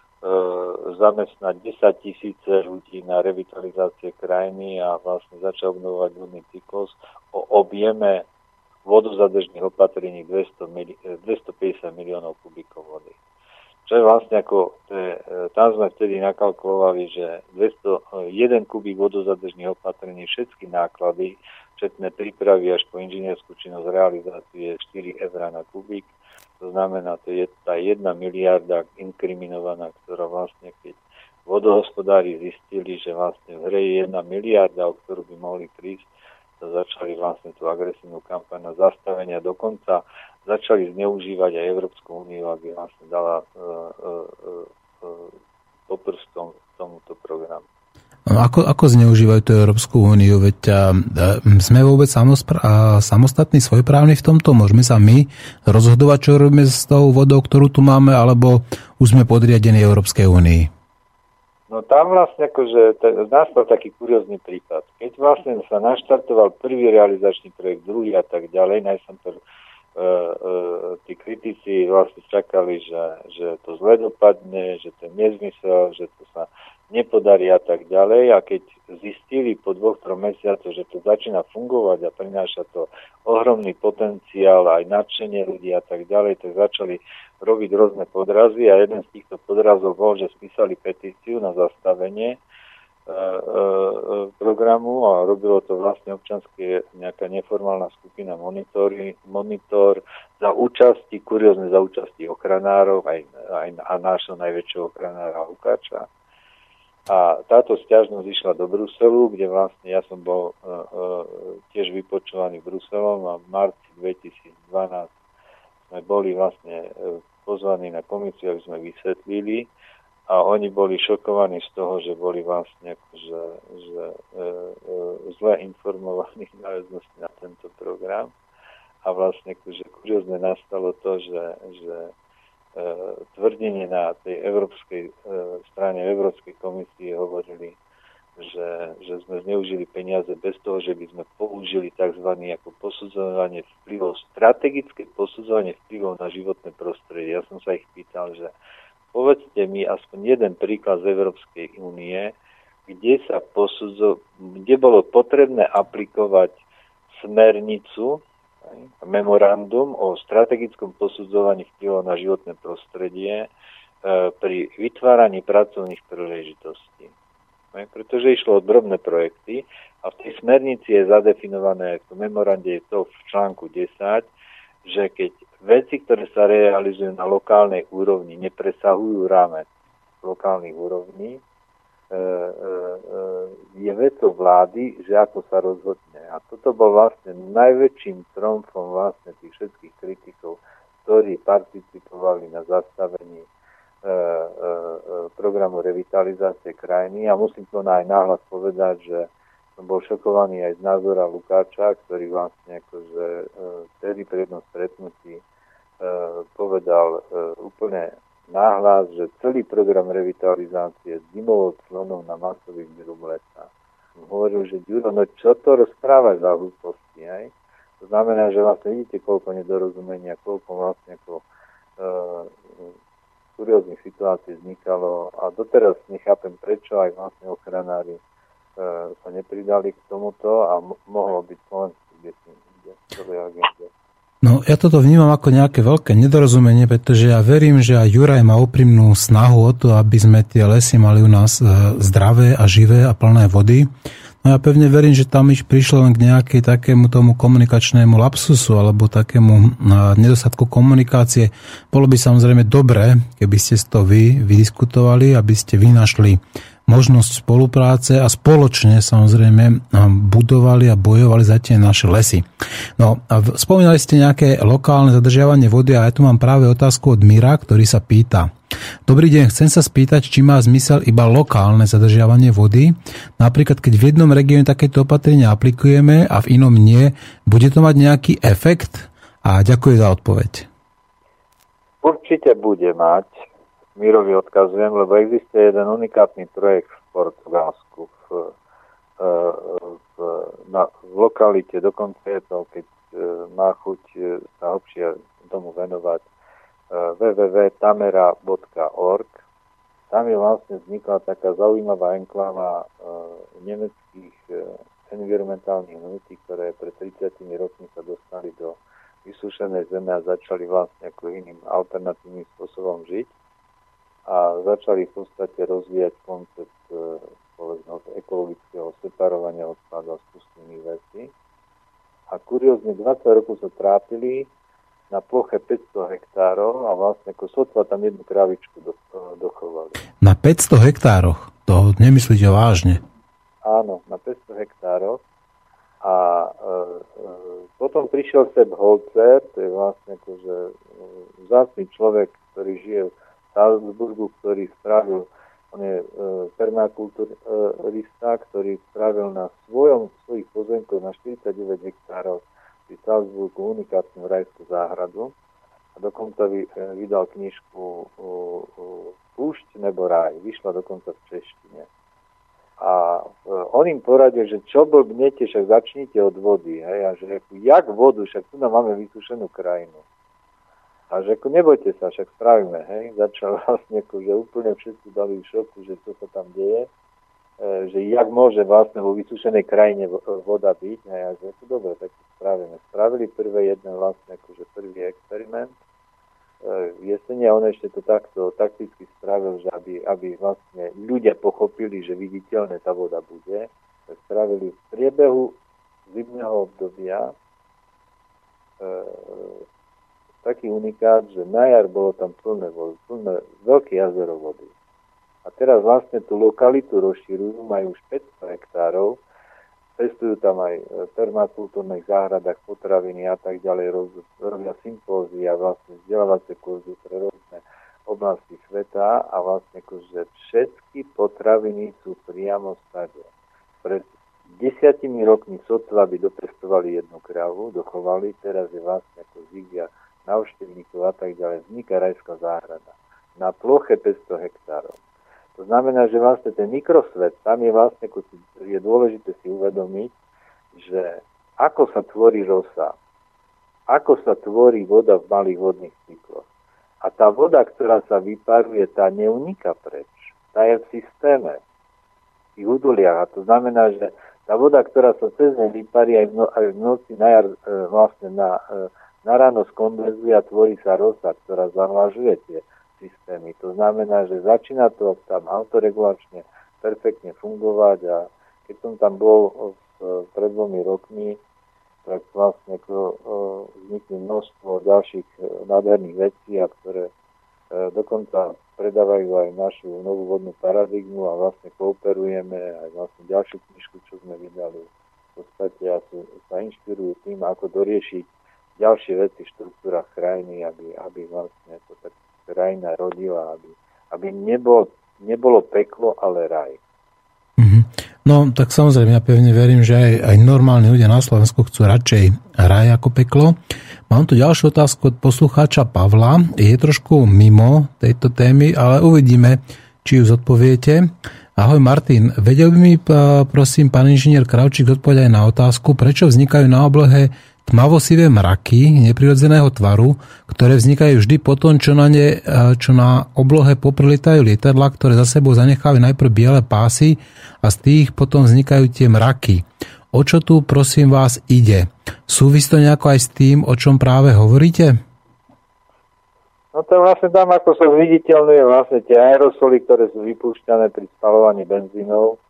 zamestnať 10 000 ľudí na revitalizácie krajiny a vlastne začať obnovovať vodný cyklus o objeme vodozadržných opatrení 250 miliónov kubíkov vody. Čo je vlastne tam sme vtedy nakalkulovali, že 1 kubík vodozadržných opatrení, všetky náklady, včetné prípravy až po inžinierskú činnosť realizácie 4 eur na kubík. To znamená, to je tá 1 miliarda inkriminovaná, ktorá vlastne, keď vodohospodári zistili, že vlastne v hre je 1 miliarda, o ktorú by mohli prísť, to začali vlastne tú agresívnu kampaň na zastavenie, dokonca začali zneužívať aj Európsku úniu, aby vlastne dala poprstom tomuto programu. Ako zneužívajú tú Európsku úniu? Veď sme vôbec samostatní, svojprávni v tomto? Môžeme sa my rozhodovať, čo robíme s tou vodou, ktorú tu máme, alebo už sme podriadení Európskej únii? No tam vlastne akože nastal taký kuriózny prípad. Keď vlastne sa naštartoval prvý realizačný projekt, druhý a tak ďalej, najprv tí kritici vlastne čakali, že to zle dopadne, že to je nezmysel, že to sa nepodarí a tak ďalej. A keď zistili po 2-3 mesiacoch, že to začína fungovať a prináša to ohromný potenciál, aj nadšenie ľudí a tak ďalej, tak začali robiť rôzne podrazy a jeden z týchto podrazov bol, že spísali petíciu na zastavenie programu a robilo to vlastne občanské nejaká neformálna skupina Monitor za účasti, kuriózne za účasti ochranárov aj nášho najväčšieho ochranára Lukáča. A táto sťažnosť išla do Bruselu, kde vlastne ja som bol tiež vypočúvaný Bruselom a v marci 2012 sme boli vlastne pozvaní na komisiu, aby sme vysvetlili a oni boli šokovaní z toho, že boli vlastne zle informovaní v náväznosti na tento program a vlastne kuriózne nastalo to, že tvrdenie na tej európskej strane Európskej komisie hovorili, že sme zneužili peniaze bez toho, že by sme použili tzv. Ako posudzovanie vplyvov, strategické posudzovanie vplyvov na životné prostredie. Ja som sa ich pýtal, že povedzte mi aspoň jeden príklad z Európskej únie, kde bolo potrebné aplikovať smernicu, memorandum o strategickom posudzovaní vplyvov na životné prostredie pri vytváraní pracovných príležitostí. Pretože išlo o drobné projekty a v tej smernici je zadefinované, v memorande je to v článku 10, že keď veci, ktoré sa realizujú na lokálnej úrovni, nepresahujú rámec lokálnych úrovní, je vecou vlády, že ako sa rozhodne. A toto bol vlastne najväčším tromfom vlastne tých všetkých kritikov, ktorí participovali na zastavení programu revitalizácie krajiny. A musím to aj nahlas povedať, že som bol šokovaný aj z názora Lukáča, ktorý vlastne akože vtedy pri jednom stretnutí povedal úplne nahlas, že celý program revitalizácie dymovou clonou na masových výrub lesa. Hovoril, že Ďuro, no čo to rozprávaš za hlúposti, hej? To znamená, že vlastne vidíte, koľko nedorozumenia, koľko vlastne ako kurióznych situácií vznikalo a doteraz nechápem, prečo aj vlastne ochranári sa nepridali k tomuto a mohlo byť Slovensku, kde celé agende. No, ja toto vnímam ako nejaké veľké nedorozumenie, pretože ja verím, že aj Juraj má úprimnú snahu o to, aby sme tie lesy mali u nás zdravé a živé a plné vody. No ja pevne verím, že tam prišlo len k nejakej takému tomu komunikačnému lapsusu alebo takému nedostatku komunikácie. Bolo by samozrejme dobré, keby ste to vy vydiskutovali, aby ste vynašli možnosť spolupráce a spoločne samozrejme budovali a bojovali za tie naše lesy. No a spomínali ste nejaké lokálne zadržiavanie vody a ja tu mám práve otázku od Mira, ktorý sa pýta. Dobrý deň, chcem sa spýtať, či má zmysel iba lokálne zadržiavanie vody. Napríklad, keď v jednom regióne takéto opatrenia aplikujeme a v inom nie, bude to mať nejaký efekt? A ďakujem za odpoveď. Určite bude mať. Mirovi odkazujem, lebo existuje jeden unikátny projekt v Portugalsku v lokalite, dokonca je to, keď má chuť sa hlbšie tomu venovať, www.tamera.org. Tam je vlastne vznikla taká zaujímavá enkláva nemeckých environmentálnych hnutí, ktoré pred 30 rokmi sa dostali do vysúšenej zeme a začali vlastne ako iným alternatívnym spôsobom žiť. A začali v podstate rozvíjať koncept ekologického separovania odpadov a spustených vecí. A kuriózne 20 rokov sa trápili na ploche 500 hektárov a vlastne ako sotva tam jednu kravičku dochovali. Na 500 hektároch? To nemyslíte vážne? Áno, na 500 hektároch. A potom prišiel Sepp Holzer, to je vlastne akože vzácny človek, ktorý žije v Salzburgu, ktorý spravil, on je permakulturista, ktorý spravil na svojich pozemkoch na 49 hektárov pri Salzburgu unikátnu rajskú záhradu a dokonca vydal knižku Púšť nebo raj, vyšla dokonca v češtine. A on im poradil, že čo blbnete, však začnite od vody, hej, a že jak vodu, však tu nám máme vysúšenú krajinu. A že ako nebojte sa, však spravíme, hej. Začal vlastne že úplne všetci dali v šoku, že čo sa tam deje, že jak môže vlastne vo vysúšenej krajine voda byť, hej, a že to dobre, tak to spravíme. Spravili jeden vlastne prvý experiment. V jeseni a on ešte to takto takticky spravil, že aby vlastne ľudia pochopili, že viditeľne tá voda bude, tak spravili v priebehu zimného obdobia taký unikát, že na jar bolo tam plné veľké jazero vody. A teraz vlastne tú lokalitu rozširujú, majú už 500 hektárov, pestujú tam aj v permakultúrnych záhradách potraviny a tak ďalej, robia sympózia, vlastne vzdelávacie kurzy pre rôzne oblasti sveta a vlastne akože všetky potraviny sú priamo stade. Pred 10 rokmi sotva by dopestovali jednu kravu, dochovali, teraz je vlastne ako zvyk návštevníkov a tak ďalej, vzniká rajská záhrada na ploche 500 hektárov. To znamená, že vlastne ten mikrosvet, tam je vlastne, je dôležité si uvedomiť, že ako sa tvorí rosa, ako sa tvorí voda v malých vodných cykloch. A tá voda, ktorá sa vyparuje, tá neuniká preč. Tá je v systéme, v tých údoliach. A to znamená, že tá voda, ktorá sa cez ne vyparí aj v noci na ráno skondenzuje a tvorí sa rosa, ktorá zavlažuje tie systémy. To znamená, že začína to tam autoregulačne perfektne fungovať a keď som tam bol pred 2 rokmi, tak vlastne vznikne množstvo ďalších nádherných vecí, a ktoré dokonca predávajú aj našu novú vodnú paradigmu a vlastne kooperujeme aj vlastne ďalšiu knižku, čo sme vydali. V podstate sa inšpirujú tým, ako doriešiť ďalšie veci v štruktúrach krajiny, aby vlastne to tak krajina rodila, aby nebolo peklo, ale raj. No, tak samozrejme, ja pevne verím, že aj normálni ľudia na Slovensku chcú radšej raj ako peklo. Mám tu ďalšiu otázku od poslucháča Pavla. Je trošku mimo tejto témy, ale uvidíme, či ju zodpoviete. Ahoj Martin, vedel by mi, prosím, pán inžinier Kravčík odpovedať aj na otázku, prečo vznikajú na oblohe tmavosivé mraky neprirodzeného tvaru, ktoré vznikajú vždy potom, čo na oblohe popriletajú lietadlá, ktoré za sebou zanechávajú najprv biele pásy a z tých potom vznikajú tie mraky. O čo tu, prosím vás, ide? Súvisí to nejako aj s tým, o čom práve hovoríte? No to vlastne tam, ako sa viditeľňuje vlastne tie aerosoly, ktoré sú vypúšťané pri spalovaní benzínov,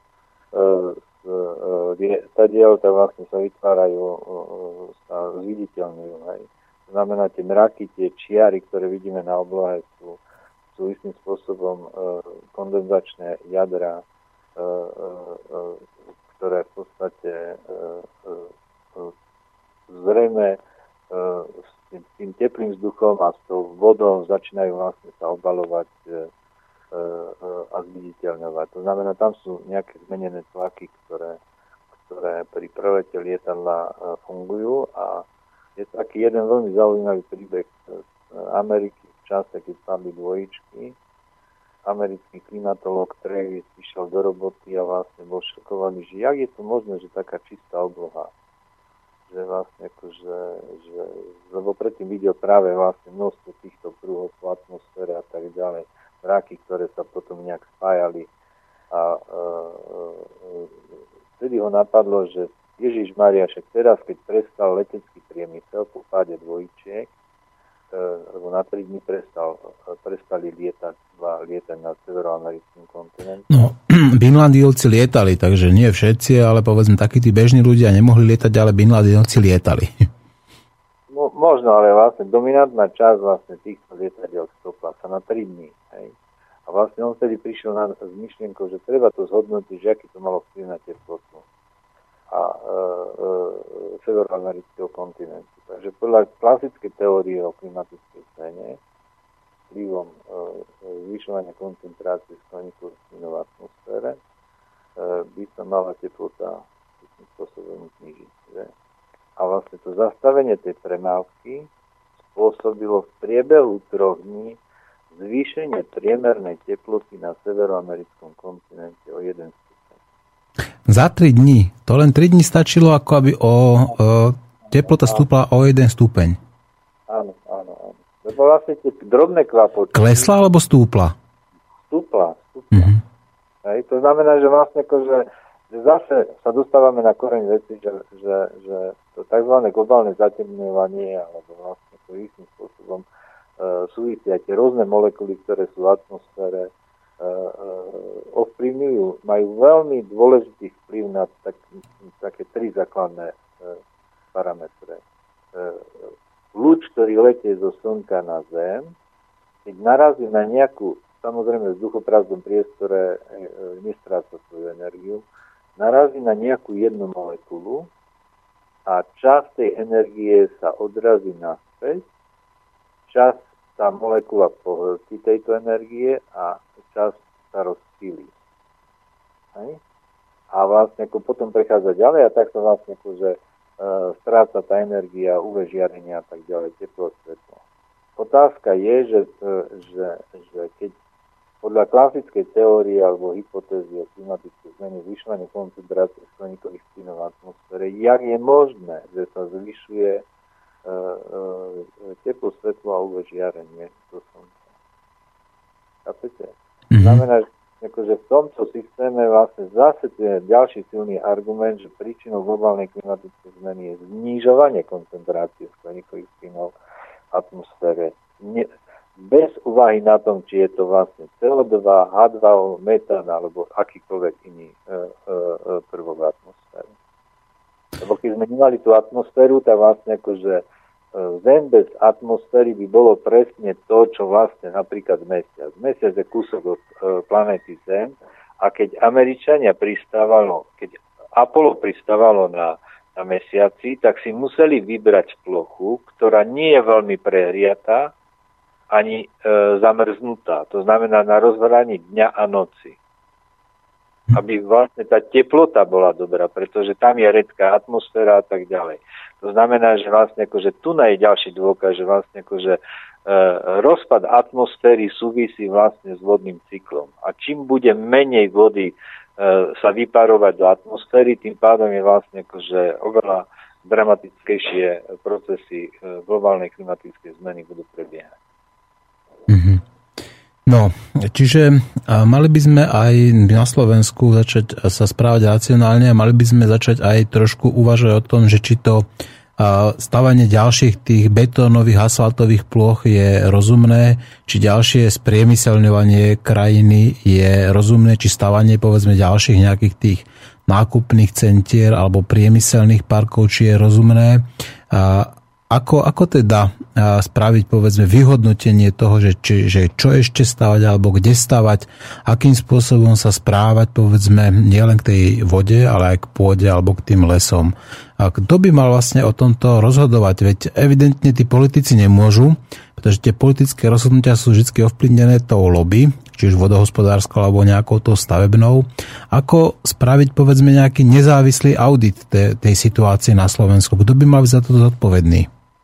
tadiaľ to vlastne sa vytvárajú, sa zviditeľňujú. Hej. To znamená, tie mraky, tie čiary, ktoré vidíme na oblohe, sú istým spôsobom kondenzačné jadra, ktoré v podstate zrejme s tým teplým vzduchom a s tou vodou začínajú vlastne sa obalovať a zviditeľňovať. To znamená, tam sú nejaké zmenené tlaky, ktoré pri prelete lietadla fungujú a je taký jeden veľmi zaujímavý príbeh z Ameriky v čase, keď padli dvojičky. Americký klimatológ Travis išiel do roboty a vlastne bol šokovaný, že jak je to možné, že taká čistá obloha. Že vlastne akože, lebo predtým videl práve vlastne množstvo týchto prúhov v atmosfére a tak ďalej. Mraky, ktoré sa potom nejak spájali a vtedy ho napadlo, že Ježišmaria, však teraz, keď prestal letecký priemysel po páde dvojčiek, lebo na 3 dní prestali lietať na severoamerickém kontinente. No, Binladílci lietali, takže nie všetci, ale povedzme takí tí bežní ľudia nemohli lietať, ale Binladílci lietali. Možno, ale vlastne dominantná časť vlastne týchto lietadiel stopla sa na 3 dní. Hej. A vlastne on vtedy prišiel s myšlienkou, že treba to zhodnotiť, že aký to malo vplyv na teplotu a severoamerického kontinentu. Takže podľa klasickej teórie o klimatickej zmene vplyvom zvyšovania koncentrácie skleníkových plynov v atmosfére by sa mala teplota tým spôsobom znižiť. Že? A vlastne to zastavenie tej premávky spôsobilo v priebehu 3 dní zvýšenie priemernej teploty na severoamerickom kontinente o 1 stupeň. Za 3 dní? To len 3 dní stačilo, ako aby teplota stúpla o 1 stupeň? Áno. Lebo vlastne tie drobné kvapočky... Klesla alebo stúpla? Stúpla. Mm-hmm. Hej, to znamená, že vlastne akože že zase sa dostávame na koreň veci, že to tzv. Globálne zatemňovanie alebo vlastne to istým spôsobom súvisia tie rôzne molekuly, ktoré sú v atmosfére, ovplyvňujú, majú veľmi dôležitý vplyv na také 3 základné parametre. Lúč, ktorý letie zo Slnka na Zem, keď narazí na nejakú, samozrejme v vzduchoprázdnom priestore nestráca svoju energiu, narazí na nejakú jednu molekulu a časť tej energie sa odrazí naspäť, časť tá molekula pohltí tejto energie a časť sa rozptýli. A vlastne ako potom prechádza ďalej a tak sa vlastne akože stráca tá energia UV žiarenia a tak ďalej, teplo, svetlo. Otázka je, že keď podľa klasickej teórie alebo hypotézy o klimatickej zmene zvyšovanie koncentrácie skleníkových plynov v atmosfére, jak je možné, že sa zvyšuje teplo, svetlo a UV žiarenie do Slnka. Chápete? Znamená, že akože v tomto systéme vlastne zase tu je ďalší silný argument, že príčinou globálnej klimatickej zmeny je znižovanie koncentrácie skleníkových plynov v atmosfére. Bez úvahy na tom, či je to vlastne CO2, H2O, metán alebo akýkoľvek iný prvok v atmosfére. Lebo keď sme nemali tú atmosféru, tak vlastne akože Zem bez atmosféry by bolo presne to, čo vlastne napríklad Mesiac. Mesiac je kúsok od planéty Zem a keď Američania keď Apollo pristávalo na Mesiaci, tak si museli vybrať plochu, ktorá nie je veľmi prehriatá ani zamrznutá. To znamená na rozhraní dňa a noci. Aby vlastne tá teplota bola dobrá, pretože tam je redká atmosféra a tak ďalej. To znamená, že vlastne akože tu je ďalší dôkaz, že vlastne akože rozpad atmosféry súvisí vlastne s vodným cyklom. A čím bude menej vody sa vyparovať do atmosféry, tým pádom je vlastne akože oveľa dramatickejšie procesy globálnej klimatickej zmeny budú prebiehať. No, čiže mali by sme aj na Slovensku začať sa správať racionálne a mali by sme začať aj trošku uvažovať o tom, že či to stavanie ďalších tých betónových asfaltových ploch je rozumné, či ďalšie spriemyselňovanie krajiny je rozumné, či stavanie povedzme ďalších nejakých tých nákupných centier alebo priemyselných parkov, či je rozumné. Ako teda spraviť, povedzme, vyhodnotenie toho, že čo ešte stavať, alebo kde stavať, akým spôsobom sa správať, povedzme, nielen k tej vode, ale aj k pôde, alebo k tým lesom. A kto by mal vlastne o tomto rozhodovať? Veď evidentne tí politici nemôžu, pretože tie politické rozhodnutia sú vždy ovplyvnené tou lobby, či už vodohospodárskou, alebo nejakou tou stavebnou. Ako spraviť, povedzme, nejaký nezávislý audit tej situácie na Slovensku? Kto by mal byť za to zodpovedný?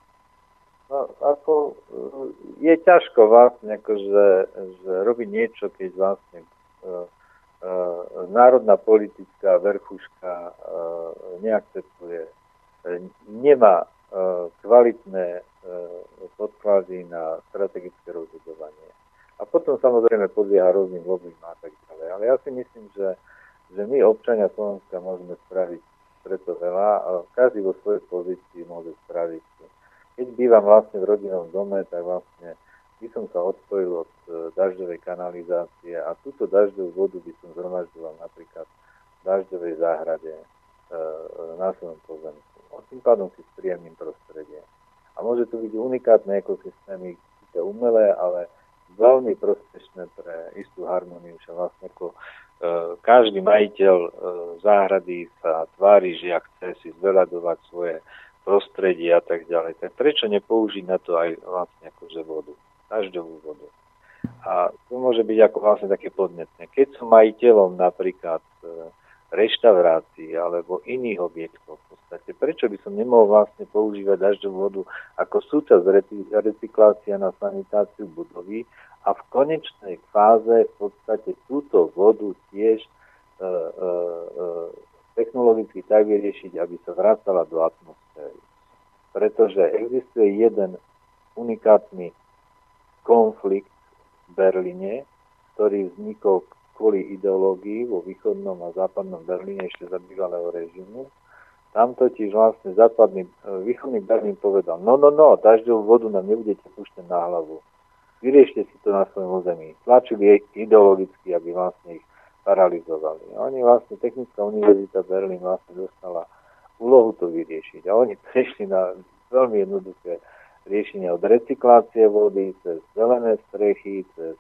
Je ťažko vlastne akože, že robiť niečo, keď vlastne národná politická verchuška neakceptuje, nemá kvalitné podklady na strategické rozhodovanie. A potom samozrejme podlieha rôznym lobbym a tak ďalej. Ale ja si myslím, že my občania Slovenska môžeme spraviť preto veľa a každý vo svojej pozícii môže spraviť. Keď bývam vlastne v rodinnom dome, tak vlastne by som sa odpojil od dažďovej kanalizácie a túto dažďovú vodu by som zhromažďoval napríklad v dažďovej záhrade na svojom pozemku. A tým pádom si spríjemním prostredie. A môže tu byť unikátne ekosystémy, síce umelé, ale veľmi prospešné pre istú harmóniu, že vlastne ako každý majiteľ záhrady sa tvári, že ak chce si zveľadovať svoje prostredie a tak ďalej. Tak prečo nepoužiť na to aj vlastne akože vodu, dažďovú vodu? A to môže byť ako vlastne také podnetné. Keď som majiteľom napríklad reštaurácií alebo iných objektov v podstate, prečo by som nemohol vlastne používať dažďovú vodu ako súčasť recyklácia na sanitáciu budovy a v konečnej fáze v podstate túto vodu tiež technologicky tak vyriešiť, aby sa vracala do atmosféry. Pretože existuje jeden unikátny konflikt v Berlíne, ktorý vznikol kvôli ideológii vo východnom a západnom Berlíne ešte za bývalého režimu. Tam totiž vlastne východný Berlín povedal, no, dažďovú vodu nám nebudete púšťať na hlavu. Vyriešte si to na svojom území. Tlačili ideologicky, aby vlastne ich paralizovali. A oni vlastne, Technická univerzita Berlín vlastne dostala úlohu to vyriešiť. A oni prešli na veľmi jednoduché riešenie od recyklácie vody, cez zelené strechy, cez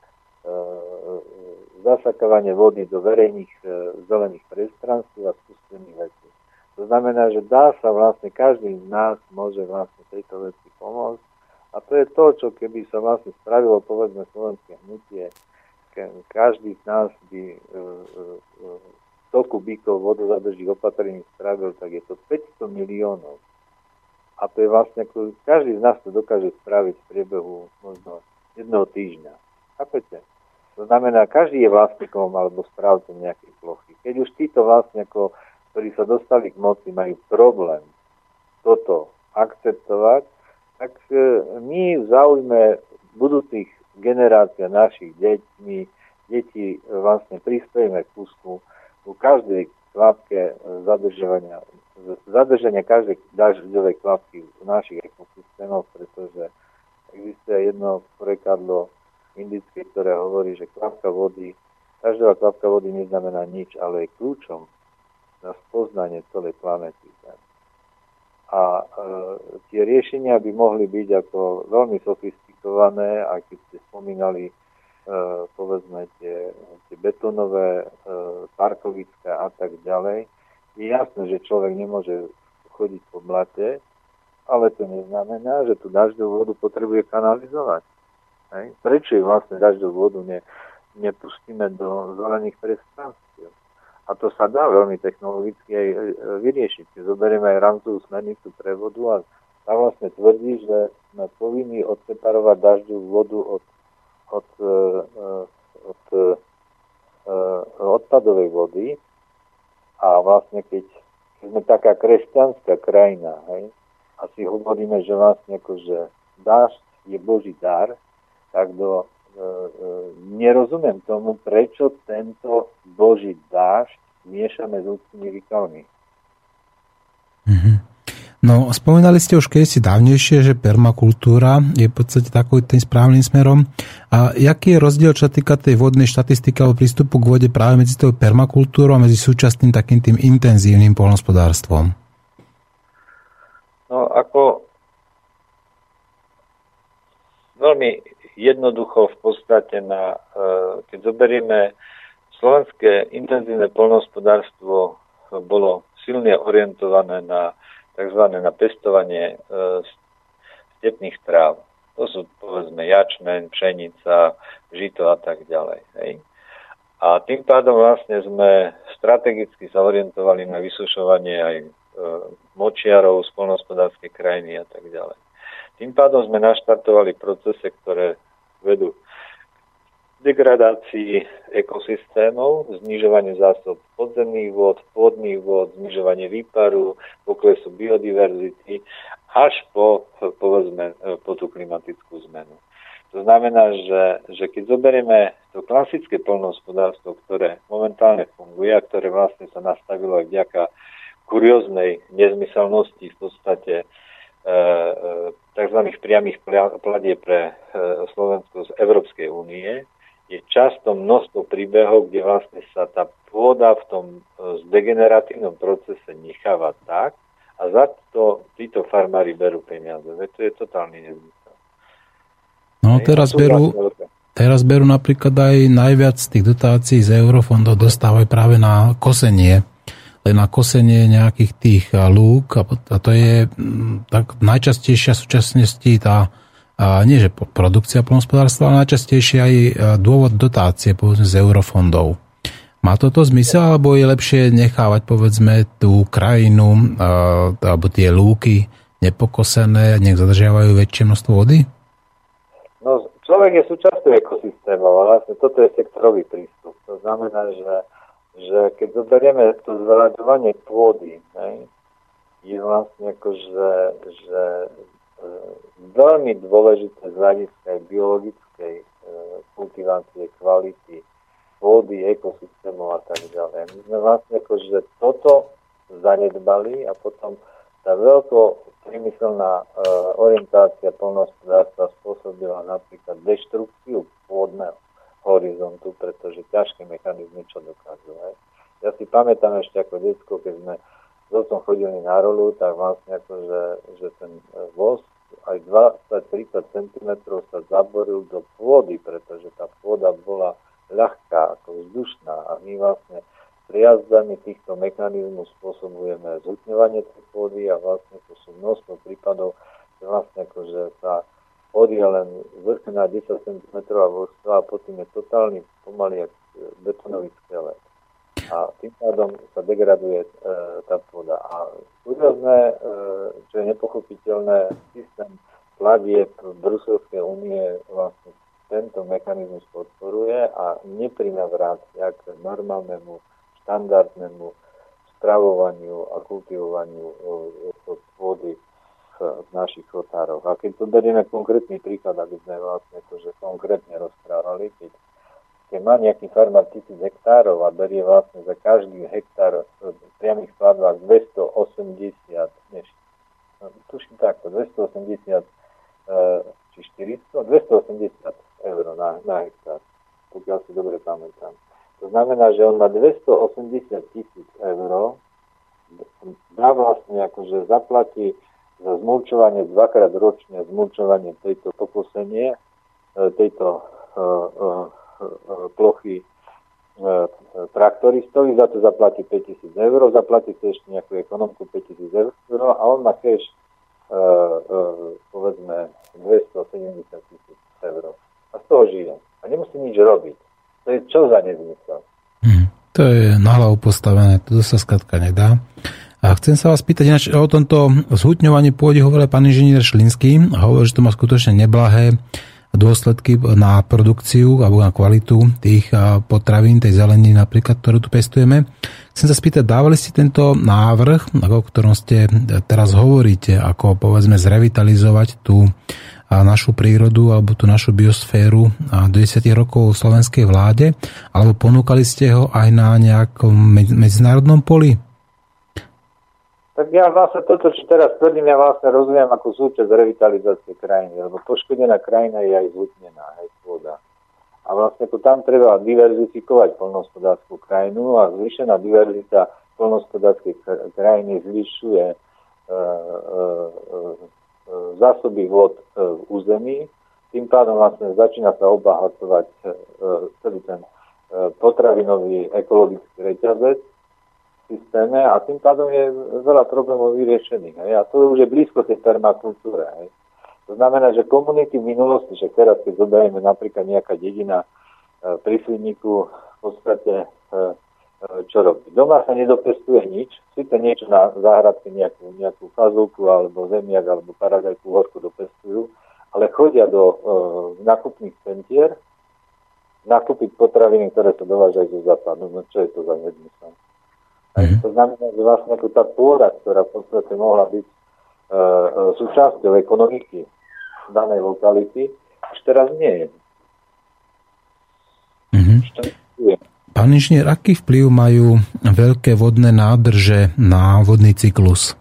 zasakávanie vody do verejných zelených priestranstv a spustených vecí. To znamená, že dá sa vlastne, každý z nás môže vlastne tejto veci pomôcť. A to je to, čo keby sa vlastne spravilo, povedzme, slovenské hnutie, každý z nás by toku kubíkov vodozadržných opatrení spravil, tak je to 500 miliónov. A to je vlastne, každý z nás to dokáže spraviť v priebehu možno jedného týždňa. Chápete? To znamená, každý je vlastníkom alebo správcom nejakej plochy. Keď už títo vlastne, ktorí sa dostali k moci, majú problém toto akceptovať, tak my v záujme budúcich generácia našich detí vlastne prispiejeme k kúsku u každej kvapke zadržania každej dažďovej kvapky v našich ekosystémoch, pretože existuje jedno porekadlo indické, ktoré hovorí, že každá kvapka vody neznamená nič, ale je kľúčom na spoznanie celej planety. A tie riešenia by mohli byť ako veľmi sofistikované, a keď ste spomínali povedzme tie betónové, parkoviska a tak ďalej, je jasné, že človek nemôže chodiť po blate, ale to neznamená, že tú dažďovú vodu potrebuje kanalizovať. Hej? Prečo ju vlastne dažďovú vodu nepustíme do zelených priestranstiev? A to sa dá veľmi technologicky aj vyriešiť. Keď zoberieme aj rámcovú smernicu prevodu a tá vlastne tvrdí, že sme povinní odseparovať dažďovú vodu od odpadovej vody. A vlastne keď sme taká kresťanská krajina, hej, a si hovoríme, že vlastne akože dážď je Boží dar, tak nerozumiem tomu, prečo tento Boží dážď miešame s ľudskými výkalmi. Mm-hmm. No, spomínali ste už kedysi dávnejšie, že permakultúra je v podstate takový tým správnym smerom. A jaký je rozdiel, čo týka tej vodnej štatistiky alebo prístupu k vode práve medzi tou permakultúrou a medzi súčasným takým tým intenzívnym poľnohospodárstvom? No, ako veľmi jednoducho v podstate keď zoberieme slovenské intenzívne poľnohospodárstvo, bolo silne orientované na tzv. Na pestovanie stepných tráv. To sú povedzme jačmeň, pšenica, žito a tak ďalej. Hej. A tým pádom vlastne sme strategicky sa orientovali na vysušovanie aj močiarov z poľnohospodárskej krajiny a tak ďalej. Tým pádom sme naštartovali procese, ktoré vedú k degradácii ekosystémov, znižovanie zásob podzemných vôd, pôdnych vôd, znižovanie výparu, poklesu biodiverzity, až po tú klimatickú zmenu. To znamená, že keď zoberieme to klasické poľnohospodárstvo, ktoré momentálne funguje a ktoré vlastne sa nastavilo aj vďaka kurióznej nezmyselnosti v podstate tzv. Priamých platie pre Slovensko z Európskej únie, je často množstvo príbehov, kde vlastne sa tá pôda v tom degeneratívnom procese necháva tak a za to títo farmári berú peniaze. Veď to je totálny nezmysel. No teraz berú napríklad aj najviac tých dotácií z eurofondov dostávajú práve na kosenie. Len na kosenie nejakých tých lúk a to je tak najčastejšia v súčasnosti tá nie že produkcia poľnohospodárstva, ale najčastejšie aj dôvod dotácie povedzme z eurofondov. Má toto zmysel, alebo je lepšie nechávať povedzme tú krajinu alebo tie lúky nepokosené, nech zadržiavajú väčšie množstvo vody? No, človek je súčasťou ekosystémov, ale vlastne toto je sektorový prístup. To znamená, že keď zoberieme to zveľaďovanie pôdy, je vlastne akože veľmi dôležité z hľadiska biologickej kultivácie, kvality pôdy, ekosystémov a tak ďalej. My sme vlastne akože toto zanedbali a potom tá veľko-priemyselná orientácia poľnohospodárstva spôsobila napríklad deštrukciu pôdneho horizontu, pretože ťažké mechanizmy čo dokážu. Ja si pamätám ešte ako decko, keď sme s otcom chodili na rolu, tak vlastne akože, že ten voz aj 20-30 cm sa zaboril do pôdy, pretože tá pôda bola ľahká, ako vzdušná a my vlastne prijazdami týchto mechanizmov spôsobujeme zhutňovanie tej pôdy a vlastne to sú množstvo prípadov, že vlastne akože sa odje len vrchne na 10 cm a potom je totálny pomaly jak betónový skelet. A tým pádom sa degraduje tá pôda. A kuriózne, čo je nepochopiteľné, systém platieb Bruselskej únie vlastne tento mechanizmus podporuje a nepríjme vrácia k normálnemu, štandardnému spravovaniu a kultivovaniu pôdy v našich chotároch. A keď to berieme konkrétny príklad, aby sme vlastne akože konkrétne rozprávali, keď má nejaký farmár 1000 hektárov a berie vlastne za každý hektár v priamých platbách 280, tuším takto, 280 či 400, 280 eur na hektár, pokiaľ si dobre pamätám. To znamená, že on má 280 000 eur, dá vlastne akože zaplatí za zmulčovanie dvakrát ročne, zmulčovanie tejto pokosenie, tejto plochy traktoristovi, za to zaplatí 5000 eur, zaplatí si ešte nejakú ekonomku 5000 eur a on má cash povedzme 270 000 eur. A z toho žije. A nemusí nič robiť. To je čo za nezmysel? To je na hlavu postavené, to sa skrátka nedá. A chcem sa vás pýtať, ináč o tomto zhutňovaní pôdy hovoril pán inžinier Šlinský a hovorí, že to má skutočne neblahé dôsledky na produkciu alebo na kvalitu tých potravín, tej zeleniny napríklad, ktorú tu pestujeme. Chcem sa spýtať, dávali ste tento návrh, o ktorom ste teraz hovoríte, ako povedzme zrevitalizovať tú našu prírodu alebo tú našu biosféru do 10 rokov v slovenskej vláde, alebo ponúkali ste ho aj na nejakom medzinárodnom poli? Tak ja vlastne toto, čo teraz tvrdím, ja vlastne rozumiem ako súčasť revitalizácie krajiny, lebo poškodená krajina je aj zhutnená, aj pôda. A vlastne tam treba diverzifikovať poľnohospodárskú krajinu a zvýšená diverzita poľnohospodárskej krajiny zvyšuje zásoby vod v území. Tým pádom vlastne začína sa obohacovať celý ten potravinový ekologický reťazec v systéme a tým pádom je veľa problémov vyriešených. A to už je blízko tej permakultúre. To znamená, že komunity v minulosti, že teraz keď zoberieme napríklad nejaká dedina pri Svidníku, v podstate čo robí. Doma sa nedopestuje nič, síce niečo na záhradke, nejakú fazulku alebo zemiak alebo paradajku horku dopestujú, ale chodia do nákupných centier nakúpiť potraviny, ktoré sa dovážajú zo západu. No čo je to za nezmysel? To znamená, že vlastne ako tá pôda, ktorá v podstate mohla byť súčasťou ekonomiky danej lokality, už teraz nie je. Pán inžinier, aký vplyv majú veľké vodné nádrže na vodný cyklus?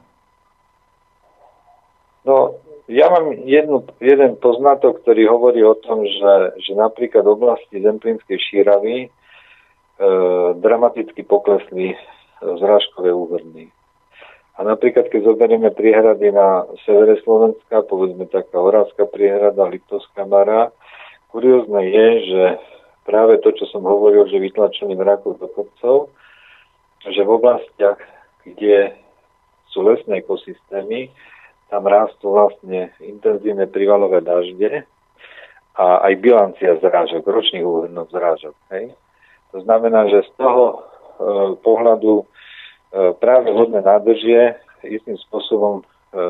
No, ja mám jeden poznatok, ktorý hovorí o tom, že napríklad v oblasti Zemplínskej šíravy dramaticky poklesli zrážkové úhrny. A napríklad, keď zoberieme priehrady na severe Slovenska, povedzme taká Oravská priehrada, Liptovská Mara, kuriózne je, že práve to, čo som hovoril, že vytlačený mrakov do kopcov, že v oblastiach, kde sú lesné ekosystémy, tam rastú vlastne intenzívne prívalové dažde a aj bilancia zrážok, ročných úhrnov zrážok. Hej. To znamená, že z toho pohľadu práve vodné nádržie istým spôsobom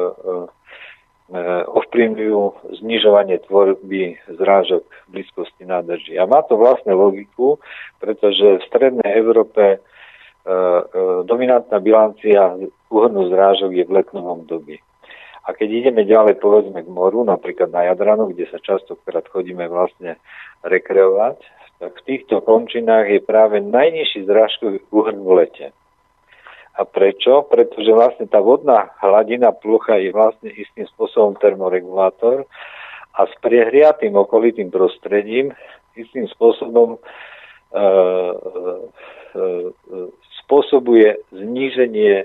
ovplyvňujú znižovanie tvorby zrážok v blízkosti nádrží. A má to vlastne logiku, pretože v strednej Európe dominantná bilancia úhrnu zrážok je v letnom období. A keď ideme ďalej, povedzme k moru, napríklad na Jadranu, kde sa častokrát chodíme vlastne rekreovať, tak v týchto končinách je práve najnižší zrážkový úhrn v lete. A prečo? Pretože vlastne tá vodná hladina plocha je vlastne istým spôsobom termoregulátor a s priehriatým okolitým prostredím istým spôsobom spôsobuje zníženie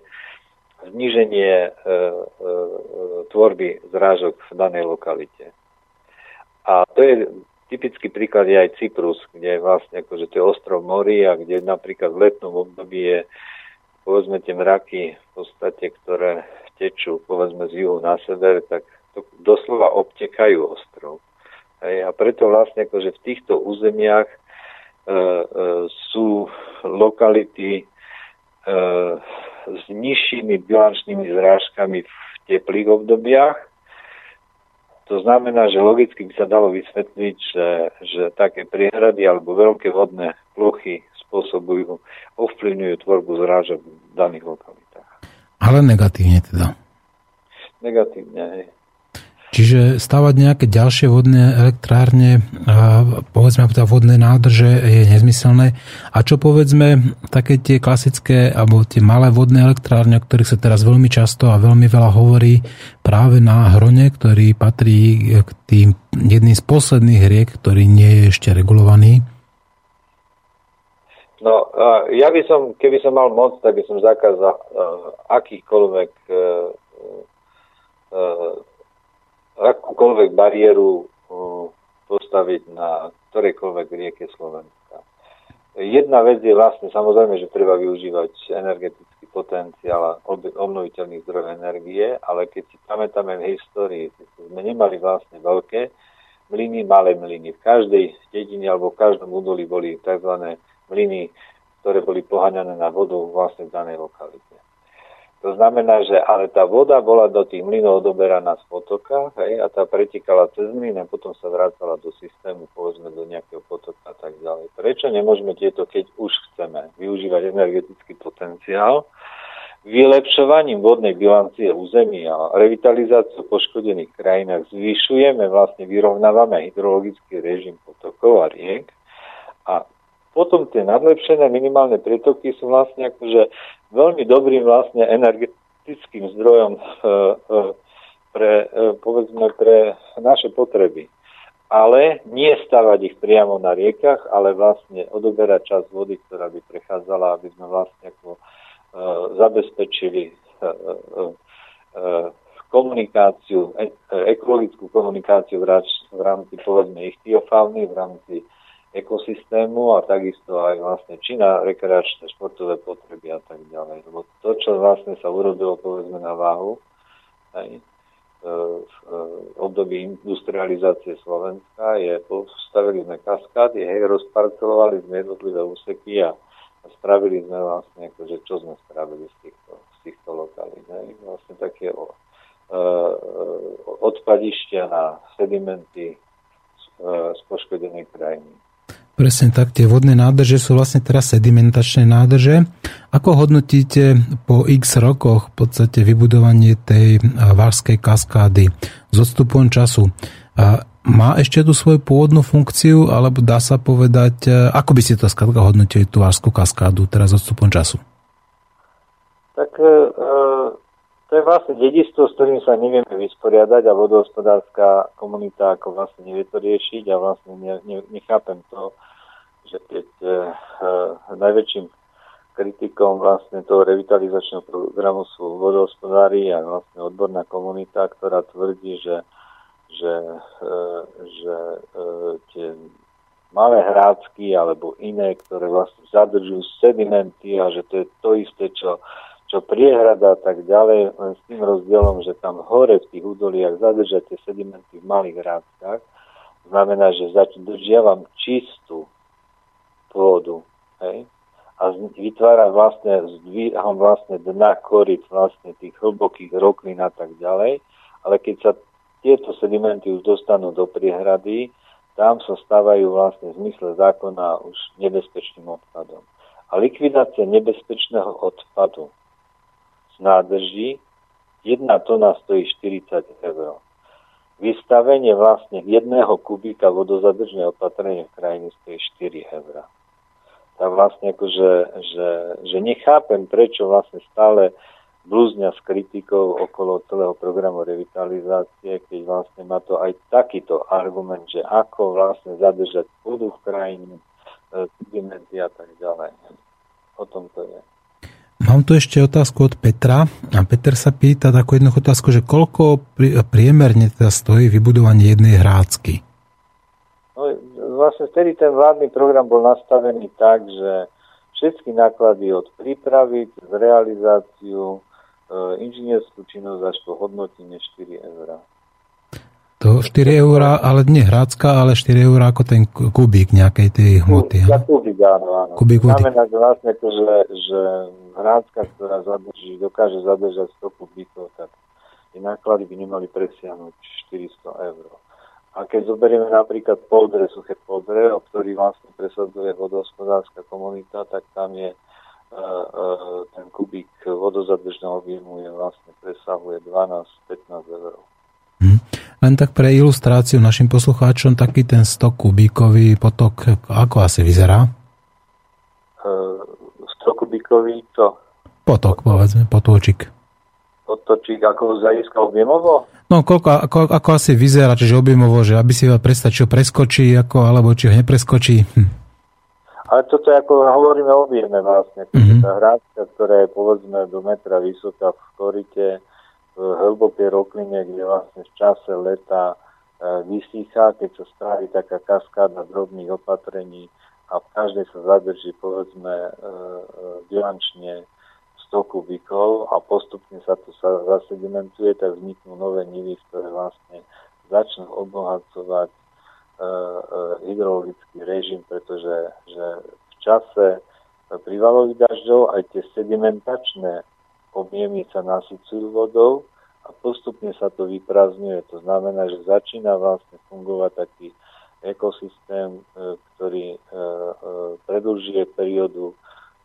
tvorby zrážok v danej lokalite. A to je typický príklad je aj Cyprus, kde vlastne akože to je ostrov mori a kde napríklad v letnom období je povedzme tie mraky v podstate, ktoré tečú povedzme z juhu na sever, tak to doslova obtekajú ostrov. A preto vlastne akože v týchto územiach sú lokality s nižšími bilančnými zrážkami v teplých obdobiach. To znamená, že logicky by sa dalo vysvetliť, že také priehrady alebo veľké vodné plochy ovplyvňujú tvorbu zrážok v daných lokalitách. Ale negatívne teda. negatívne. Hej. Čiže stavať nejaké ďalšie vodné elektrárne, povedzme vodné nádrže je nezmyselné. A čo povedzme také tie klasické alebo tie malé vodné elektrárne, o ktorých sa teraz veľmi často a veľmi veľa hovorí práve na Hrone, ktorý patrí k tým jedným z posledných riek, ktorý nie je ešte regulovaný? No, ja by som, keby som mal moc, tak by som zakázal akúkoľvek bariéru postaviť na ktorejkoľvek rieke Slovenska. Jedna vec je vlastne, samozrejme, že treba využívať energetický potenciál a obnoviteľných zdrojov energie, ale keď si pamätáme v histórii, sme nemali vlastne veľké mlyny, malé mlyny. V každej dedine alebo v každom údolí boli tzv. Mlyny, ktoré boli poháňané na vodu vlastne v danej lokalite. To znamená, že ale tá voda bola do tých mlynov odoberaná z potoka, hej, a tá pretekala cez mlyn a potom sa vracala do systému, povedzme do nejakého potoka a tak ďalej. Prečo nemôžeme tieto, keď už chceme využívať energetický potenciál, vylepšovaním vodnej bilancie území a revitalizáciou poškodených krajinách zvyšujeme, vlastne vyrovnávame hydrologický režim potokov a riek a potom tie nadlepšené minimálne prietoky sú vlastne akože veľmi dobrým vlastne energetickým zdrojom pre naše potreby. Ale nie stavať ich priamo na riekach, ale vlastne odoberať časť vody, ktorá by prechádzala, aby sme vlastne ako zabezpečili komunikáciu, ekologickú komunikáciu v rámci povedzme ichtiofauny, v rámci ekosystému a takisto aj vlastne či na rekreačné športové potreby a tak ďalej. Lebo to, čo vlastne sa urobilo povedzme na váhu aj v období industrializácie Slovenska, je postavili sme kaskády, rozparcelovali sme jednotlivé úseky a spravili sme vlastne, akože čo sme spravili z týchto lokalít. Vlastne také odpadištia na sedimenty z poškodenej krajiny. Presne tak, tie vodné nádrže sú vlastne teraz sedimentačné nádrže. Ako hodnotíte po x rokoch v podstate vybudovanie tej Vážskej kaskády s odstupom času? Má ešte tú svoju pôvodnú funkciu, alebo dá sa povedať, ako by ste to skrátka hodnotili, tú Vážskú kaskádu teraz s odstupom času? Tak to je vlastne dedičstvo, s ktorým sa nevieme vysporiadať a vodohospodárska komunita ako vlastne nevie to riešiť a vlastne nechápem to, že keď najväčším kritikom vlastne toho revitalizačného programu sú vodohospodári a vlastne odborná komunita, ktorá tvrdí, že tie malé hrádzky alebo iné, ktoré vlastne zadržujú sedimenty a že to je to isté, čo priehrada a tak ďalej, len s tým rozdielom, že tam hore v tých údoliach zadržať tie sedimenty v malých hrádzkach, znamená, že zadržiavam čistú pôdu, hej, a vytváram vlastne, zdvíham vlastne dna koryt vlastne tých hlbokých roklín a tak ďalej, ale keď sa tieto sedimenty už dostanú do priehrady, tam sa stávajú vlastne v zmysle zákona už nebezpečným odpadom. A likvidácia nebezpečného odpadu z nádrží 1 tona stojí 40 €. Vystavenie vlastne 1 kubíka vodozadržné opatrenie v krajine stojí 4 €. Tak vlastne akože, že nechápem, prečo vlastne stále blúznia s kritikou okolo celého programu revitalizácie, keď vlastne má to aj takýto argument, že ako vlastne zadržať pôdu v krajine, sedimenty a tak ďalej. O tom to je. Mám tu ešte otázku od Petra. A Peter sa pýta takú jednu otázku, že koľko priemerne teda stojí vybudovanie jednej hrádzky? No, vlastne vtedy ten vládny program bol nastavený tak, že všetky náklady od prípravy cez realizáciu, inžinierskú činnosť až po hodnotenie 4 €. To 4 €, ale nie hrádzka, ale 4 € ako ten kubík nejakej tej hmoty. Ja kubík, áno. Kubík vody. Znamená, že vlastne to, že hrádzka, ktorá dokáže zadržať 100 kubíkov, tak tie náklady by nemali presiahnuť 400 €. A keď zoberieme napríklad poldre, suché poldre, o ktorých vlastne presadzuje vodohospodárska komunita, tak tam je ten kubík vodozadržného objemu vlastne presahuje 12-15 eur. Len tak pre ilustráciu našim poslucháčom, taký ten 100 kubíkový potok, ako asi vyzerá? 100 kubíkový to? Potok, povedzme, potočík. Potočík ako z hľadiska objemovo? No, ako asi vyzerá, čiže objemovo, že aby si vám predstaviť, či ho preskočí, alebo či ho nepreskočí. Ale toto je, ako hovoríme o objeme vlastne. Tá hráčka, ktorá je povedzme do metra vysoká v korite, v hlbokej rokline, kde vlastne v čase leta vysýcha, keď sa spraví taká kaskáda drobných opatrení a v každej sa zadrží povedzme bilančne 100 kubíkov a postupne sa to zasedimentuje, tak vzniknú nové nivy, ktoré vlastne začnú obohacovať hydrologický režim, pretože v čase prívalových dažďov aj tie sedimentačné objemy sa nasycujú vodou a postupne sa to vyprázdňuje. To znamená, že začína vlastne fungovať taký ekosystém, ktorý predĺžuje periódu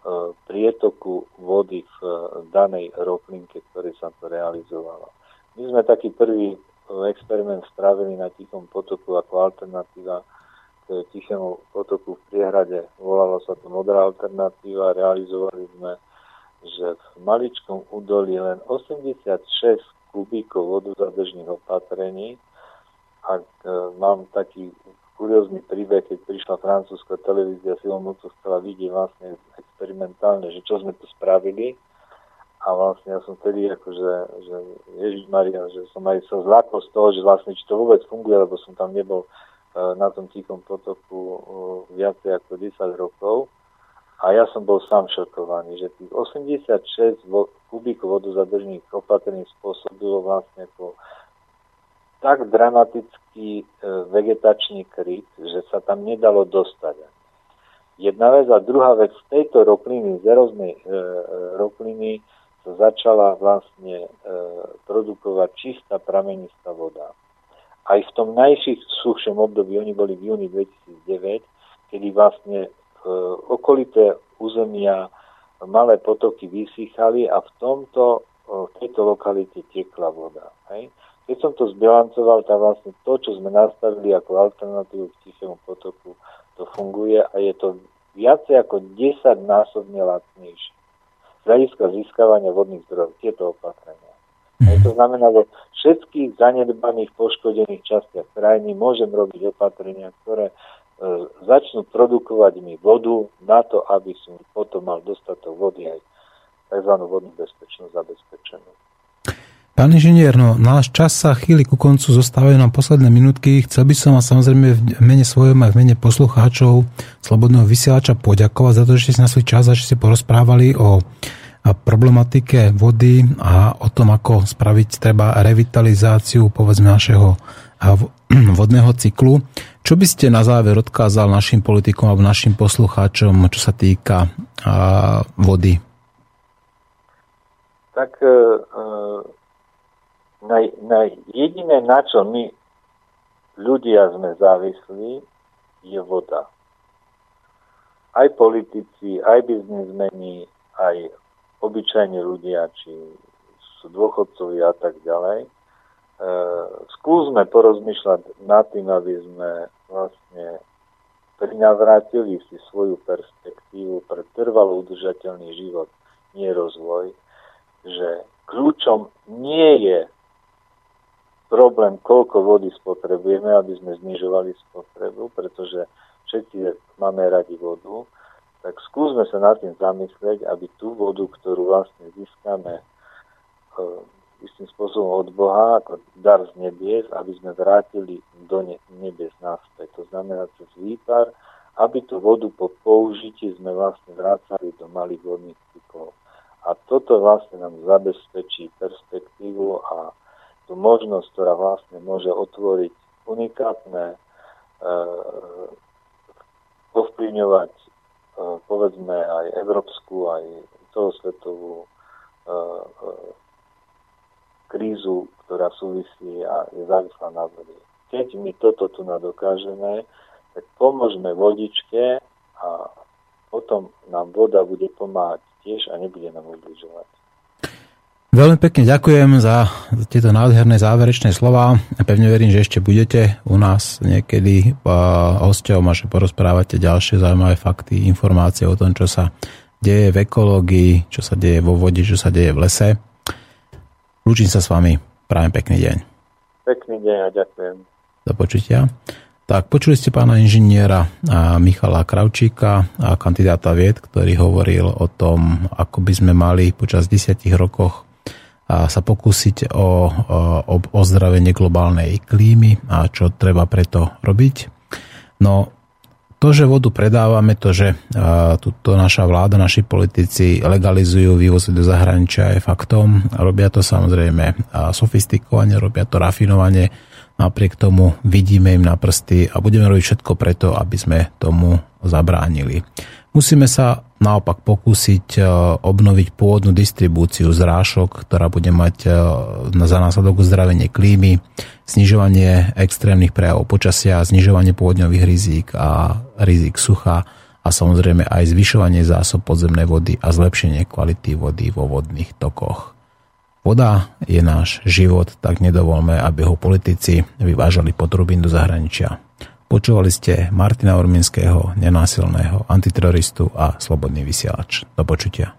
prietoku vody v danej roklinke, ktorej sa to realizovalo. My sme taký prvý experiment spravili na Tichom potoku ako alternatíva k Tichému potoku v priehrade. Volalo sa to Modrá alternatíva. Realizovali sme, že v maličkom údolí len 86 kubíkov vodozadržných opatrení. A mám taký kuriózny príbeh, keď prišla francúzska televízia, Simon to chcela vidieť vlastne experimentálne, že čo sme tu spravili. A vlastne ja som vtedy akože, že Ježišmaria, že som aj sa zlákol z toho, že vlastne či to vôbec funguje, lebo som tam nebol na tom Tichom potoku viacej ako 10 rokov. A ja som bol sám šokovaný, že tých 86 kubíkov vodozadržných opatrení spôsobilo vlastne ako tak dramatický vegetačný kryt, že sa tam nedalo dostať. Jedna vec a druhá vec, z tejto rokliny, z eróznej rokliny sa začala vlastne produkovať čistá pramenistá voda. Aj v tom najsuchšom období, oni boli v júni 2009, kedy vlastne okolité územia malé potoky vysýchali a v tejto lokalite tekla voda. Hej. Keď som to zbilancoval, tak vlastne to, čo sme nastavili ako alternatívu k Tichému potoku, to funguje a je to viacej ako 10-násobne lacnejšie z hľadiska získavania vodných zdrojov, tieto opatrenia. To znamená, že všetkých zanedbaných, poškodených častiach krajiny môžem robiť opatrenia, ktoré začnú produkovať mi vodu na to, aby som potom mal dostatok vody aj tzv. Vodnú bezpečnosť zabezpečenú. Pán inžinier, no náš čas sa chýli ku koncu, zostávajú nám posledné minútky. Chcel by som vás samozrejme v mene svojom aj v mene poslucháčov Slobodného vysielača poďakovať za to, že ste si našli čas a že ste porozprávali o problematike vody a o tom, ako spraviť treba revitalizáciu povedzme našeho vodného cyklu. Čo by ste na záver odkázal našim politikom alebo našim poslucháčom, čo sa týka vody? Tak na jediné, na čo my ľudia sme závislí, je voda. Aj politici, aj biznismeni, aj obyčajní ľudia, či sú dôchodcovia a tak ďalej. Skúsme porozmýšľať nad tým, aby sme vlastne prinavrátili si svoju perspektívu pre trvalo udržateľný život, nie rozvoj, že kľúčom nie je problém, koľko vody spotrebujeme, aby sme znižovali spotrebu, pretože všetci máme radi vodu, tak skúsme sa nad tým zamyslieť, aby tú vodu, ktorú vlastne získame istým spôsobom od Boha, ako dar z nebies, aby sme vrátili do nebies naspäť. To znamená cez výpar, aby tú vodu po použití sme vlastne vrátali do malých vodných cyklov. A toto vlastne nám zabezpečí perspektívu a tú možnosť, ktorá vlastne môže otvoriť unikátne, ovplyvňovať povedzme aj európsku, aj celosvetovú krízu, ktorá súvisí a je závislá na vode. Keď my toto tu dokážeme, tak pomôžeme vodičke a potom nám voda bude pomáhať tiež a nebude nám ubližovať. Veľmi pekne ďakujem za tieto nádherné záverečné slova. Pevne verím, že ešte budete u nás niekedy hosťom a že porozprávate ďalšie zaujímavé fakty, informácie o tom, čo sa deje v ekológii, čo sa deje vo vode, čo sa deje v lese. Lúčim sa s vami. Prajem pekný deň. Pekný deň a ďakujem. Do počutia. Tak, počuli ste pána inžiniera Michala Kravčíka, kandidáta vied, ktorý hovoril o tom, ako by sme mali počas 10 rokoch sa pokúsiť o ozdravenie globálnej klímy a čo treba preto robiť. No, to, že vodu predávame, to, že tuto naša vláda, naši politici legalizujú vývozy do zahraničia je faktom. Robia to samozrejme sofistikovane, robia to rafinovane. Napriek tomu vidíme im na prsty a budeme robiť všetko preto, aby sme tomu zabránili. Musíme sa naopak pokúsiť obnoviť pôvodnú distribúciu zrážok, ktorá bude mať za následok uzdravenie klímy, znižovanie extrémnych prejavov počasia, znižovanie povodňových rizík a rizík sucha a samozrejme aj zvyšovanie zásob podzemnej vody a zlepšenie kvality vody vo vodných tokoch. Voda je náš život, tak nedovolme, aby ho politici vyvážali pod rubín do zahraničia. Počúvali ste Martina Urminského, nenásilného antiteroristu a slobodný vysielač. Do počutia.